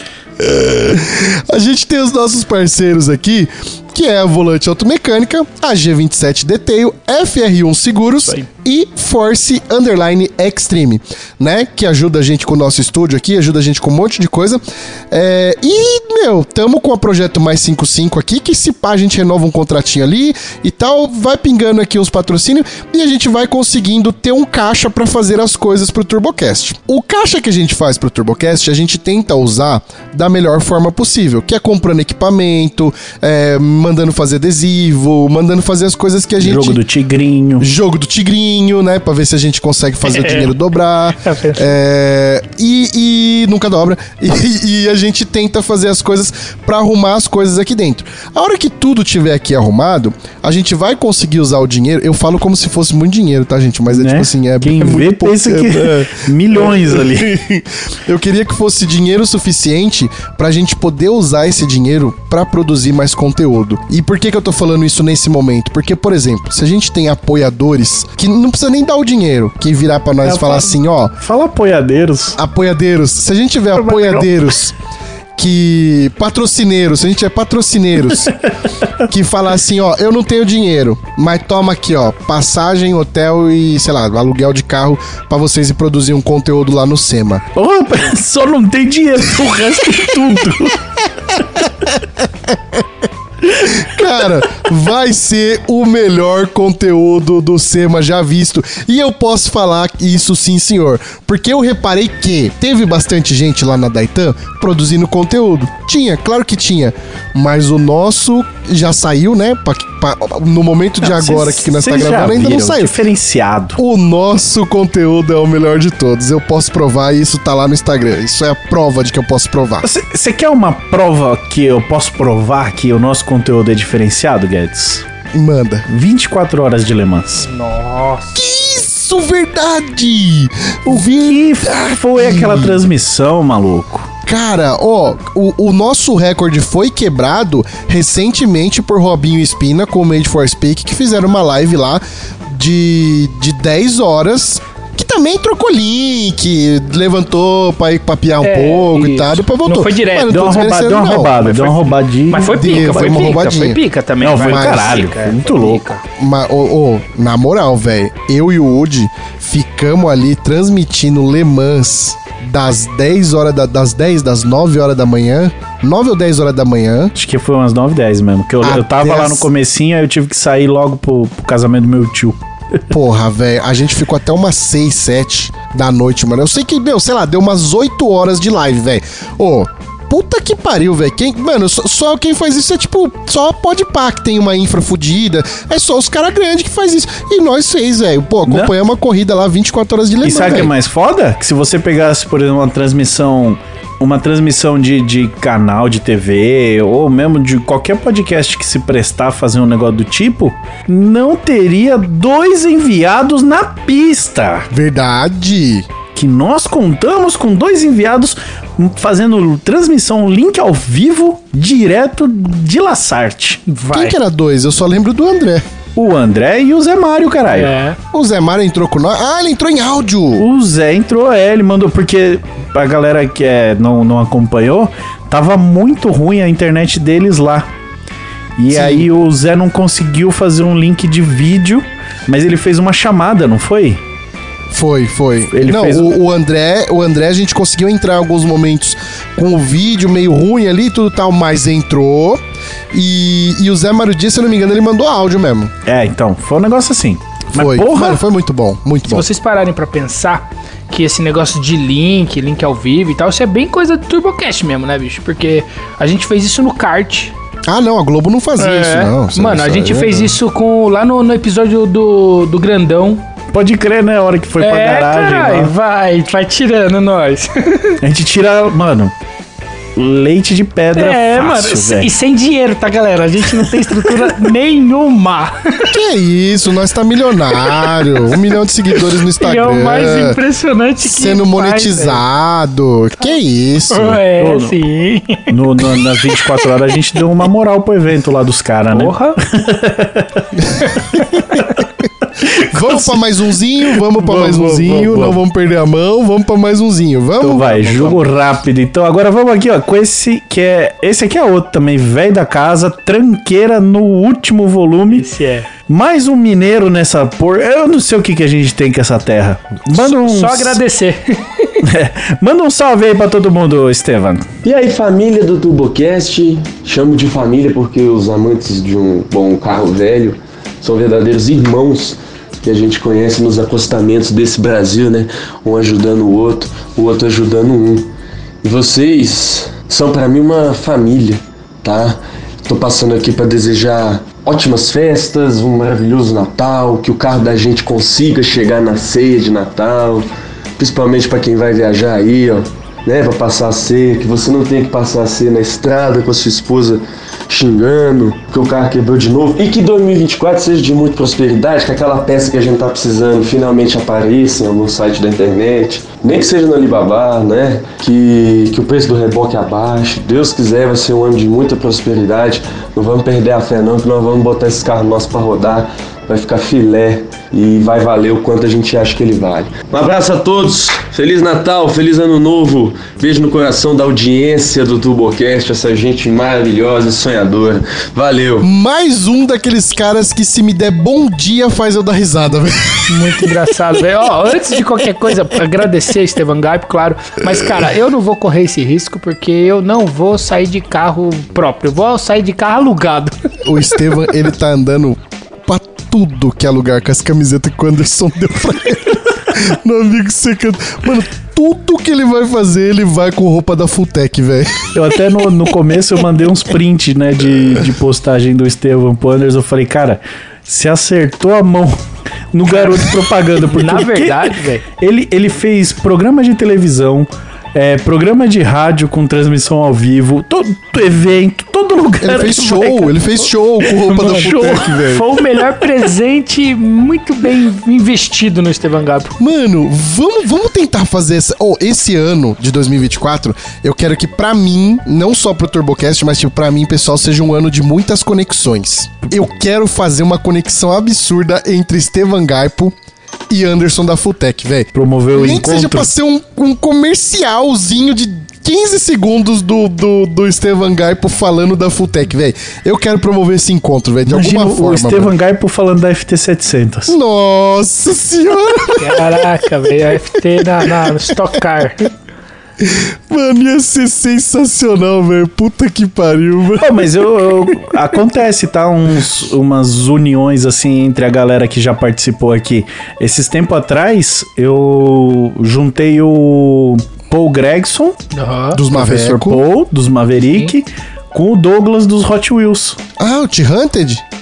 A gente tem os nossos parceiros aqui, que é a Volante Automecânica, a G vinte e sete Detail, F R um Seguros e Force Underline Extreme, né? Que ajuda a gente com o nosso estúdio aqui, ajuda a gente com um monte de coisa. É, e, meu, tamo com o Projeto Mais cinquenta e cinco aqui, que se pá, a gente renova um contratinho ali e tal, vai pingando aqui uns patrocínios e a gente vai conseguindo ter um caixa pra fazer as coisas pro TurboCast. O caixa que a gente faz pro TurboCast, a gente tenta usar da melhor forma possível, que é comprando equipamento, é, mandando fazer adesivo, mandando fazer as coisas que a gente... Jogo do Tigrinho. Jogo do Tigrinho, né? Pra ver se a gente consegue fazer o dinheiro dobrar. É, e, e nunca dobra. E, e a gente tenta fazer as coisas pra arrumar as coisas aqui dentro. A hora que tudo tiver aqui arrumado, a gente vai conseguir usar o dinheiro. Eu falo como se fosse muito dinheiro, tá, gente? Mas é Né? tipo assim, é, Quem é vê muito pouco. pensa que É, milhões ali. Eu queria que fosse dinheiro suficiente pra gente poder usar esse dinheiro pra produzir mais conteúdo. E por que que eu tô falando isso nesse momento? Porque, por exemplo, se a gente tem apoiadores que não precisa nem dar o dinheiro, que virar pra nós É, e falar fala- assim, ó, Fala apoiadeiros. apoiadeiros, se a gente tiver apoiadeiros que patrocineiros, se a gente tiver patrocineiros que falar assim, ó, eu não tenho dinheiro, mas toma aqui, ó, passagem, hotel e, sei lá, aluguel de carro pra vocês ir produzir um conteúdo lá no Sema. Ô, só não tem dinheiro, o resto é tudo. Cara, vai ser o melhor conteúdo do Sema já visto. E eu posso falar isso sim, senhor. Porque eu reparei que teve bastante gente lá na Daitan produzindo conteúdo. Tinha, claro que tinha. Mas o nosso já saiu, né? Pa- pa- no momento de agora Cês- que nós tá cês já gravando, ainda não viram, saiu. Diferenciado. O nosso conteúdo é o melhor de todos. Eu posso provar e isso tá lá no Instagram. Isso é a prova de que eu posso provar. Você quer uma prova que eu posso provar que o nosso conteúdo é diferenciado, Guedes? Manda. vinte e quatro horas de Le Mans. Nossa. Isso, verdade! O que foi aquela transmissão, maluco? Cara, ó, o, o nosso recorde foi quebrado recentemente por Robinho e Espina com o Made for Speak, que fizeram uma live lá de, de dez horas, que também trocou link, levantou pra ir papiar um É, pouco e isso. tal, depois voltou. Não foi direto. Mas não Deu tô uma roubada, desmerecendo, deu uma não. roubada, deu uma roubadinha. Mas foi pica, Deu, foi, foi uma pica, roubadinha. foi pica também. Não, foi mas- caralho, pica, foi muito foi louco. pica. Mas, ô, ô, na moral, velho, eu e o Woody ficamos ali transmitindo Le Mans das dez horas, da, das dez, das nove horas da manhã, nove ou dez horas da manhã. Acho que foi umas nove, dez mesmo. Que eu, eu tava Até lá as- no comecinho, aí eu tive que sair logo pro, pro casamento do meu tio. Porra, velho, a gente ficou até umas seis, sete da noite, mano. Eu sei que, meu, sei lá, deu umas oito horas de live, velho. Ô, puta que pariu, velho. Quem, mano, só, só quem faz isso é tipo, só pode pá que tem uma infra fodida. É só os caras grandes que faz isso. E nós seis, velho. Pô, acompanhamos uma corrida lá vinte e quatro horas de Le E Mans, sabe o que é velho. mais foda? Que se você pegasse, por exemplo, uma transmissão uma transmissão de, de canal de T V ou mesmo de qualquer podcast que se prestar a fazer um negócio do tipo, não teria dois enviados na pista. Verdade. Que nós contamos com dois enviados fazendo transmissão, link ao vivo, direto de Lassarte. Vai. Quem que era dois? Eu só lembro do André. O André e o Zé Mário, caralho. É. O Zé Mário entrou com nós. Ah, ele entrou em áudio. O Zé entrou, é, ele mandou, porque a galera que é, não, não acompanhou, tava muito ruim a internet deles lá. E Sim. aí o Zé não conseguiu fazer um link de vídeo, mas ele fez uma chamada, não foi? Foi, foi. Ele não, fez... o, o André, o André a gente conseguiu entrar em alguns momentos com o vídeo meio ruim ali e tudo tal, mas entrou. E, e o Zé Mário Dias, se eu não me engano, ele mandou áudio mesmo. É, então, foi um negócio assim. Foi, mas, porra, mano, foi muito bom, muito se bom. Se vocês pararem pra pensar que esse negócio de link, link ao vivo e tal, isso é bem coisa do TurboCast mesmo, né, bicho? Porque a gente fez isso no kart. Ah, não, a Globo não fazia é. isso, não. Isso Mano, é a gente é fez não. isso com, lá no, no episódio do, do Grandão. Pode crer, né? A hora que foi é, pra garagem. Carai, vai, vai tirando nós. A gente tira, mano, leite de pedra é, fácil, mano, véio. E sem dinheiro, tá, galera? A gente não tem estrutura nenhuma. Que isso, nós tá milionário. Um milhão de seguidores no Instagram. E é o mais impressionante que sendo monetizado. Faz, que isso. É, no, sim. No, no, nas vinte e quatro horas a gente deu uma moral pro evento lá dos caras, né? Porra. Vamos pra mais umzinho, vamos pra vamos, mais umzinho, vamos, vamos. não vamos perder a mão, vamos pra mais umzinho, vamos? Então vai, vamos, jogo vamos. rápido. Então agora vamos aqui, ó, com esse que é... Esse aqui é outro também, velho da casa, tranqueira no último volume. Esse é. Mais um mineiro nessa por... Eu não sei o que, que a gente tem com essa terra. Manda um... Só agradecer. É, manda um salve aí pra todo mundo, Estevam. E aí, família do TurboCast, chamo de família porque os amantes de um bom carro velho são verdadeiros irmãos que a gente conhece nos acostamentos desse Brasil, né? Um ajudando o outro, o outro ajudando um. E vocês são pra mim uma família, tá? Tô passando aqui pra desejar ótimas festas, um maravilhoso Natal, que o carro da gente consiga chegar na ceia de Natal, principalmente pra quem vai viajar aí, ó, né? Pra passar a ceia, que você não tenha que passar a ceia na estrada com a sua esposa xingando, que o carro quebrou de novo, e que dois mil e vinte e quatro seja de muita prosperidade, que aquela peça que a gente tá precisando finalmente apareça em algum site da internet, nem que seja no Alibaba, né? Que, que o preço do reboque abaixe. Deus quiser, vai ser um ano de muita prosperidade. Não vamos perder a fé não, que nós vamos botar esse carro nosso pra rodar, vai ficar filé e vai valer o quanto a gente acha que ele vale. Um abraço a todos, Feliz Natal, Feliz Ano Novo, beijo no coração da audiência do TurboCast, essa gente maravilhosa e sonhadora. Valeu! Mais um daqueles caras que se me der bom dia faz eu dar risada, velho. Muito engraçado, velho. Ó, antes de qualquer coisa, agradecer a Estevam Gaipo, claro, mas cara, eu não vou correr esse risco porque eu não vou sair de carro próprio, eu vou sair de carro alugado. O Estevam, ele tá andando pra tudo que é lugar com as camisetas que o Anderson deu pra ele. No amigo secreto. Mano, tudo que ele vai fazer, ele vai com roupa da Fulltech, velho. Eu até no, no começo eu mandei uns prints, né, de, de postagem do Estevam pro Anderson. Eu falei, cara, você acertou a mão no garoto propaganda. Porque na verdade, velho, ele, ele fez programa de televisão, é, programa de rádio com transmissão ao vivo, todo evento, todo lugar. Ele fez show, vai, ele fez show com roupa da Fulltech, velho. Foi o melhor presente muito bem investido no Estevam Gaipo. Mano, vamos, vamos tentar fazer essa... Oh, esse ano de dois mil e vinte e quatro, eu quero que pra mim, não só pro TurboCast, mas tipo, pra mim, pessoal, seja um ano de muitas conexões. Eu quero fazer uma conexão absurda entre Estevam Gaipo e Anderson da Fulltech, velho. Promoveu o Nem encontro. Nem que seja pra ser um, um comercialzinho de quinze segundos do, do, do Estevam Gaipo falando da Fulltech, velho. Eu quero promover esse encontro, velho, de Imagina alguma forma. O Estevam Gaipo falando da F T setecentos. Nossa senhora! Caraca, velho, a F T na, na Stock Car. Mano, ia ser sensacional, velho. Puta que pariu, mano. Oh, mas eu, eu, acontece, tá? Uns, umas uniões, assim, entre a galera que já participou aqui. Esses tempos atrás, eu juntei o Paul Gregson, uhum. dos Professor Paul, dos Maverick, sim, com o Douglas dos Hot Wheels. Ah, o T-Hunted?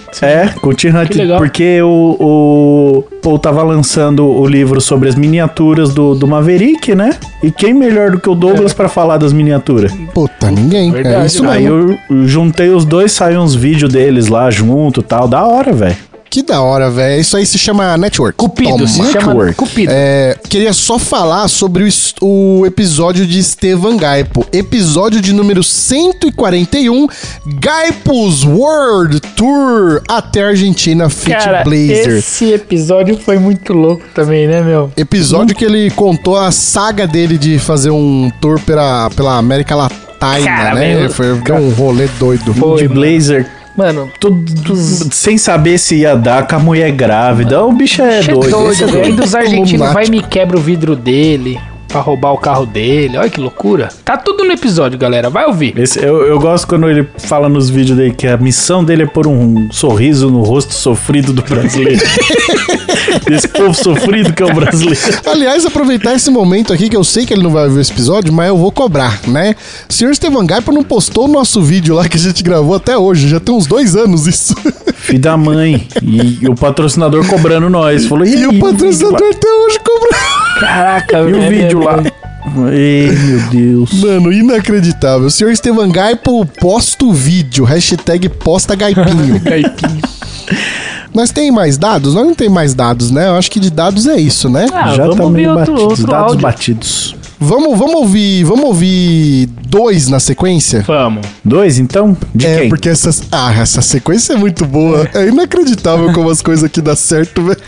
É, com o Tim Hunt, porque o, o Paul tava lançando o livro sobre as miniaturas do, do Maverick, né? E quem melhor do que o Douglas é. pra falar das miniaturas? Puta, ninguém. Verdade, é isso mesmo. Aí eu juntei os dois, saiu uns vídeos deles lá junto e tal. Da hora, velho. Que da hora, velho. Isso aí se chama Network. Cupido, Toma. se Network. chama Cupido. É, queria só falar sobre o, o episódio de Estevan Gaipo. Episódio de número cento e quarenta e um, Gaipo's World Tour até Argentina Fit Cara, Blazer. Esse episódio foi muito louco também, né, meu? Episódio hum. que ele contou a saga dele de fazer um tour pela, pela América Latina, Cara, né? Meu, foi deu um rolê doido. Fit Blazer. Mano, tudo, tudo sem saber se ia dar com a mulher grávida. O bicho é bicho doido. É doido, é doido. Aí dos argentinos vai e me quebra o vidro dele pra roubar o carro dele. Olha que loucura. Tá tudo no episódio, galera. Vai ouvir. Esse, eu, eu gosto quando ele fala nos vídeos dele que a missão dele é pôr um sorriso no rosto sofrido do brasileiro. Esse povo sofrido que é o brasileiro. Aliás, aproveitar esse momento aqui, que eu sei que ele não vai ver esse episódio, mas eu vou cobrar, né? O senhor Estevan Gaipo não postou o nosso vídeo lá que a gente gravou até hoje. Já tem uns dois anos isso. Filho da mãe. E, e o patrocinador cobrando nós. Falou, e, e aí, o patrocinador até hoje cobrando. Caraca, e o vídeo lá. Ei, meu Deus. Mano, inacreditável. O senhor Estevan Gaipo posta o vídeo. Hashtag posta Gaipinho. Gaipinho. Nós tem mais dados? Nós não tem mais dados, né? Eu acho que de dados é isso, né? Ah, Já tá meio outro, batidos, outro dados áudio. batidos. Vamos, vamos ouvir, vamos ouvir dois na sequência? Vamos. Dois, então? De é, quem? porque essa, ah, essa sequência é muito boa. É, é inacreditável como as coisas aqui dão certo, velho.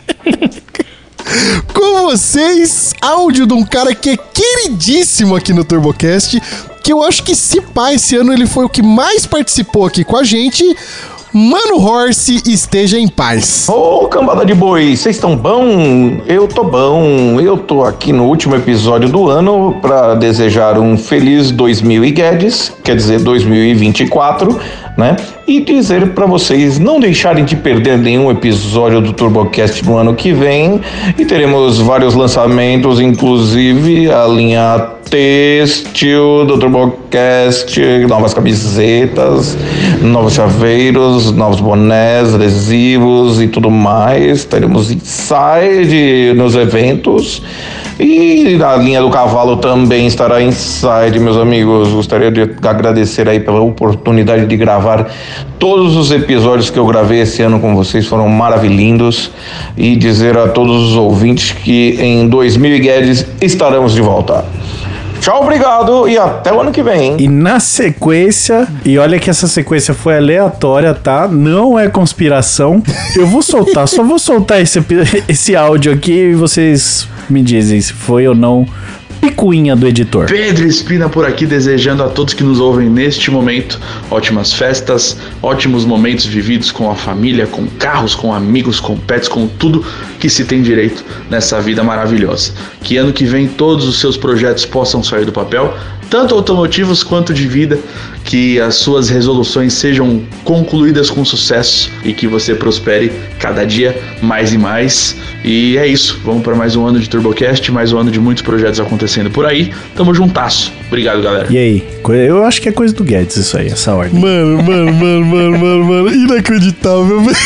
Com vocês, áudio de um cara que é queridíssimo aqui no TurboCast, que eu acho que se pá, esse ano ele foi o que mais participou aqui com a gente. Mano Horse, esteja em paz. Ô, oh, cambada de boi, vocês estão bom? Eu tô bom. Eu tô aqui no último episódio do ano para desejar um feliz dois mil e Guedes, quer dizer dois mil e vinte e quatro, né? E dizer para vocês não deixarem de perder nenhum episódio do TurboCast no ano que vem. E teremos vários lançamentos, inclusive a linha têxtil do TurboCast, novas camisetas, novos chaveiros, novos bonés, adesivos e tudo mais. Teremos inside nos eventos. E a linha do cavalo também estará inside, meus amigos. Gostaria de agradecer aí pela oportunidade de gravar todos os episódios que eu gravei esse ano com vocês, foram maravilhindos. E dizer a todos os ouvintes que em dois mil e Guedes estaremos de volta. Tchau, obrigado e até o ano que vem. E na sequência, e olha que essa sequência foi aleatória, tá? Não é conspiração. Eu vou soltar, só vou soltar esse, esse áudio aqui e vocês me dizem se foi ou não picuinha do editor. Pedro Espina por aqui, desejando a todos que nos ouvem neste momento ótimas festas, ótimos momentos vividos com a família, com carros, com amigos, com pets, com tudo que se tem direito nessa vida maravilhosa. Que ano que vem todos os seus projetos possam sair do papel, tanto automotivos quanto de vida, que as suas resoluções sejam concluídas com sucesso e que você prospere cada dia mais e mais. E é isso, vamos para mais um ano de TurboCast, mais um ano de muitos projetos acontecendo por aí. Tamo juntasso. Obrigado, galera. E aí? Eu acho que é coisa do Guedes isso aí, essa ordem. Mano, mano, mano, mano, mano, mano. Inacreditável, velho.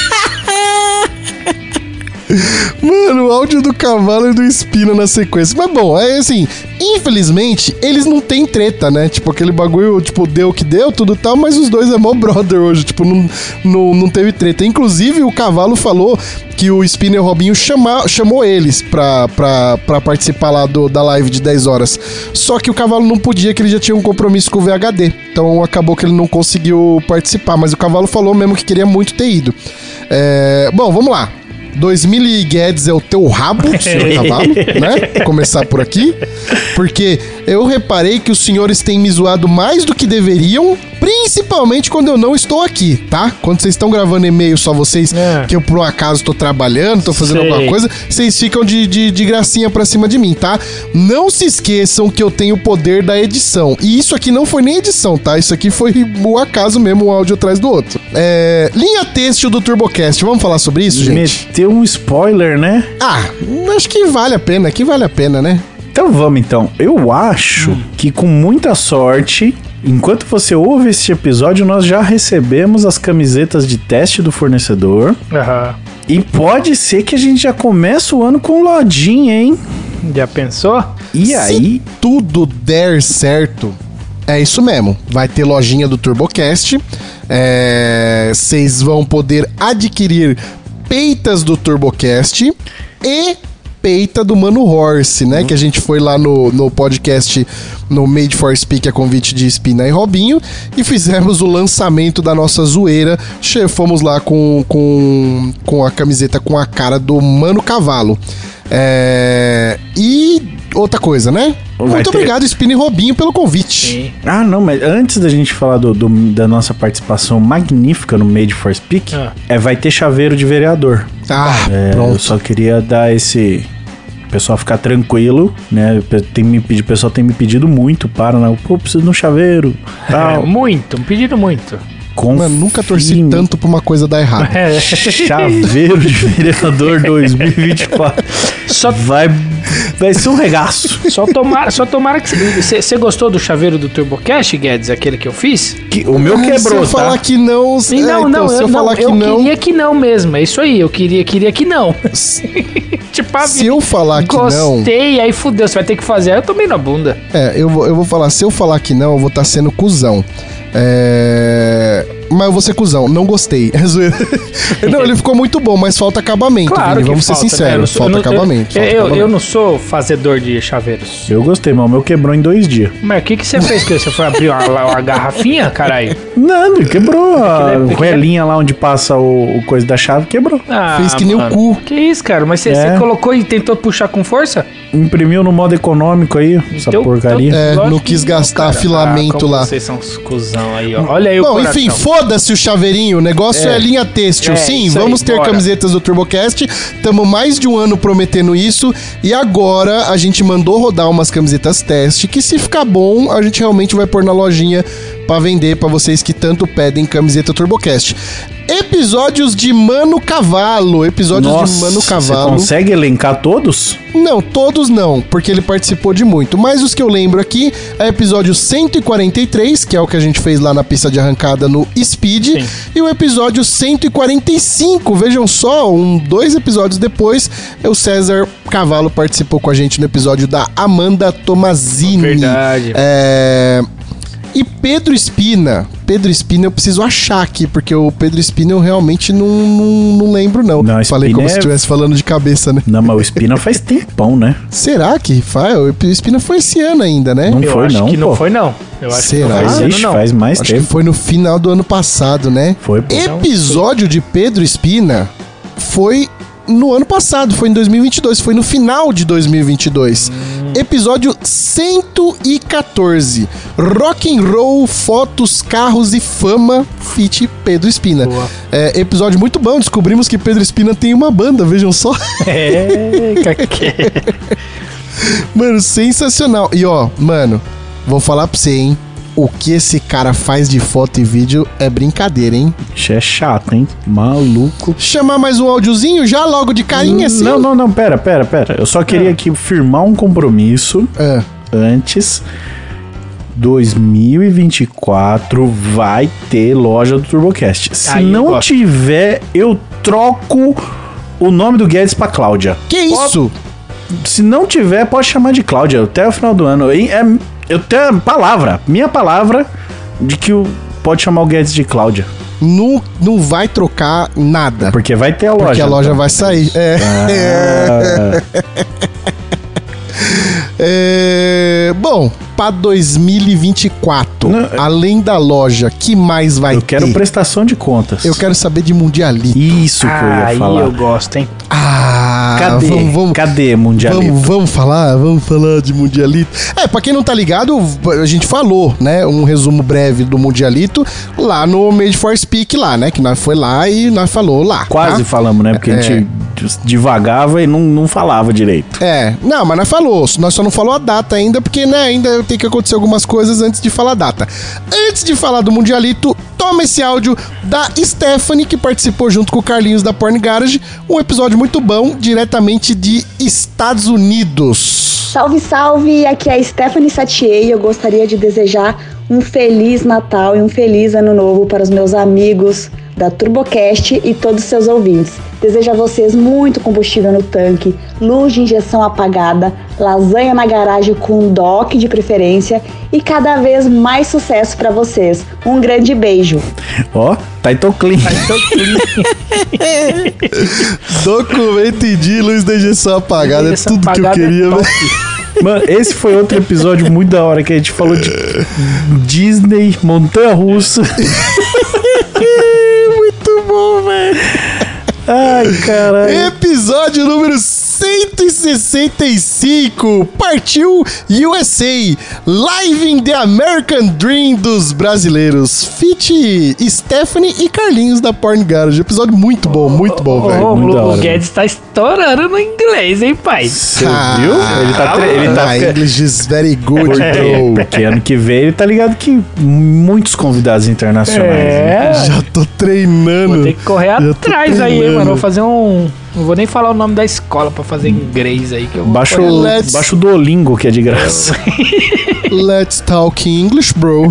Mano, o áudio do cavalo e do Espina na sequência. Mas bom, é assim, infelizmente, eles não têm treta, né? Tipo, aquele bagulho, tipo, deu o que deu, tudo tal, mas os dois é mó brother hoje, tipo, não, não, não teve treta. Inclusive, o cavalo falou que o Espina e o Robinho chama, chamou eles pra, pra, pra participar lá do, da live de dez horas. Só que o cavalo não podia, que ele já tinha um compromisso com o V H D. Então acabou que ele não conseguiu participar, mas o cavalo falou mesmo que queria muito ter ido. É, bom, vamos lá. dois mil e Guedes é o teu rabo, senhor cavalo, né? Começar por aqui. Porque eu reparei que os senhores têm me zoado mais do que deveriam, principalmente quando eu não estou aqui, tá? Quando vocês estão gravando e-mail só vocês, é. que eu por um acaso tô trabalhando, tô fazendo Sei. alguma coisa, vocês ficam de, de, de gracinha pra cima de mim, tá? Não se esqueçam que eu tenho o poder da edição. E isso aqui não foi nem edição, tá? Isso aqui foi o acaso mesmo, um áudio atrás do outro. É, linha têxtil do TurboCast, vamos falar sobre isso, gente? Meteu um spoiler, né? Ah, acho que vale a pena, que vale a pena, né? Então vamos então. Eu acho hum. que com muita sorte, enquanto você ouve este episódio, nós já recebemos as camisetas de teste do fornecedor. Aham. E pode ser que a gente já comece o ano com lojinha, hein? Já pensou? E Se aí tudo der certo, é isso mesmo. Vai ter lojinha do TurboCast. Vocês é, vão poder adquirir peitas do TurboCast e peita do Mano Horse, né? Uhum. Que a gente foi lá no, no podcast, no Made for Speak, a convite de Espina e Robinho, e fizemos o lançamento da nossa zoeira. Fomos lá com, com, com a camiseta com a cara do Mano Cavalo. É... E outra coisa, né? Vai Muito ter... obrigado, Espina e Robinho, pelo convite. Sim. Ah, não, mas antes da gente falar do, do, da nossa participação magnífica no Made for Speak, ah. é, vai ter chaveiro de vereador. Ah, é, pronto. Eu só queria dar esse... O pessoal ficar tranquilo, né? Tem me pedido, o pessoal tem me pedido muito para, né? Pô, preciso de um chaveiro. Tal. É, muito, me pediram muito. Confirme. Mano, nunca torci tanto pra uma coisa dar errado. É. Chaveiro de vereador dois mil e vinte e quatro. Só vai, vai ser um regaço. Só tomara, só tomara que você... Você gostou do chaveiro do TurboCast, Guedes? Aquele que eu fiz? Que, o meu quebrou, se eu tá? falar que não... Sim, não, é, então, não, se eu, eu falar não, que eu não... Eu queria que não mesmo, é isso aí. Eu queria, queria que não. Tipo, se eu falar que gostei, não... Gostei, aí fudeu, você vai ter que fazer. Aí eu tomei na bunda. É, eu vou, eu vou falar, se eu falar que não, eu vou estar tá sendo cuzão. É... Mas eu vou ser cuzão, não gostei. Não, ele ficou muito bom, mas falta acabamento, claro Vini, que vamos falta, ser sinceros, né? sou, falta eu, acabamento. Eu, falta eu, acabamento. eu não sou fazedor de chaveiros. Eu gostei, mas o meu quebrou em dois dias. Mas o que, que você fez? Que você foi abrir uma, uma garrafinha, caralho? Não, quebrou. A roelinha lá onde passa o, o coisa da chave quebrou. Ah, fez que nem mano. o cu. Que isso, cara? Mas você, é. você colocou e tentou puxar com força? Imprimiu no modo econômico aí, essa Deu, porcaria. É, não quis gastar não, filamento ah, lá. Vocês são uns cuzão aí, ó. Olha aí o Bom, coração. enfim, foda-se o chaveirinho. O negócio é, é linha têxtil. É, Sim, vamos aí, ter bora. camisetas do TurboCast. Estamos mais de um ano prometendo isso. E agora a gente mandou rodar umas camisetas teste. Que se ficar bom, a gente realmente vai pôr na lojinha pra vender pra vocês que tanto pedem camiseta TurboCast. Episódios de Mano Cavalo. Episódios Nossa, de Mano Cavalo. Você consegue elencar todos? Não, todos não, porque ele participou de muito. Mas os que eu lembro aqui é episódio cento e quarenta e três, que é o que a gente fez lá na pista de arrancada no Speed. Sim. E o episódio cento e quarenta e cinco. Vejam só, um, dois episódios depois, o César Cavalo participou com a gente no episódio da Amanda Tomazini. Verdade. É... E Pedro Espina. Pedro Espina eu preciso achar aqui, porque o Pedro Espina eu realmente não, não, não lembro, não. não Falei como é... se estivesse falando de cabeça, né? Não, mas o Espina faz tempão, né? Será que faz? O Espina foi esse ano ainda, né? Não eu foi, acho não. que pô. não foi, não. Eu acho Será? que não faz, foi Ixi, ano, não. faz mais acho tempo. que foi no final do ano passado, né? Foi, pô. Episódio de Pedro Espina foi no ano passado, foi em dois mil e vinte e dois, foi no final de dois mil e vinte e dois. Hum. Episódio cento e quatorze. Rock and Roll, Fotos, Carros e Fama, feat. Pedro Espina. É, episódio muito bom, descobrimos que Pedro Espina tem uma banda, vejam só. É, que... Mano, sensacional. E ó, mano, vou falar pra você, hein. O que esse cara faz de foto e vídeo é brincadeira, hein? Isso é chato, hein? Maluco. Chamar mais um áudiozinho já logo de carinha, assim? Não, não, não, pera, pera, pera. Eu só queria aqui firmar um compromisso é. antes. dois mil e vinte e quatro vai ter loja do TurboCast. Se Aí, não eu tiver, eu troco o nome do Guedes pra Cláudia. Que isso? Se não tiver, pode chamar de Cláudia até o final do ano. É... Eu tenho a palavra, minha palavra, de que o, pode chamar o Guedes de Cláudia. Não, não vai trocar nada. Porque vai ter a loja. Porque a loja então. vai sair. É. Ah. é. Bom, para dois mil e vinte e quatro, não, além da loja, que mais vai ter? Eu quero ter? prestação de contas. Eu quero saber de Mundialito. Isso que ah, eu ia aí falar. Aí eu gosto, hein? Ah, cadê? Vamos, vamos, cadê Mundialito? Vamos, vamos falar, vamos falar de Mundialito. É, pra quem não tá ligado, a gente falou, né, um resumo breve do Mundialito lá no Made for Speak lá, né, que nós foi lá e nós falou lá. Quase tá? falamos, né, porque é. a gente divagava e não, não falava direito. É, não, mas nós falou, nós só não falou a data ainda, porque, né, ainda tem que acontecer algumas coisas antes de falar a data. Antes de falar do Mundialito, toma esse áudio da Stephanie, que participou junto com o Carlinhos da Porn Garage, um episódio muito bom, diretamente de Estados Unidos. Salve, salve! Aqui é a Stephanie Satier e eu gostaria de desejar um Feliz Natal e um Feliz Ano Novo para os meus amigos da TurboCast e todos os seus ouvintes. Desejo a vocês muito combustível no tanque, luz de injeção apagada, lasanha na garagem com dock de preferência e cada vez mais sucesso para vocês. Um grande beijo. Ó, oh, Taito Clean. Documento e de luz de injeção apagada, é tudo que eu queria, velho. Mano, esse foi outro episódio muito da hora que a gente falou de Disney, montanha-russa. Muito bom, velho. Ai, caralho. Episódio número cento e sessenta e cinco. Partiu U S A. Live in the American Dream dos brasileiros. Fit Stephanie e Carlinhos da Porn Garage. Episódio muito bom, muito bom, velho. O, o Guedes tá estourando no inglês, hein, pai? Você ah, viu? Ele tá... Ah, ele tá ah, English is very good, bro. Porque ano que vem ele tá ligado que muitos convidados internacionais. É. Né? Já tô treinando. Vou ter que correr atrás aí, hein, mano. Vou fazer um... Não vou nem falar o nome da escola pra fazer inglês aí. Que eu baixa o Duolingo, que é de graça. Let's talk English, bro.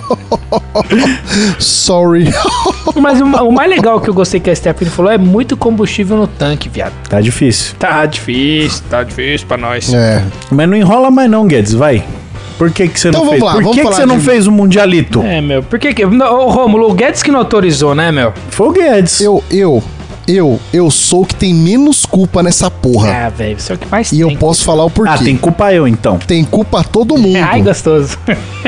Sorry. Mas o, o mais legal que eu gostei que a Stephanie falou é muito combustível no tanque, viado. Tá difícil. Tá difícil, tá difícil pra nós. É. Mas não enrola mais não, Guedes, vai. Por que que você então não fez? Lá, Por que que você de... não fez o Mundialito? É, meu, por que que... Ô, Rômulo, o Guedes que não autorizou, né, meu? Foi o Guedes. Eu, eu... Eu, eu sou o que tem menos culpa nessa porra. Ah, velho, você é o que mais e tem. E eu posso falar o porquê. Ah, tem culpa eu, então. Tem culpa todo mundo. Ai, gostoso.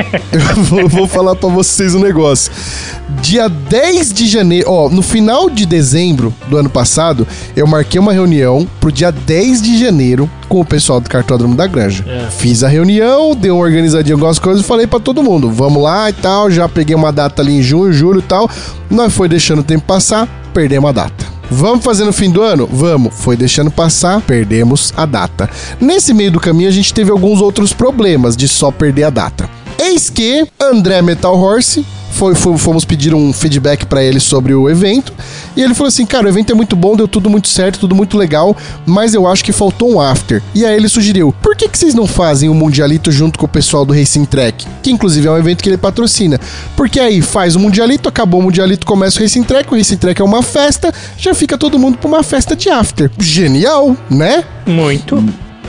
Eu vou, vou falar pra vocês um negócio. Dia dez de janeiro, ó, no final de dezembro do ano passado, eu marquei uma reunião pro dia dez de janeiro com o pessoal do Cartódromo da Granja. É. Fiz a reunião, dei uma organizadinha em algumas coisas e falei pra todo mundo, vamos lá e tal, já peguei uma data ali em junho, julho e tal. Nós foi deixando o tempo passar, perdemos a data. Vamos fazer no fim do ano? Vamos. Foi deixando passar, perdemos a data. Nesse meio do caminho, a gente teve alguns outros problemas de só perder a data. Eis que André Metal Horse, foi, foi, fomos pedir um feedback pra ele sobre o evento, e ele falou assim, cara, o evento é muito bom, deu tudo muito certo, tudo muito legal, mas eu acho que faltou um after. E aí ele sugeriu, por que que vocês não fazem o Mundialito junto com o pessoal do Racing Track? Que inclusive é um evento que ele patrocina. Porque aí faz o Mundialito, acabou o Mundialito, começa o Racing Track, o Racing Track é uma festa, já fica todo mundo pra uma festa de after. Genial, né? Muito.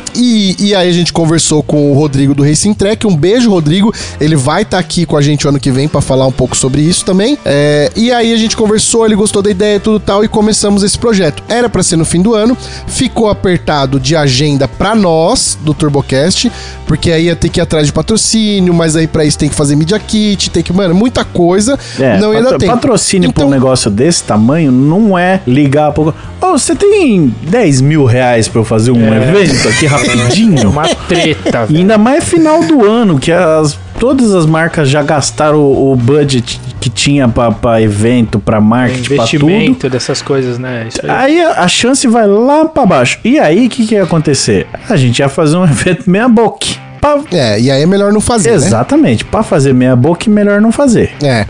E, e aí a gente conversou com o Rodrigo do Racing Track. Um beijo, Rodrigo. Ele vai estar tá aqui com a gente o ano que vem pra falar um pouco sobre isso também. É, e aí a gente conversou, ele gostou da ideia e tudo tal, e começamos esse projeto. Era pra ser no fim do ano, ficou apertado de agenda pra nós, do TurboCast, porque aí ia ter que ir atrás de patrocínio, mas aí pra isso tem que fazer Media Kit, tem que, mano, muita coisa. É, não ia dar tempo. Patrocínio então, pra um negócio desse tamanho não é ligar pra... Ô, oh, você tem dez mil reais pra eu fazer um é. evento aqui rapidinho? É uma treta. E ainda mais final do ano, que as, todas as marcas já gastaram o, o budget que tinha pra, pra evento, pra marketing, pra tudo. Investimento dessas coisas, né? Isso aí. aí a, a chance vai lá pra baixo. E aí, o que, que ia acontecer? A gente ia fazer um evento meia boca. Pra... É, e aí é melhor não fazer, Exatamente, né? Pra fazer meia boca, melhor não fazer. É,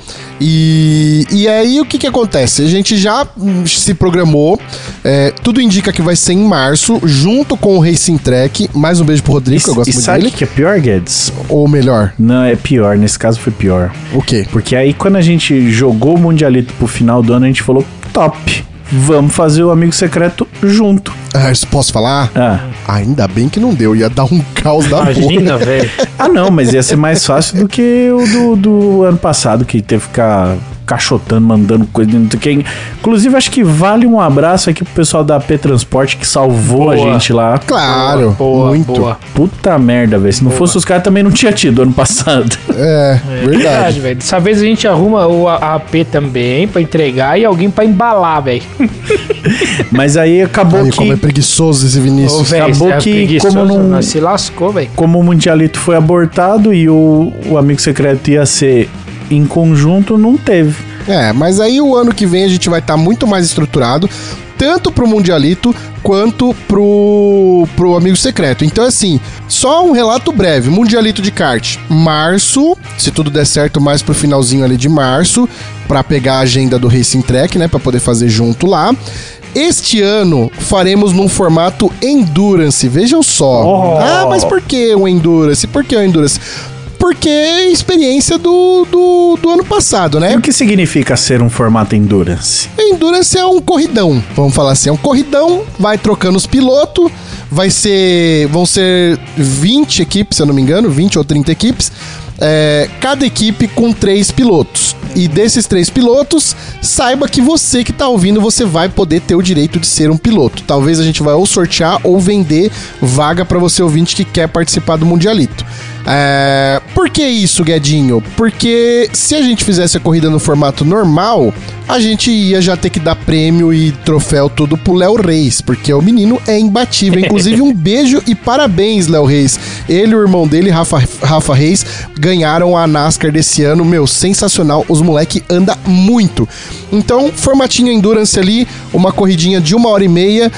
e, e aí o que que acontece? A gente já se programou, é, tudo indica que vai ser em março, junto com o Racing Track. Mais um beijo pro Rodrigo, e, que eu gosto e muito sabe dele. E sabe o que é pior, Guedes? Ou melhor? Não, é pior, nesse caso foi pior. O quê? Porque aí quando a gente jogou o Mundialito pro final do ano, a gente falou, top, vamos fazer o Amigo Secreto junto. Ah, isso posso falar? Ah. Ainda bem que não deu, ia dar um caos da porra. Imagina, velho. Ah, não, mas ia ser mais fácil do que o do, do ano passado, que teve que ficar cachotando, mandando coisa dentro. Que... Inclusive, acho que vale um abraço aqui pro pessoal da P Transporte que salvou boa. a gente lá. Claro, boa, muito. Boa. Puta merda, velho. Se não boa. fosse os caras, também não tinha tido ano passado. É, é verdade. verdade velho. Dessa vez a gente arruma o A P também pra entregar e alguém pra embalar, velho. Mas aí acabou Ai, que... como é preguiçoso esse Vinícius. Ô, véio, acabou é que, como não... Se lascou, velho. Como o Mundialito foi abortado e o, o Amigo Secreto ia ser em conjunto, não teve. É, mas aí o ano que vem a gente vai estar tá muito mais estruturado, tanto pro Mundialito quanto pro, pro Amigo Secreto. Então, assim, só um relato breve. Mundialito de kart, março, se tudo der certo, mais pro finalzinho ali de março, pra pegar a agenda do Racing Track, né, pra poder fazer junto lá. Este ano faremos num formato Endurance, vejam só. Oh. Ah, mas por que o Endurance? Por que o Endurance? Porque é experiência do, do, do ano passado, né? E o que significa ser um formato Endurance? Endurance é um corridão, vamos falar assim, é um corridão, vai trocando os pilotos, vai ser, vão ser vinte equipes, se eu não me engano, vinte ou trinta equipes, é, cada equipe com três pilotos. E desses três pilotos, saiba que você que tá ouvindo, você vai poder ter o direito de ser um piloto. Talvez a gente vai ou sortear ou vender vaga para você ouvinte que quer participar do Mundialito. É... Por que isso, Guedinho? Porque se a gente fizesse a corrida no formato normal, a gente ia já ter que dar prêmio e troféu tudo pro Léo Reis, porque o menino é imbatível. Inclusive, um beijo e parabéns, Léo Reis. Ele e o irmão dele, Rafa, Rafa Reis, ganharam a NASCAR desse ano. Meu, sensacional. Os moleque anda muito. Então, formatinho Endurance ali, uma corridinha de uma hora e meia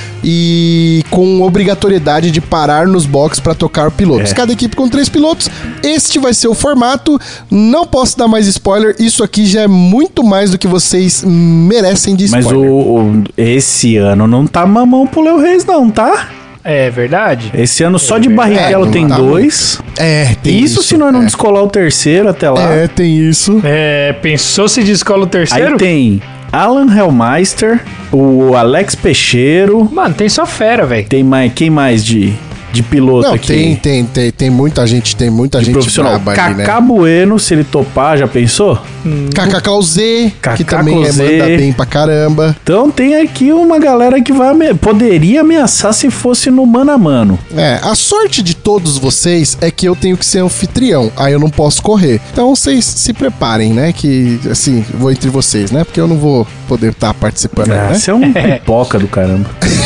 e com obrigatoriedade de parar nos boxes para tocar pilotos. É. Cada equipe com três pilotos. Este vai ser o formato. Não posso dar mais spoiler. Isso aqui já é muito mais do que vocês merecem de spoiler. Mas o, o, esse ano não tá mamão pro Léo Reis não, tá? É verdade. Esse ano só é de Barrichello é, tem tá dois. É, tem isso. Isso se nós não é. descolar o terceiro até lá. É, tem isso. É, pensou se descola o terceiro? Aí tem Alan Hellmeister, o Alex Peixeiro. Mano, tem só fera, velho. Tem mais, quem mais de... De piloto não, aqui. Tem, tem, tem, tem muita gente, tem muita de gente profissional. braba ali, né? Cacá Bueno, se ele topar, já pensou? Hum. Cacá Clausê, que também é, manda bem pra caramba. Então tem aqui uma galera que vai ame- poderia ameaçar se fosse no mano a mano. É, a sorte de todos vocês é que eu tenho que ser anfitrião, aí eu não posso correr. Então vocês se preparem, né? Que, assim, vou entre vocês, né? Porque eu não vou poder estar tá participando, ah, né? Você é um pipoca do caramba.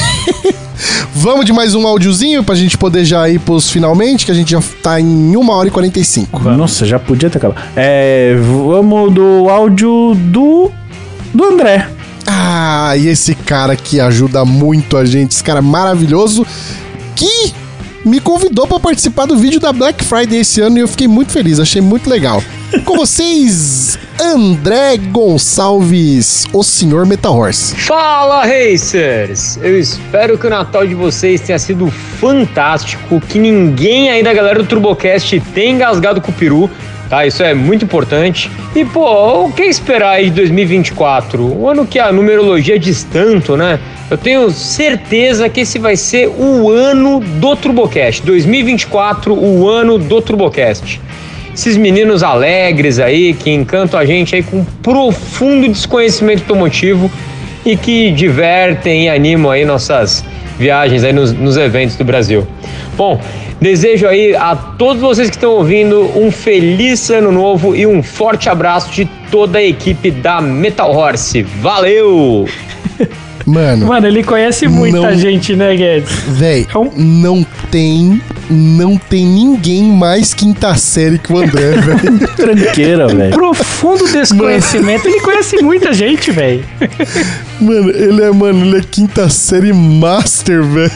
Vamos de mais um áudiozinho pra gente poder já ir pros finalmente, que a gente já tá em uma hora e quarenta e cinco. Nossa, já podia ter acabado. É, vamos do áudio do, do André. Ah, e esse cara que ajuda muito a gente, esse cara maravilhoso, que me convidou pra participar do vídeo da Black Friday esse ano e eu fiquei muito feliz, achei muito legal. Com vocês, André Gonçalves, o senhor Metal Horse. Fala, Racers! Eu espero que o Natal de vocês tenha sido fantástico, que ninguém aí da galera do TurboCast tenha engasgado com o peru, tá? Isso é muito importante. E, pô, o que esperar aí de dois mil e vinte e quatro? Um ano que a numerologia diz tanto, né? Eu tenho certeza que esse vai ser o ano do TurboCast. dois mil e vinte e quatro, o ano do TurboCast. Esses meninos alegres aí, que encantam a gente aí com profundo desconhecimento automotivo e que divertem e animam aí nossas viagens aí nos, nos eventos do Brasil. Bom, desejo aí a todos vocês que estão ouvindo um feliz ano novo e um forte abraço de toda a equipe da Metal Horse. Valeu! Mano, Mano, ele conhece muita não, gente, né, Guedes? Véi, não tem, não tem ninguém mais quinta série que o André, velho. Tranqueira, velho. Profundo desconhecimento, mano. Ele conhece muita gente, velho. Mano, ele é, mano, ele é quinta série master, velho.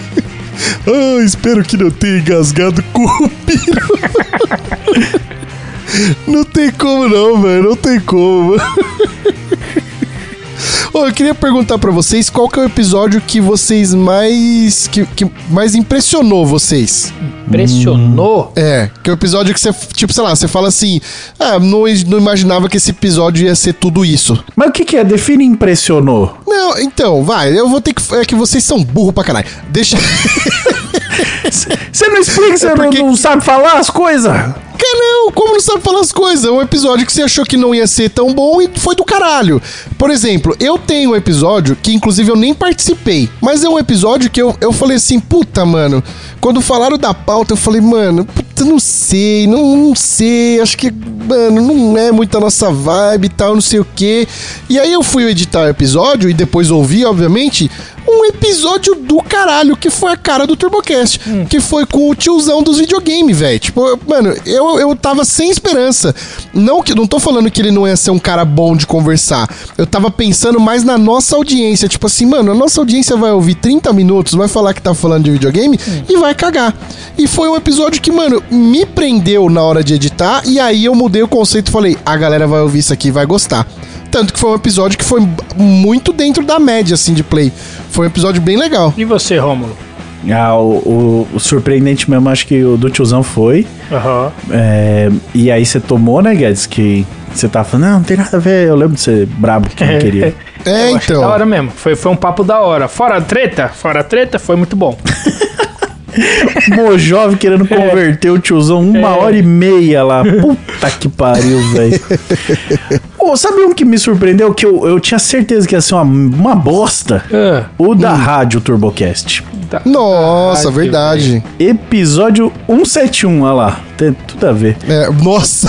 Ah, espero que não tenha engasgado com o piro. Não tem como não, velho, não tem como, mano. Oh, eu queria perguntar pra vocês qual que é o episódio que vocês mais... que, que mais impressionou vocês. Impressionou? Hum, é, que é o episódio que você, tipo, sei lá, você fala assim, ah, não, não imaginava que esse episódio ia ser tudo isso. Mas o que que é? Define impressionou. Não, então, vai, eu vou ter que... É que vocês são burro pra caralho. Deixa... Você não explica, você é porque... não, não sabe falar as coisas? Que não, como não sabe falar as coisas? É um episódio que você achou que não ia ser tão bom e foi do caralho. Por exemplo, eu tenho um episódio que inclusive eu nem participei, mas é um episódio que eu, eu falei assim, puta, mano, quando falaram da pauta eu falei, mano, puta, não sei, não, não sei, acho que, mano, não é muito a nossa vibe e tal, não sei o quê. E aí eu fui editar o episódio e depois ouvi, obviamente, um episódio do caralho, que foi a cara do TurboCast, hum. que foi com o tiozão dos videogames, velho. Tipo, mano, eu, eu tava sem esperança. Não, que, não tô falando que ele não ia ser um cara bom de conversar. Eu tava pensando mais na nossa audiência. Tipo assim, mano, a nossa audiência vai ouvir trinta minutos, vai falar que tá falando de videogame hum. e vai cagar. E foi um episódio que, mano, me prendeu na hora de editar, e aí eu mudei o conceito e falei, a galera vai ouvir isso aqui e vai gostar. tanto que foi um episódio que foi muito dentro da média, assim, de play. Foi um episódio bem legal. E você, Rômulo? Ah, o, o, o surpreendente mesmo, acho que o do tiozão foi. Aham. É, e aí você tomou, né, Guedes? Que você tava falando, não, não tem nada a ver. Eu lembro de ser brabo que não queria. É, eu então. Da hora mesmo. Foi, foi um papo da hora. Fora a treta, fora a treta, foi muito bom. Mojove querendo converter é. o tiozão uma é. hora e meia lá. Puta que pariu, velho. Oh, sabe um que me surpreendeu? Que eu, eu tinha certeza que ia ser uma, uma bosta? É. O da hum. Rádio Turbocast. Da Nossa, rádio, verdade. Véio. Episódio cento e setenta e um, olha lá. Tem tudo a ver. É, nossa.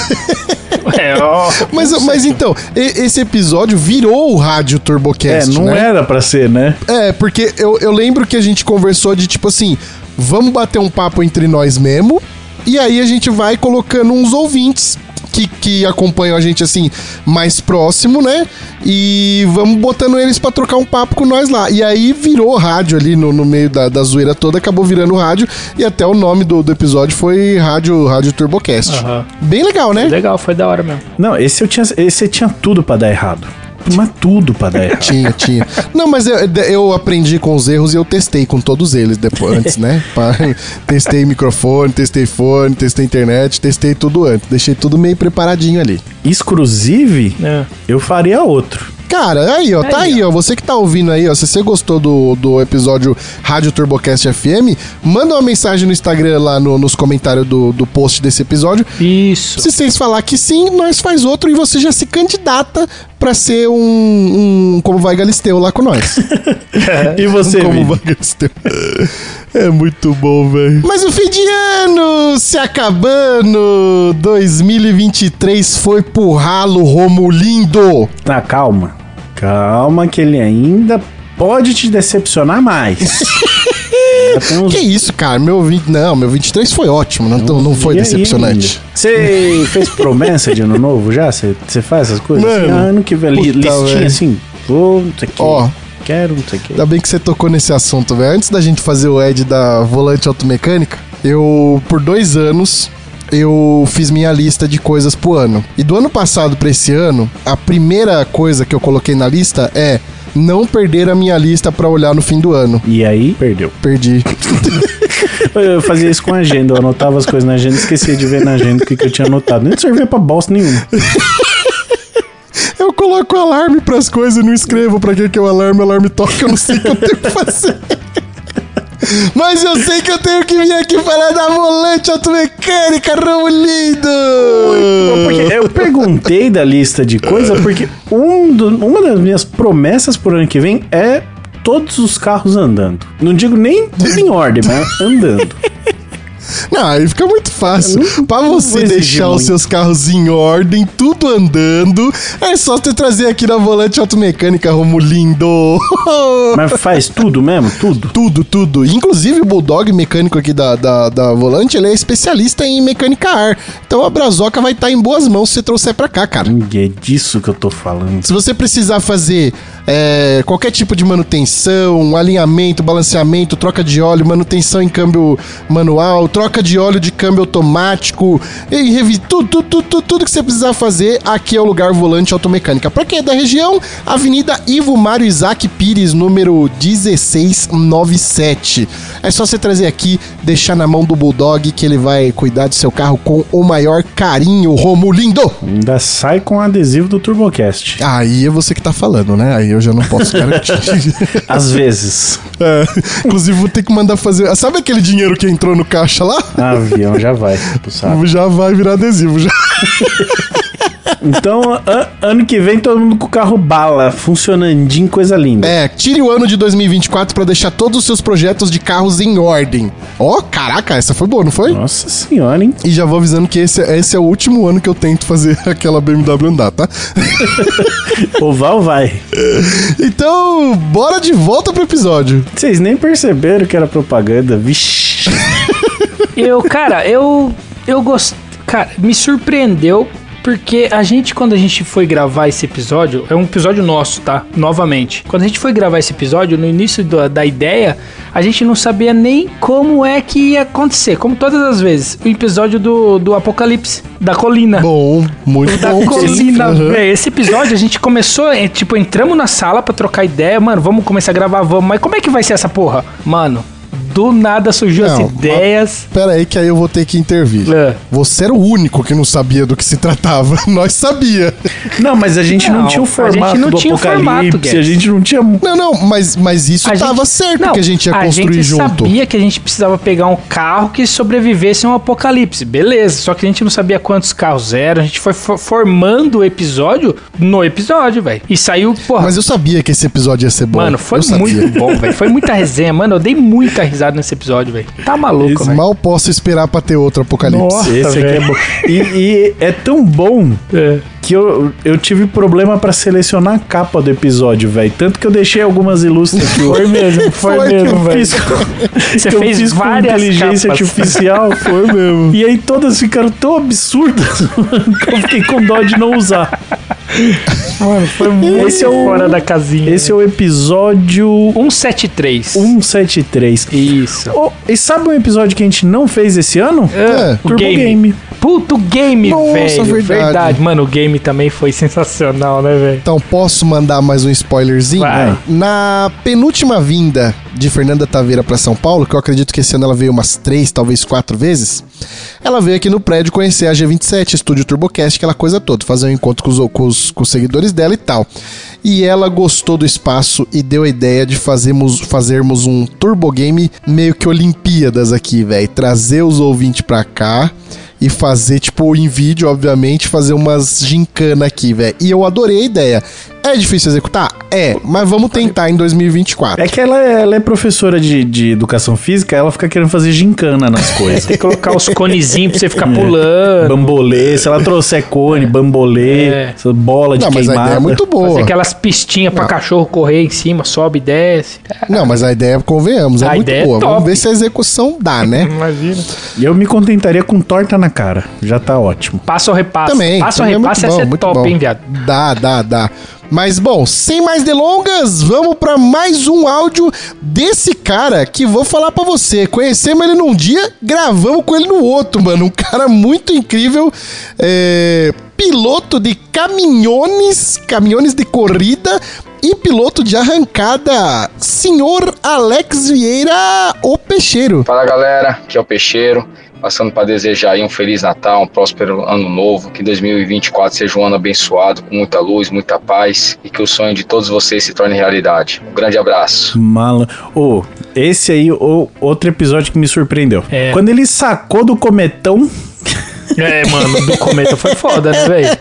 É, ó, mas, mas então, esse episódio virou o Rádio Turbocast. É, não né? era pra ser, né? É, porque eu, eu lembro que a gente conversou de tipo assim, vamos bater um papo entre nós mesmo, e aí a gente vai colocando uns ouvintes que, que acompanham a gente assim, mais próximo, né? E vamos botando eles pra trocar um papo com nós lá. E aí virou rádio ali no, no meio da, da zoeira toda, acabou virando rádio, e até o nome do, do episódio foi Rádio, rádio Turbocast. Uhum. Bem legal, né? Legal, foi da hora mesmo. Não, esse eu tinha, esse tinha tudo pra dar errado. Mas tudo pra dar errado. Tinha, tinha. Não, mas eu, eu aprendi com os erros e eu testei com todos eles depois, antes, né? Testei microfone, testei fone, testei internet, testei tudo antes. Deixei tudo meio preparadinho ali. Exclusive, é. eu faria outro. Cara, aí, ó, tá aí, aí ó. Você que tá ouvindo aí, ó, se você gostou do, do episódio Rádio Turbocast F M, manda uma mensagem no Instagram lá no, nos comentários do, do post desse episódio. Isso. Se vocês falar que sim, nós faz outro e você já se candidata pra ser um, um Como Vai Galisteu lá com nós. E você, um Como Vai Galisteu. É muito bom, velho. Mas o fim de ano se acabando. dois mil e vinte e três foi pro ralo, Romulindo. Tá, calma. Calma que ele ainda pode te decepcionar mais. uns... Que isso, cara? Meu vinte... Não, meu vinte e três foi ótimo. Não, não, não foi decepcionante. Você fez promessa de ano novo já? Você faz essas coisas? Mano, assim, ah, ano que vem, listinha véio. Assim. Pô, não sei o que. Ó. Quero, não sei o que. Ainda bem que você tocou nesse assunto, velho. Antes da gente fazer o Ed da Volante Automecânica, eu, por dois anos, eu fiz minha lista de coisas pro ano. E do ano passado pra esse ano, a primeira coisa que eu coloquei na lista é não perder a minha lista pra olhar no fim do ano. E aí? Perdeu. Perdi. Eu fazia isso com a agenda. Eu anotava as coisas na agenda e esquecia de ver na agenda o que, que eu tinha anotado. Nem servia pra bosta nenhuma. Eu coloco alarme pras coisas e não escrevo pra que que o alarme, o alarme toca, eu não sei o que eu tenho que fazer. Mas eu sei que eu tenho que vir aqui falar da Volante Automecânica, Romulindo! Porque eu perguntei da lista de coisas, porque um do, uma das minhas promessas pro ano que vem é todos os carros andando. Não digo nem em ordem, mas andando. Não, aí fica muito fácil. Pra você deixar os seus carros em ordem, tudo andando, é só você trazer aqui na Volante Automecânica, Romulindo. Mas faz tudo mesmo? Tudo? Tudo, tudo. Inclusive o Bulldog mecânico aqui da, da, da Volante, ele é especialista em mecânica ar. Então a Brazoca vai estar em boas mãos se você trouxer pra cá, cara. É disso que eu tô falando. Se você precisar fazer é, qualquer tipo de manutenção, alinhamento, balanceamento, troca de óleo, manutenção em câmbio manual, troca de óleo de câmbio automático, e revi, tudo, tudo, tudo, tudo que você precisar fazer, aqui é o lugar Volante Automecânica. Pra quem é da região, Avenida Ivo Mário Isaac Pires, número dezesseis noventa e sete. É só você trazer aqui, deixar na mão do Bulldog, que ele vai cuidar do seu carro com o maior carinho, Romulindo. Ainda sai com adesivo do Turbocast. Aí é você que tá falando, né? Aí eu já não posso garantir. Às vezes. É, inclusive vou ter que mandar fazer... Sabe aquele dinheiro que entrou no caixa lá? Ah, avião já vai pro saco. Já vai virar adesivo, já. Então, an- ano que vem todo mundo com o carro bala, funcionandinho, coisa linda. É, tire o ano de dois mil e vinte e quatro pra deixar todos os seus projetos de carros em ordem. Ó, oh, caraca, essa foi boa, não foi? Nossa senhora, hein? E já vou avisando que esse, esse é o último ano que eu tento fazer aquela B M W andar, tá? Oval vai. Então, bora de volta pro episódio. Vocês nem perceberam que era propaganda, vixi. Eu, cara, eu... Eu gostei... Cara, me surpreendeu Porque a gente, quando a gente foi gravar esse episódio, é um episódio nosso, tá? Novamente. Quando a gente foi gravar esse episódio, no início do, da ideia, a gente não sabia nem como é que ia acontecer. Como todas as vezes. O episódio do, do Apocalipse, da colina. Bom, muito da bom. Da colina, uhum. velho. Esse episódio a gente começou, é, tipo, entramos na sala pra trocar ideia. Mano, vamos começar a gravar, vamos. Mas como é que vai ser essa porra? Mano... Do nada surgiu não, as ideias. Pera aí que aí eu vou ter que intervir. É. Você era o único que não sabia do que se tratava. Nós sabia. Não, mas a gente não, não tinha o formato a gente não do tinha Apocalipse. O formato, a gente não tinha... Não, não, mas, mas isso a tava gente... certo não, que a gente ia construir junto. A gente junto. sabia que a gente precisava pegar um carro que sobrevivesse a um apocalipse. Beleza, só que a gente não sabia quantos carros eram. A gente foi formando o episódio no episódio, velho. E saiu, porra... Mas eu sabia que esse episódio ia ser bom. Mano, foi muito bom, velho. Foi muita resenha, mano. Eu dei muita risada nesse episódio, velho. Tá maluco, velho. Mal posso esperar pra ter outro Apocalipse. Nossa, esse véio. aqui é bom. E, e é tão bom é. que eu, eu tive problema pra selecionar a capa do episódio, velho. Tanto que eu deixei algumas ilustres aqui. Foi mesmo, foi, foi mesmo, velho. Você que fez eu fiz várias com inteligência capas. artificial. Foi mesmo. E aí todas ficaram tão absurdas que eu fiquei com dó de não usar. Mano, foi muito esse é o, fora da casinha. Esse né? é o episódio... cento e setenta e três. cento e setenta e três. Isso. Oh, e sabe um episódio que a gente não fez esse ano? É. Turbo Game. Game. Puto game, Nossa, velho. verdade. verdade. Mano, o game também foi sensacional, né, velho? Então, posso mandar mais um spoilerzinho? Vai. Na penúltima vinda de Fernanda Taveira pra São Paulo, que eu acredito que esse ano ela veio umas três, talvez quatro vezes, ela veio aqui no prédio conhecer a G vinte e sete, Estúdio Turbocast, aquela coisa toda, fazer um encontro com os, com os, com os seguidores dela e tal. E ela gostou do espaço e deu a ideia de fazermos, fazermos um Turbo Game meio que Olimpíadas aqui, velho. Trazer os ouvintes pra cá e fazer, tipo, em vídeo, obviamente, fazer umas gincana aqui, velho. E eu adorei a ideia. É difícil executar? É, mas vamos tentar em dois mil e vinte e quatro. É que ela é, ela é professora de, de educação física, ela fica querendo fazer gincana nas coisas. Tem que colocar os conezinhos pra você ficar pulando. Bambolê, se ela trouxer cone, bambolê, é. bola de Não, mas queimada. a ideia é muito boa. Fazer aquelas pistinhas pra Não. cachorro correr em cima, sobe e desce. Não, mas a ideia, convenhamos, é a muito boa. É vamos ver se a execução dá, né? Imagina. E eu me contentaria com torta na cara. Já tá ótimo. Passa ou repassa. Também. Passa ou também repassa, é muito essa bom, é muito top, bom. hein, viado? Dá, dá, dá. Mas, bom, sem mais delongas, vamos pra mais um áudio desse cara que vou falar pra você. Conhecemos ele num dia, gravamos com ele no outro, mano. Um cara muito incrível. É... Piloto de caminhões, caminhões de corrida e piloto de arrancada, senhor Alex Vieira, o Peixeiro. Fala, galera, aqui é o Peixeiro. Passando para desejar aí um Feliz Natal, um próspero ano novo, que dois mil e vinte e quatro seja um ano abençoado, com muita luz, muita paz e que o sonho de todos vocês se torne realidade. Um grande abraço. Mala. Ô, oh, esse aí, oh, outro episódio que me surpreendeu. É. Quando ele sacou do cometão... É, mano, do cometa foi foda, né, velho?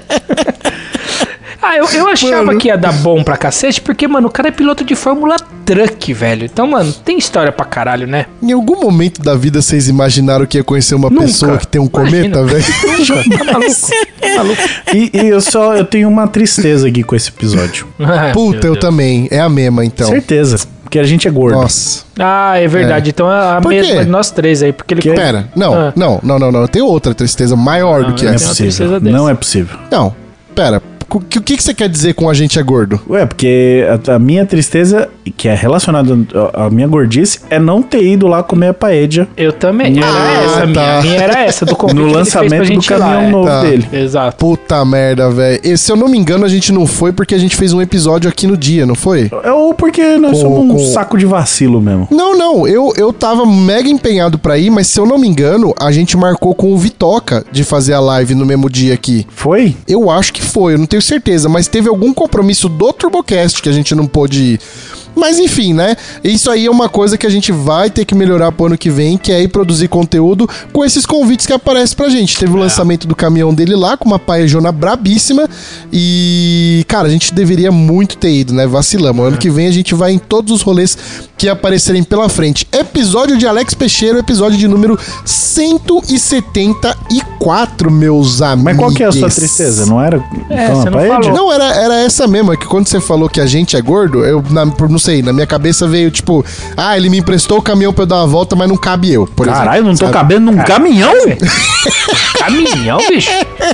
Ah, eu, eu achava mano. que ia dar bom pra cacete, porque, mano, o cara é piloto de Fórmula Truck, velho. Então, mano, tem história pra caralho, né? Em algum momento da vida vocês imaginaram que ia conhecer uma Nunca. pessoa que tem um Imagina. cometa, velho? Tá maluco, tá maluco. E, e eu só, eu tenho uma tristeza aqui com esse episódio. Ai, Puta, eu também. É a mesma, então. Certeza. Porque a gente é gordo. Nossa. Ah, é verdade. É. Então é a Por mesma quê? de nós três aí. Porque ele... Que? Pera, não, ah. não, não, não, não. Eu tenho outra tristeza maior não, do que não essa. É possível. Não é possível. Não, pera. O que, que, que você quer dizer com a gente é gordo? Ué, porque a, a minha tristeza, que é relacionada à minha gordice, é não ter ido lá comer a paella. Eu também. Minha ah, era essa, tá. minha. minha era essa, do convite no lançamento do caminhão novo tá. dele. Exato. Puta merda, velho. Se eu não me engano, a gente não foi porque a gente fez um episódio aqui no dia, não foi? É, ou porque nós com, somos um com... saco de vacilo mesmo. Não, não. Eu, eu tava mega empenhado pra ir, mas se eu não me engano, a gente marcou com o Vitoca de fazer a live no mesmo dia aqui. Foi? Eu acho que foi, eu não tenho certeza, mas teve algum compromisso do Turbocast que a gente não pôde ir. Mas enfim, né? Isso aí é uma coisa que a gente vai ter que melhorar pro ano que vem, que é ir produzir conteúdo com esses convites que aparecem pra gente. Teve o é. lançamento do caminhão dele lá, com uma paejona brabíssima. E, cara, a gente deveria muito ter ido, né? Vacilamos. É. Ano que vem a gente vai em todos os rolês que aparecerem pela frente. Episódio de Alex Peixeiro, episódio de número cento e setenta e quatro, meus amigos. Mas qual que é a sua tristeza? Não era? É, então, você não falou. Não, era, era essa mesmo. É que quando você falou que a gente é gordo, eu, na, não sei, na minha cabeça veio tipo, ah, ele me emprestou o caminhão pra eu dar uma volta, mas não cabe eu. Por Caralho, exemplo, não tô sabe? cabendo num caminhão? Caminhão, bicho?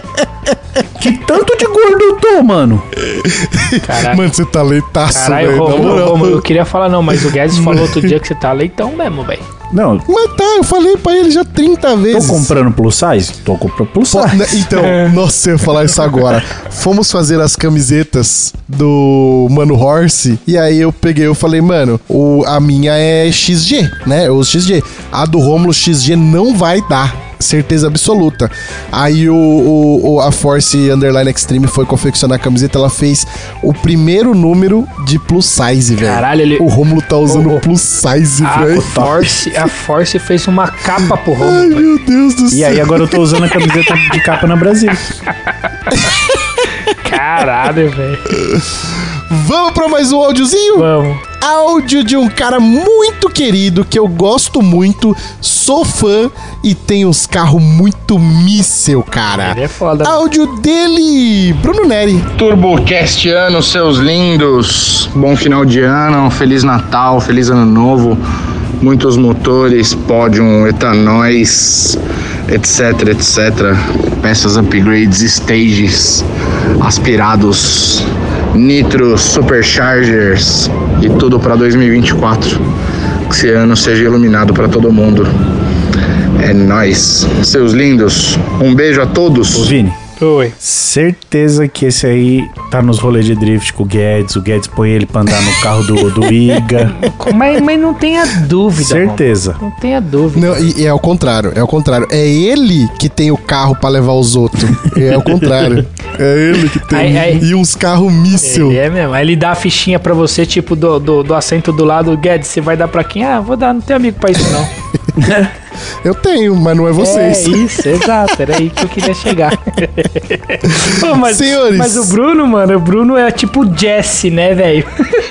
Que tanto de gordo eu tô, mano? Caralho. Mano, você tá leitaço, Caralho, velho. na Romulo, moral. Romulo, eu queria falar não, mas o Guedes falou outro dia que você tá leitão mesmo, velho. Não, Mas tá, eu falei pra ele já trinta tô vezes. comprando plus size? Tô comprando plus Pô, size. né, então, nossa, eu ia falar isso agora. Fomos fazer as camisetas do Mano Horse. E aí eu peguei, eu falei, mano, o, a minha é X G, né? O X G. A do Rômulo X G não vai dar. Certeza absoluta. Aí o, o- o- a Force Underline Extreme foi confeccionar a camiseta. Ela fez o primeiro número de plus size, velho. Caralho, ele- O Rômulo tá usando O- o- plus size, A velho. Force, a Force fez uma capa pro Romulo. Ai, meu Deus do E céu. aí agora eu tô usando a camiseta de capa na Brasil. Caralho, velho. Vamos pra mais um áudiozinho? Vamos. Áudio de um cara muito querido, que eu gosto muito, sou fã e tem uns carros muito míssel, cara. Ele é foda. Áudio dele, Bruno Neri. TurboCast ano, seus lindos. Bom final de ano, Feliz Natal, Feliz Ano Novo. Muitos motores, pódio, etanóis, etc, etcétera. Peças, upgrades, stages, aspirados, nitros, superchargers e tudo para dois mil e vinte e quatro. Que esse ano seja iluminado para todo mundo. É nóis, seus lindos. Um beijo a todos. Ô, Vini, Oi. certeza que esse aí tá nos rolês de drift com o Guedes. O Guedes põe ele pra andar no carro do, do Iga. Mas, mas não tenha dúvida. Certeza. Romulo. Não tenha dúvida. Não, e, e é o contrário, é o contrário. É ele que tem o carro pra levar os outros. É o contrário. É ele que tem. Aí- aí- E uns carros míssel. Ele é mesmo. Aí ele dá a fichinha pra você, tipo, do, do, do assento do lado. Guedes, você vai dar pra quem? Ah, vou dar, não tenho amigo pra isso, não. Eu tenho, mas não é vocês. É isso, exato. Era aí que eu queria chegar. Pô, mas, Senhores. mas o Bruno, mano, o Bruno é tipo o Jesse, né, velho?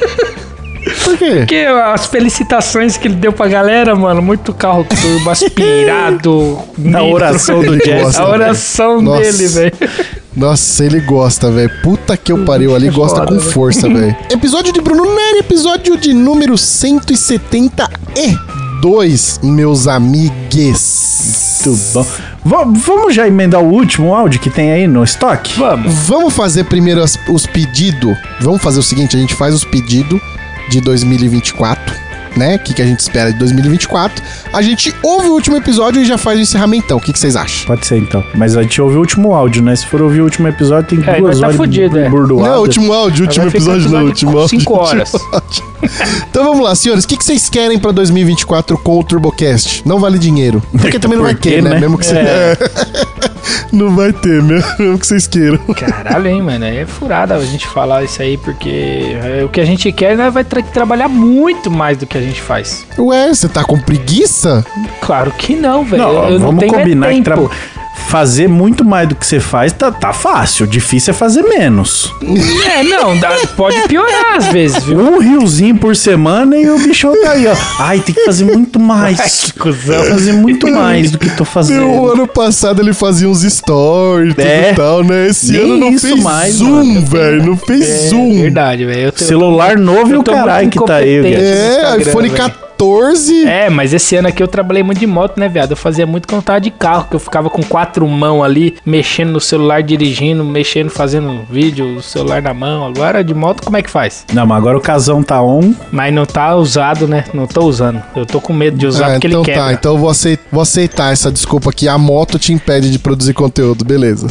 Por quê? Porque as felicitações que ele deu pra galera, mano, muito carro turbo, aspirado. Na nitro. oração do Jesse. A oração Nossa. dele, velho. Nossa, ele gosta, velho. Puta que eu pariu, ali gosta foda, com velho. força, velho. Episódio de Bruno Neri, episódio de número cento e setenta e dois, meus amigues. Muito bom. Va- vamos já emendar o último áudio que tem aí no estoque? Vamos. Vamos fazer primeiro as- os pedidos. Vamos fazer o seguinte, a gente faz os pedidos de dois mil e vinte e quatro, né? O que, que a gente espera de dois mil e vinte e quatro. A gente ouve o último episódio e já faz o encerramentão. O que, que vocês acham? Pode ser então. Mas a gente ouve o último áudio, né? Se for ouvir o último episódio, tem É, duas vai tá horas fudido, é. burdoadas. Não, último áudio, último Vai ficar episódio não, episódio último com áudio. cinco último horas. áudio. Então vamos lá, senhores, o que, que vocês querem pra dois mil e vinte e quatro com o TurboCast? Não vale dinheiro. Porque também não vai Por quê, ter, né? né? Mesmo que você... É. Não vai ter, mesmo que vocês queiram. Caralho, hein, mano. É furada a gente falar isso aí, porque é, o que a gente quer, né, vai ter que trabalhar muito mais do que a gente faz. Ué, você tá com preguiça? Claro que não, velho. Não, Eu não vamos tenho é combinar que tempo. tra- fazer muito mais do que você faz tá, tá fácil. O difícil é fazer menos. É, não, dá- pode piorar às vezes, viu? Um riozinho por semana e o bichão tá aí, ó. Ai, tem que fazer muito mais. Ai, que cuzão. Fazer muito mais do que tô O fazendo. ano passado ele fazia uns stories e É. tudo e tal, né? Esse Nem ano não isso fez mais, zoom, mano. velho. Não fez É zoom. verdade, velho. Eu tô- Celular novo e eu o tô muito caralho que tá aí, incompetente Guedes. no É, Instagram, iPhone velho. quatorze. É, mas esse ano aqui eu trabalhei muito de moto, né, viado? Eu fazia muito quando eu tava de carro, que eu ficava com quatro mãos ali, mexendo no celular, dirigindo, mexendo, fazendo vídeo, o celular na mão. Agora de moto, como é que faz? Não, mas agora o casão tá on. Mas não tá usado, né? Não tô usando. Eu tô com medo de usar Ah, porque então ele quebra. tá, então eu vou aceitar, vou aceitar essa desculpa que a moto te impede de produzir conteúdo, beleza.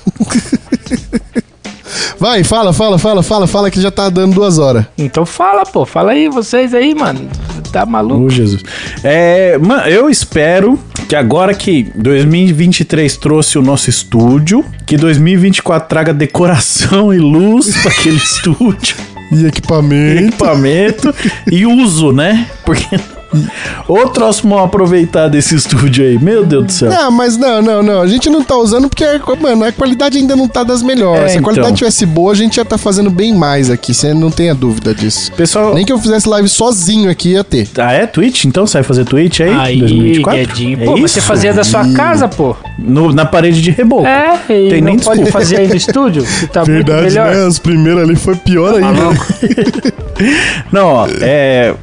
Vai, fala, fala, fala, fala, fala que já tá dando duas horas. Então fala, pô. Fala aí, vocês aí, mano. Tá maluco? Oh, Jesus. É, mano, eu espero que agora que dois mil e vinte e três trouxe o nosso estúdio, que dois mil e vinte e quatro traga decoração e luz para aquele estúdio. E equipamento. Equipamento e uso, né? Porque o troço mal aproveitar desse estúdio aí, meu Deus do céu. Não, mas não, não, não. A gente não tá usando porque, mano, a qualidade ainda não tá das melhores. É, Se a então. qualidade tivesse boa, a gente ia tá fazendo bem mais aqui. Você não tenha dúvida disso. Pessoal, Nem que eu fizesse live sozinho aqui ia ter. ah, é Twitch? Então você vai fazer Twitch aí? Aí, dois mil e vinte e quatro? Guedinho. É Pô, mas isso? você fazia da sua Ih. casa, pô. No- na parede de reboco. É, e Tem não nem pode desculpa. fazer aí no estúdio, que tá muito Verdade, melhor. né? As primeiras ali foi pior ainda. Não, ó, é.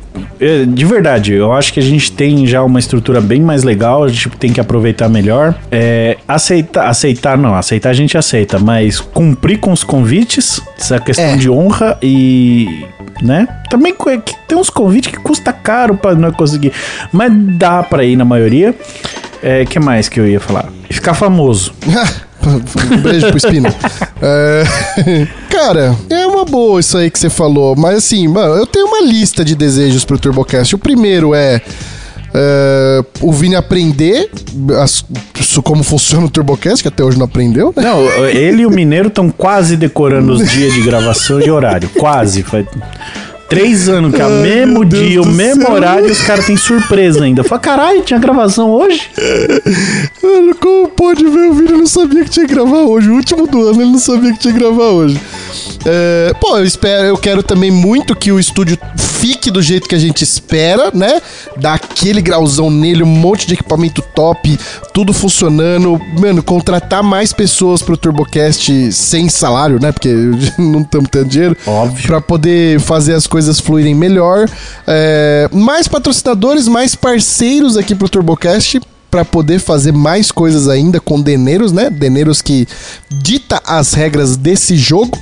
de verdade, eu acho que a gente tem já uma estrutura bem mais legal, a gente tem que aproveitar melhor. É, aceitar, aceitar não, aceitar a gente aceita, mas cumprir com os convites, essa questão é. de honra e... né? Também tem uns convites que custa caro pra não conseguir, mas dá pra ir na maioria. É, que mais que eu ia falar? Ficar famoso. Um beijo pro Espino. É, cara, é uma boa isso aí que você falou. Mas assim, mano, eu tenho uma lista de desejos pro TurboCast. O primeiro é Uh, o Vini aprender as, como funciona o TurboCast, que até hoje não aprendeu, né? Não, ele e o Mineiro estão quase decorando os dias de gravação e horário. Quase. Faz três anos que é o mesmo Deus dia, o mesmo céu. Horário, e os caras têm surpresa ainda. Fala, caralho, tinha gravação hoje? Mano, como pode ver? O Vini não sabia que tinha que gravar hoje. O último do ano ele não sabia que tinha que gravar hoje. É, pô, eu espero, eu quero também muito que o estúdio fique do jeito que a gente espera, né? Dar aquele grauzão nele, um monte de equipamento top, tudo funcionando. Mano, contratar mais pessoas pro TurboCast sem salário, né? Porque não estamos tendo dinheiro. Óbvio. Pra poder fazer as coisas fluírem melhor. É, mais patrocinadores, mais parceiros aqui pro TurboCast, para poder fazer mais coisas ainda com Deneiros, né? Deneiros que dita as regras desse jogo.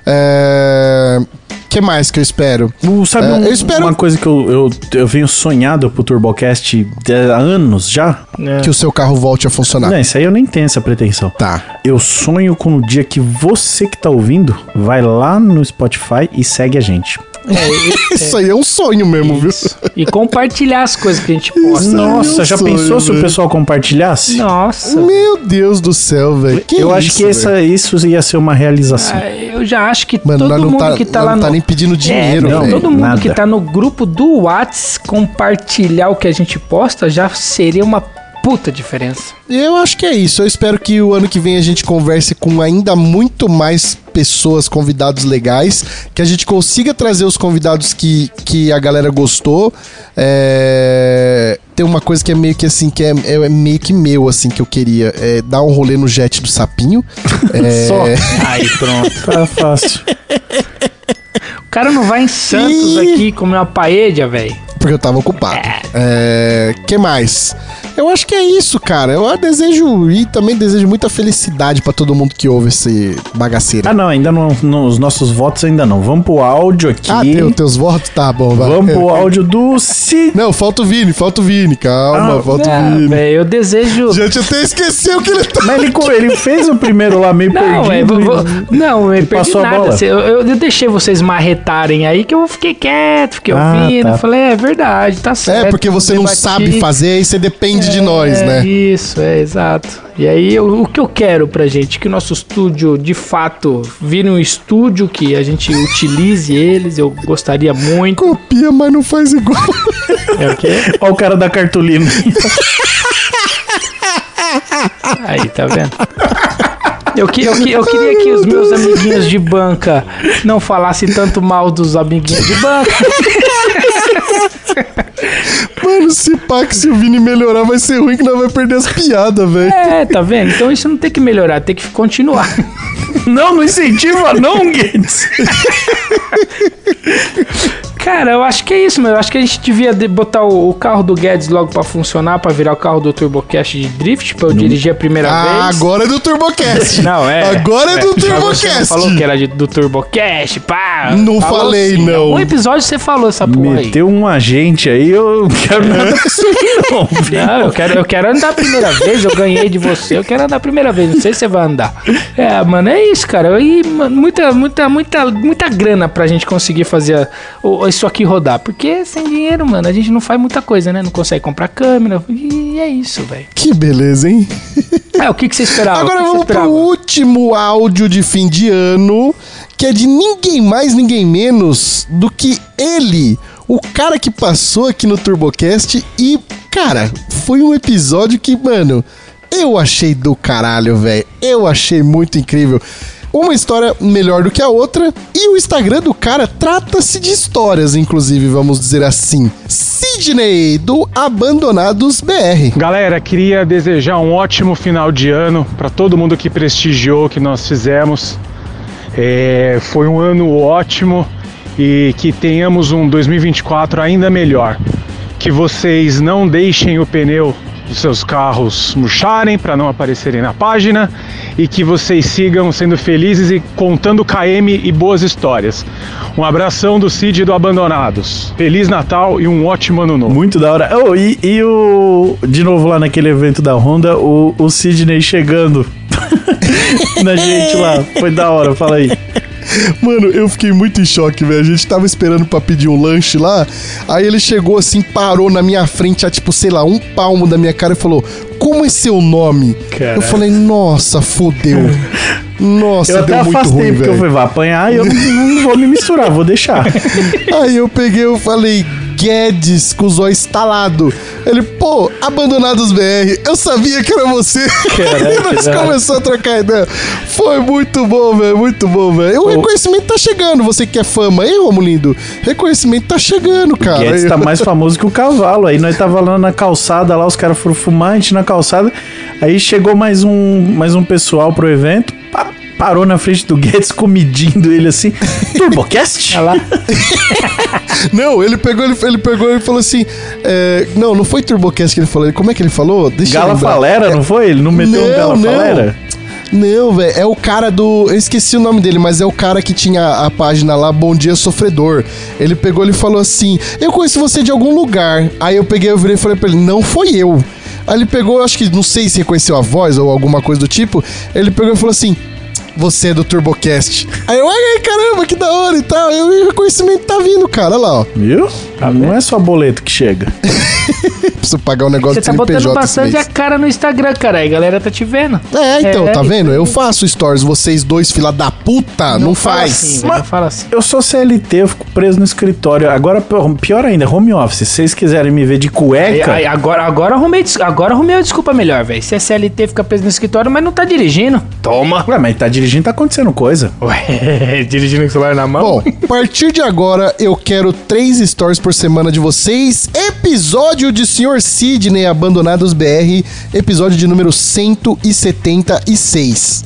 É... que mais que eu espero? Sabe, é, um, eu espero... uma coisa que eu, eu, eu venho sonhado pro TurboCast há anos já? É. Que o seu carro volte a funcionar. Não, isso aí eu nem tenho essa pretensão. Tá. Eu sonho com o dia que você que tá ouvindo vai lá no Spotify e segue a gente. É, isso aí é um sonho mesmo, isso. viu? E compartilhar as coisas que a gente posta. Nossa, é um já sonho, pensou se véio. o pessoal compartilhasse? Nossa. Meu Deus do céu, velho. Eu isso, acho que essa, isso ia ser uma realização. Ah, eu já acho que Mano, todo mundo tá, que tá lá não não no... tá nem pedindo dinheiro, é, velho. Todo mundo Nada. que tá no grupo do Whats compartilhar o que a gente posta já seria uma puta diferença. Eu acho que é isso. Eu espero que o ano que vem a gente converse com ainda muito mais pessoas, convidados legais, que a gente consiga trazer os convidados que, que a galera gostou. É... Tem uma coisa que é meio que assim, que é, é meio que meu, assim, que eu queria. É dar um rolê no jet do Sapinho. É... Só. Aí, pronto. Tá fácil. O cara não vai em Santos E... aqui comer uma paella, velho. Porque eu tava ocupado. É... que mais? Eu acho que é isso, cara. Eu desejo e também desejo muita felicidade pra todo mundo que ouve esse bagaceiro. Ah, não, ainda não, não. Os nossos votos ainda não. Vamos pro áudio aqui. Ah, tem os teus votos? Tá bom, vai. Vamos pro áudio do Cid. Não, falta o Vini, falta o Vini. Calma, Ah, falta Ah, o Vini. velho, eu desejo. Gente, até esqueceu que ele tá. Mas ele, ele fez o primeiro lá meio Não, é, perdido. vou, vou, não, eu perdi passou a nada. bola. Eu, eu deixei vocês marretarem aí que eu fiquei quieto, fiquei Ah, ouvindo. tá. Falei, é verdade, tá certo. É, porque você não debati. sabe fazer, aí você depende de nós, É, né? Isso, é, exato. E aí, eu- o que eu quero pra gente? Que o nosso estúdio, de fato, vire um estúdio, que a gente utilize eles, eu gostaria muito. Copia, mas não faz igual. É o quê? Olha o cara da cartolina. Aí, tá vendo? Eu, que, eu, que, eu queria que os meus amiguinhos de banca não falassem tanto mal dos amiguinhos de banca. Mano, se pá que se o Vini melhorar vai ser ruim, que nós vai perder as piadas, velho. É, tá vendo? Então isso não tem que melhorar, tem que continuar. Não, não incentiva não, Guedes. Cara, eu acho que é isso, meu. Eu acho que a gente devia de- botar o, o carro do Guedes logo pra funcionar, pra virar o carro do TurboCast de Drift, pra eu dirigir a primeira Ah, vez. agora é do TurboCast. Não, é. Agora é do Mas Você não TurboCast. falou que era de- do TurboCast, pá. Não Falou falei, sim. não. Um episódio você falou essa porra aí. Meteu um agente aí, eu não quero nada com isso não, viu? Não, eu quero, eu quero andar a primeira vez, eu ganhei de você, eu quero andar a primeira vez, não sei se você vai andar. É, mano, é isso, cara. E mano, muita, muita, muita, muita grana pra gente conseguir fazer a- o- isso aqui rodar. Porque sem dinheiro, mano, a gente não faz muita coisa, né? Não consegue comprar câmera. E é isso, velho. Que beleza, hein? É, o que, que você esperava? Agora O que que vamos você pro esperava? último áudio de fim de ano, que é de ninguém mais, ninguém menos do que ele, o cara que passou aqui no TurboCast e, cara, foi um episódio que, mano, eu achei do caralho, velho. Eu achei muito incrível. Uma história melhor do que a outra. E o Instagram do cara trata-se de histórias, inclusive, vamos dizer assim. Sidney, do Abandonados B R. Galera, queria desejar um ótimo final de ano para todo mundo que prestigiou o que nós fizemos. É, foi um ano ótimo e que tenhamos um dois mil e vinte e quatro ainda melhor. Que vocês não deixem o pneu dos seus carros murcharem para não aparecerem na página e que vocês sigam sendo felizes e contando K M e boas histórias. Um abração do Cid do Abandonados. Feliz Natal e um ótimo ano novo. Muito da hora. Oh, e, e o... De novo lá naquele evento da Honda, o, o Sidney chegando na gente lá. Foi da hora, fala aí. Mano, eu fiquei muito em choque, velho. A gente tava esperando pra pedir um lanche lá. Aí ele chegou assim, parou na minha frente, a tipo, sei lá, um palmo da minha cara e falou: como é seu nome? Caralho. Eu falei, nossa, fodeu. Nossa, eu deu até muito afastei, ruim, porque velho. eu falei, vai apanhar e eu não, não vou me misturar, vou deixar. Aí eu peguei, eu falei, Guedes, com os olhos estalados. Ele, pô, Abandonados B R, eu sabia que era você. Caraca, e nós começamos a trocar ideia. Foi muito bom, velho, muito bom, velho. O reconhecimento tá chegando, você que é fama, hein, Romulindo? Reconhecimento tá chegando, cara. O Guedes tá mais famoso que o cavalo. Aí nós tava lá na calçada, lá os caras foram fumar, a gente na calçada. Aí chegou mais um, mais um pessoal pro evento, pá, parou na frente do Guedes, comedindo ele assim, Turbocast? Olha lá. Não, ele pegou, ele, ele pegou e falou assim, é, não, não foi Turbocast que ele falou, como é que ele falou? Deixa Gala Falera, é, não foi? Ele não meteu não, um Gala não. Falera? Não, velho, é o cara do... Eu esqueci o nome dele, mas é o cara que tinha a página lá, Bom Dia Sofredor. Ele pegou, ele falou assim, eu conheço você de algum lugar. Aí eu peguei, eu virei e falei pra ele, não foi eu. Aí ele pegou, acho que, não sei se reconheceu a voz ou alguma coisa do tipo, ele pegou e falou assim, você é do Turbocast. Aí eu, ai, caramba, que da hora e tal. E o reconhecimento tá vindo, cara, olha lá, ó. Viu? Tá não é só boleto que chega. Preciso pagar um negócio Você de tá C N P J botando bastante mês. a cara no Instagram, cara. Aí a galera tá te vendo. É, então, é, tá vendo? isso. Eu faço stories, vocês dois, fila da puta, não, não faz. Assim, Mas não fala assim. Eu sou C L T, eu fico preso no escritório. Agora, pior ainda, home office. Se vocês quiserem me ver de cueca... Aí, aí, agora, agora, arrumei, agora arrumei a desculpa melhor, velho. Se é C L T, fica preso no escritório, mas não tá dirigindo. Toma. Ué, mas tá dirigindo, tá acontecendo coisa. Ué, dirigindo com o celular na mão? Bom, a partir de agora, eu quero três stories por semana de vocês. Episódio de senhor Sidney Abandonados B R, episódio de número cento e setenta e seis.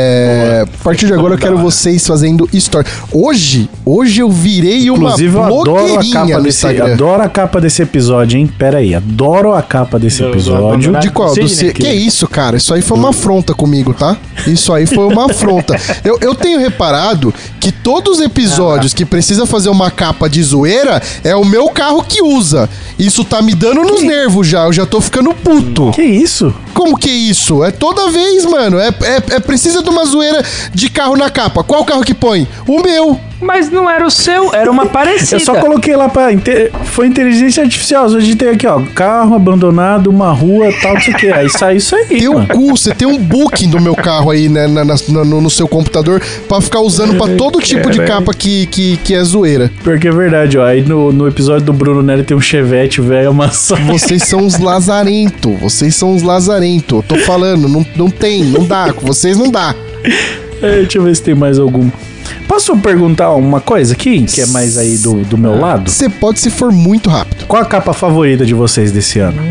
É, a partir de agora eu quero vocês fazendo story. Hoje, hoje eu virei Inclusive, uma eu adoro a capa no desse, Instagram. adoro a capa desse episódio, hein? Pera aí, adoro a capa desse Do- do episódio. De qual? Do Sidney, C... Que isso, cara? Isso aí foi uma afronta comigo, tá? Isso aí foi uma afronta. Eu, eu tenho reparado que todos os episódios que precisa fazer uma capa de zoeira é o meu carro que usa. Isso tá me dando nos nervos já. Eu já tô ficando puto. Que isso? Como que isso? É toda vez, mano. É, é, é precisa de uma zoeira de carro na capa. Qual carro que põe? O meu. Mas não era o seu, era uma parecida. Eu só coloquei lá pra... inte- Foi inteligência artificial. A gente tem aqui, ó, carro abandonado, uma rua, tal, não sei o que. Aí sai isso aí, Tem um mano. cu, você tem um booking do meu carro aí, né, na, na- no, no seu computador pra ficar usando pra todo tipo de Caralho. capa que, que, que é zoeira. Porque é verdade, ó. Aí no, no episódio do Bruno Nery tem um Chevette, velho, amassado. Vocês são uns lazarento. Vocês são uns lazarento. Eu tô falando, não, não tem, não dá. Com vocês não dá. É, deixa eu ver se tem mais algum. Posso perguntar uma coisa aqui, que é mais aí do, do meu lado? Você pode se for muito rápido. Qual a capa favorita de vocês desse ano?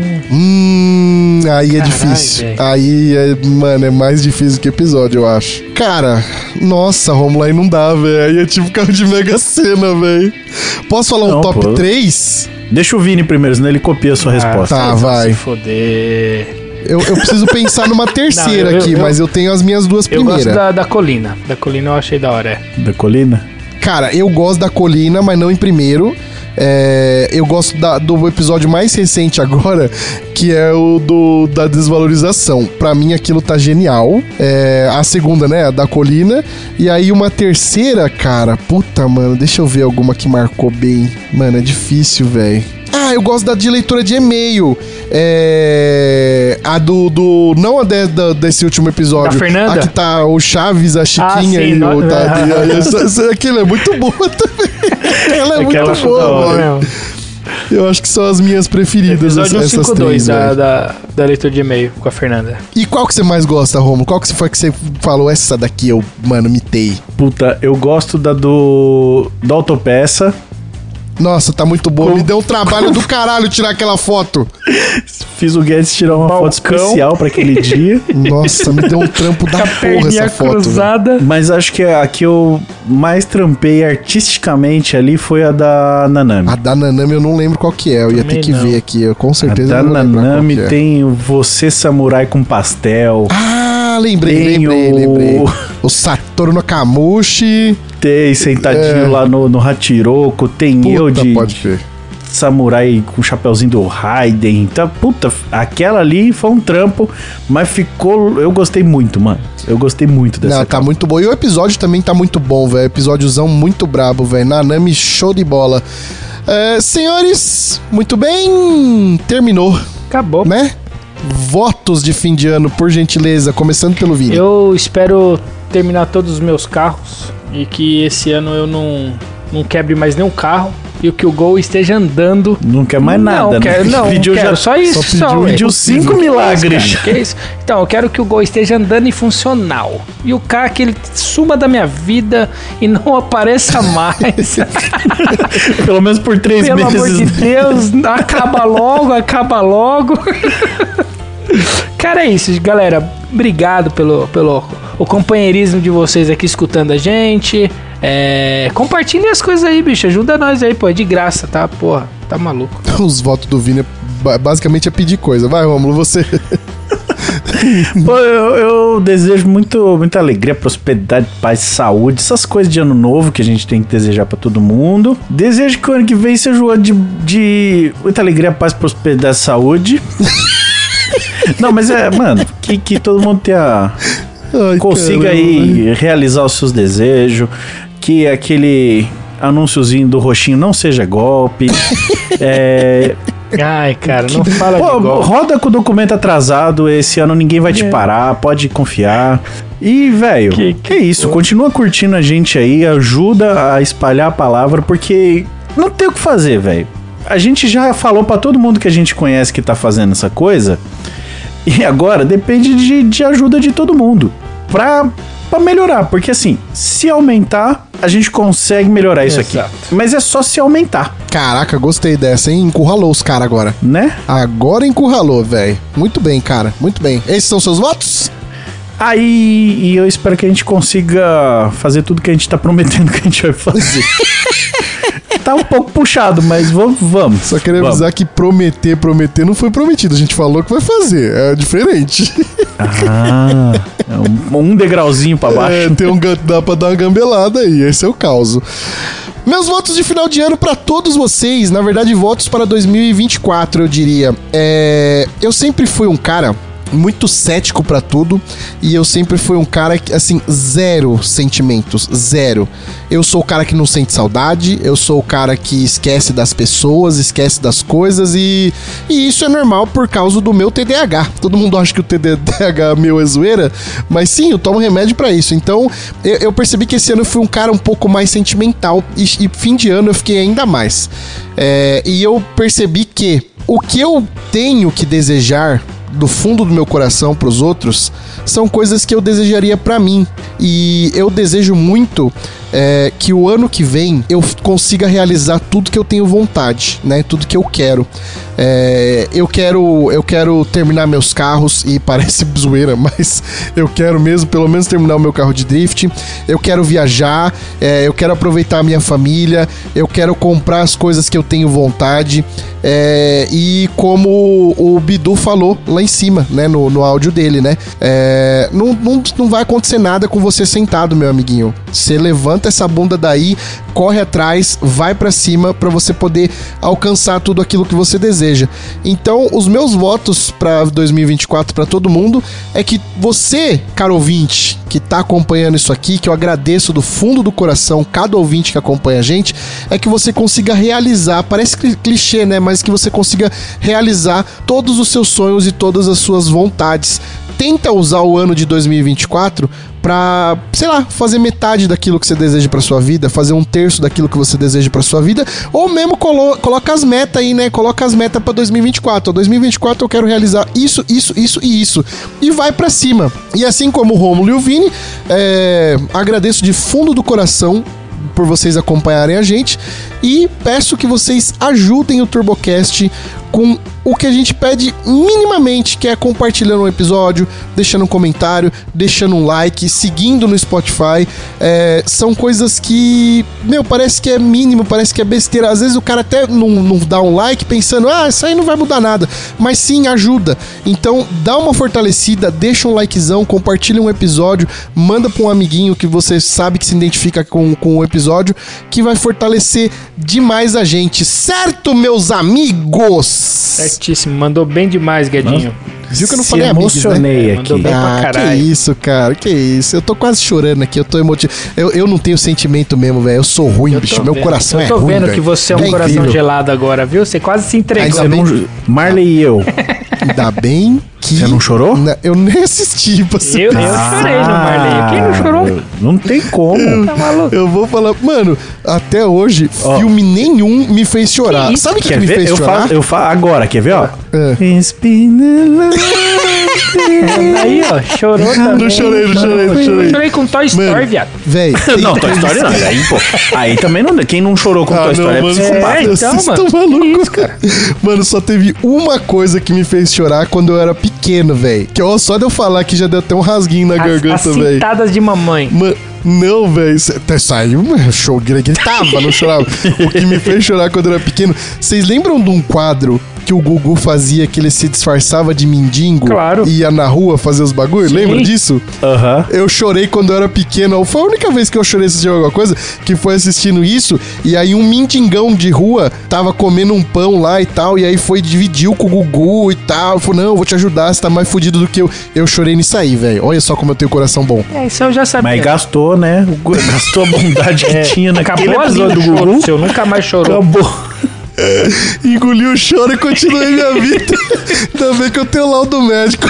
Hum, aí é Caralho, difícil. velho. Aí, é, mano, é mais difícil que episódio, eu acho. Cara, nossa, Romulo, aí não dá, velho. Aí é tipo carro de Mega Sena, velho. Posso falar um Não, top pô. três? Deixa o Vini primeiro, senão ele copia a sua resposta. Tá, vai. Se foder. Eu, eu preciso pensar numa terceira Não, eu- aqui, eu- mas eu tenho as minhas duas Eu gosto primeiras. da, da colina. Da colina eu achei da hora, é. Da colina? Cara, eu gosto da colina, mas não em primeiro. É, eu gosto da- do episódio mais recente agora, que é o do, da desvalorização. Pra mim aquilo tá genial. É, a segunda, né, a da colina. E aí uma terceira, cara, puta, mano, deixa eu ver alguma que marcou bem. Mano, é difícil, velho. Ah, eu gosto da de leitura de e-mail. É, a do, do. Não a de- da- desse último episódio. Da Fernanda? A que tá o Chaves, a Chiquinha Ah, sim, e no- o. Tá, e- essa- essa- aquilo é muito boa também. Ela é Aquela muito boa, da mano. Eu acho que são as minhas preferidas. Episódio essas cento e cinquenta e dois três, da, velho. da, da leitura de e-mail com a Fernanda. E qual que você mais gosta, Romo? Qual que foi que você falou? Essa daqui eu, mano, mitei. Puta, eu gosto da do. Da autopeça. Nossa, tá muito boa. Me deu um trabalho do caralho tirar aquela foto. Fiz o Guedes tirar uma Balcão. foto especial pra aquele dia. Nossa, me deu um trampo da porra essa foto. Cruzada. Mas acho que a que eu mais trampei artisticamente ali foi a da Nanami. A da Nanami eu não lembro qual que é. Eu ia Também ter que não. ver aqui. Eu com certeza a da não vou lembrar Nanami qual que é. tem o Você Samurai com Pastel. Ah, lembrei, Tem lembrei, o- lembrei. O Satoru Nakamushi. Tem sentadinho É. lá no, no Hachiroko. Tem eu Puta, de, pode de ver. samurai com o chapeuzinho do Raiden. Então, puta, aquela ali foi um trampo, mas ficou... Eu gostei muito, mano. Eu gostei muito dessa Não, tá capa. muito bom. E o episódio também tá muito bom, velho. Episódiozão muito brabo, velho. Nanami, show de bola. É, senhores, muito bem. Terminou, Acabou. né? Votos de fim de ano, por gentileza. Começando pelo Vini. Eu espero terminar todos os meus carros e que esse ano eu não, não quebre mais nenhum carro e que o Gol esteja andando. Não quer mais nada, não, né? Quero, não, Pediu quero já- só isso. só pediu- ué. pediu cinco milagres. Que isso? Então, eu quero que o Gol esteja andando e funcional. E o carro que ele suma da minha vida e não apareça mais. Pelo menos por três Pelo meses. amor de Deus, acaba logo, acaba logo. Cara, é isso, galera. Obrigado pelo, pelo o companheirismo de vocês aqui escutando a gente. É, compartilhem as coisas aí, bicho. Ajuda nós aí, pô. É de graça, tá? Porra, tá maluco. Os votos do Vini ba- basicamente é pedir coisa. Vai, Rômulo, você. Pô, eu, eu desejo muito, muita alegria, prosperidade, paz, saúde, essas coisas de ano novo que a gente tem que desejar pra todo mundo. Desejo que o ano que vem seja o ano de, de muita alegria, paz, prosperidade, saúde. Não, mas é, mano, que, que todo mundo tenha, Ai, consiga caramba. aí realizar os seus desejos, que aquele anúnciozinho do roxinho não seja golpe. É, Ai, cara, não fala pô, de golpe. roda com o documento atrasado, esse ano ninguém vai te É. parar, pode confiar. E, velho, que, Que- é isso, continua curtindo a gente aí, ajuda a espalhar a palavra, porque não tem o que fazer, velho. A gente já falou pra todo mundo que a gente conhece que tá fazendo essa coisa, e agora depende de, de ajuda de todo mundo pra, pra melhorar, porque assim, se aumentar, a gente consegue melhorar isso Exato. aqui. Mas é só se aumentar, Caraca, gostei dessa, hein? Encurralou os caras agora. né? Agora encurralou, velho. Muito bem, cara. Muito bem. Esses são seus votos? Aí, e eu espero que a gente consiga fazer tudo que a gente tá prometendo que a gente vai fazer. Tá um pouco puxado, mas vamos. vamos Só queria vamos. avisar que prometer, prometer não foi prometido. A gente falou que vai fazer. É diferente. Ah, é um, um degrauzinho pra baixo. É, tem um, ga- dá pra dar uma gambelada aí. Esse é o caso. Meus votos de final de ano pra todos vocês. Na verdade, votos para dois mil e vinte e quatro, eu diria. É, eu sempre fui um cara muito cético pra tudo e eu sempre fui um cara que, assim, zero sentimentos, zero. Eu sou o cara que não sente saudade, eu sou o cara que esquece das pessoas, esquece das coisas e, e isso é normal por causa do meu T D A H. Todo mundo acha que o T D A H meu é zoeira, mas sim, eu tomo remédio pra isso. Então, eu, eu percebi que esse ano eu fui um cara um pouco mais sentimental e, e fim de ano eu fiquei ainda mais. É, e eu percebi que o que eu tenho que desejar do fundo do meu coração pros outros são coisas que eu desejaria pra mim. E eu desejo muito é, que o ano que vem eu consiga realizar tudo que eu tenho vontade, né? Tudo que eu quero. É, eu quero eu quero terminar meus carros e parece zoeira, mas eu quero mesmo pelo menos terminar o meu carro de drift. Eu quero viajar, é, eu quero aproveitar a minha família, eu quero comprar as coisas que eu tenho vontade. É, e como o Bidu falou lá em cima, né, no, no áudio dele, né, é, não, não, não vai acontecer nada com você sentado, meu amiguinho. Você levanta essa bunda daí, corre atrás, vai pra cima pra você poder alcançar tudo aquilo que você deseja. Então, os meus votos pra dois mil e vinte e quatro pra todo mundo é que você, caro ouvinte, que tá acompanhando isso aqui, que eu agradeço do fundo do coração cada ouvinte que acompanha a gente, é que você consiga realizar, parece clichê, né, mas que você consiga realizar todos os seus sonhos e todas as suas vontades. Tenta usar o ano de dois mil e vinte e quatro pra, sei lá, fazer metade daquilo que você deseja pra sua vida, fazer um terço daquilo que você deseja pra sua vida, ou mesmo colo coloca as metas aí, né? Coloca as metas pra dois mil e vinte e quatro. dois mil e vinte e quatro eu quero realizar isso, isso, isso e isso. E vai pra cima. E assim como o Rômulo e o Vini, é, agradeço de fundo do coração por vocês acompanharem a gente. E peço que vocês ajudem o TurboCast com o que a gente pede minimamente, que é compartilhando um episódio, deixando um comentário, deixando um like, seguindo no Spotify. É, são coisas que, meu, parece que é mínimo, parece que é besteira. Às vezes o cara até não, não dá um like pensando, ah, isso aí não vai mudar nada. Mas sim, ajuda. Então, dá uma fortalecida, deixa um likezão, compartilha um episódio, manda pra um amiguinho que você sabe que se identifica com, com o episódio, que vai fortalecer demais a gente. Certo, meus amigos? Certíssimo, mandou bem demais, Guedinho. Viu que eu não Se falei amigos, emocionei né? aqui. Mandou bem Ah, pra que caralho. isso, cara, que isso. Eu tô quase chorando aqui, eu tô emotivo. Eu, eu não tenho sentimento mesmo, velho. Eu sou ruim, Eu bicho. tô Meu vendo. coração é Eu ruim, tô vendo velho. que você é um É coração incrível. gelado agora, viu? Você quase se entregou. Ainda Você bem- não... Marley e eu. Ainda bem que... Você não chorou? Na- Eu nem assisti, pra ser Eu, eu sincero. chorei no Marley. Quem não chorou? Não tem como. Tá maluco? Eu vou falar... Mano, até hoje, Ó. filme nenhum me fez chorar. Que isso? Sabe o que, que Quer me ver? fez Eu chorar? falo, eu falo agora, quer ver, ó? É. It's been a long Aí, ó, chorou também. Não chorei, não chorei, não Eu chorei. chorei com Toy Story, Mano, viado. Véi, Não, Toy Story não. Aí, pô. Aí também não. Quem não chorou com Ah, Toy não, Story é mano, psicopata. É, então, vocês mano. estão malucos, cara. Mano, só teve uma coisa que me fez chorar quando eu era pequeno, velho. Que ó, só de eu falar que já deu até um rasguinho na As, as garganta, velho. cintadas de mamãe. Mano, não, velho. Até saiu, mano, show, gritava, não chorava. O que me fez chorar quando eu era pequeno. Vocês lembram de um quadro que o Gugu fazia, que ele se disfarçava de mendigo? Claro. E ia na rua fazer os bagulhos? Sim. Lembra disso? Aham. Eu chorei quando eu era pequeno. Foi a única vez que eu chorei assistindo alguma coisa, que foi assistindo isso. E aí um mendigão de rua tava comendo um pão lá e tal. E aí foi, dividiu com o Gugu e tal. Falou, não, eu vou te ajudar, você tá mais fudido do que eu. Eu chorei nisso aí, velho. Olha só como eu tenho coração bom. É, isso eu já sabia. Mas gastou, né? O Gu- Gastou a bondade que tinha naquele Acabou ali episódio o do choro Gugu. seu, nunca mais chorou. Acabou. Engoli o choro e continuei minha vida. Ainda bem que eu tenho laudo médico.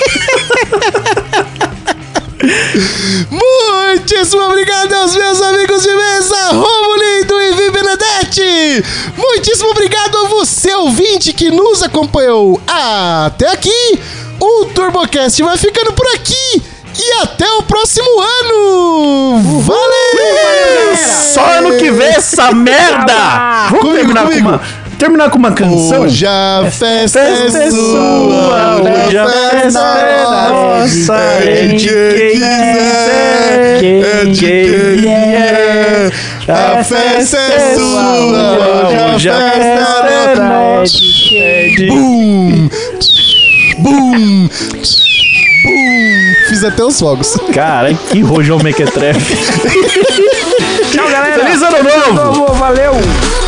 Muitíssimo obrigado aos meus amigos de mesa, Romulindo e Vi Benedetti. Muitíssimo obrigado a você, ouvinte, que nos acompanhou até aqui. O TurboCast vai ficando por aqui. E até o próximo ano! Valeu! Só ano que vem essa merda! Vamos Comigo, terminar, comigo. Com uma, terminar com uma canção? Hoje a festa é Festa é sua, sua, hoje a festa é nossa, é de quem quiser, é de quem vier. A festa é sua, hoje a festa é nossa. Bum! Bum! Bum! Fiz até os fogos. Cara, que rojão mequetrefe. Tchau, galera. Feliz ano novo! Valeu!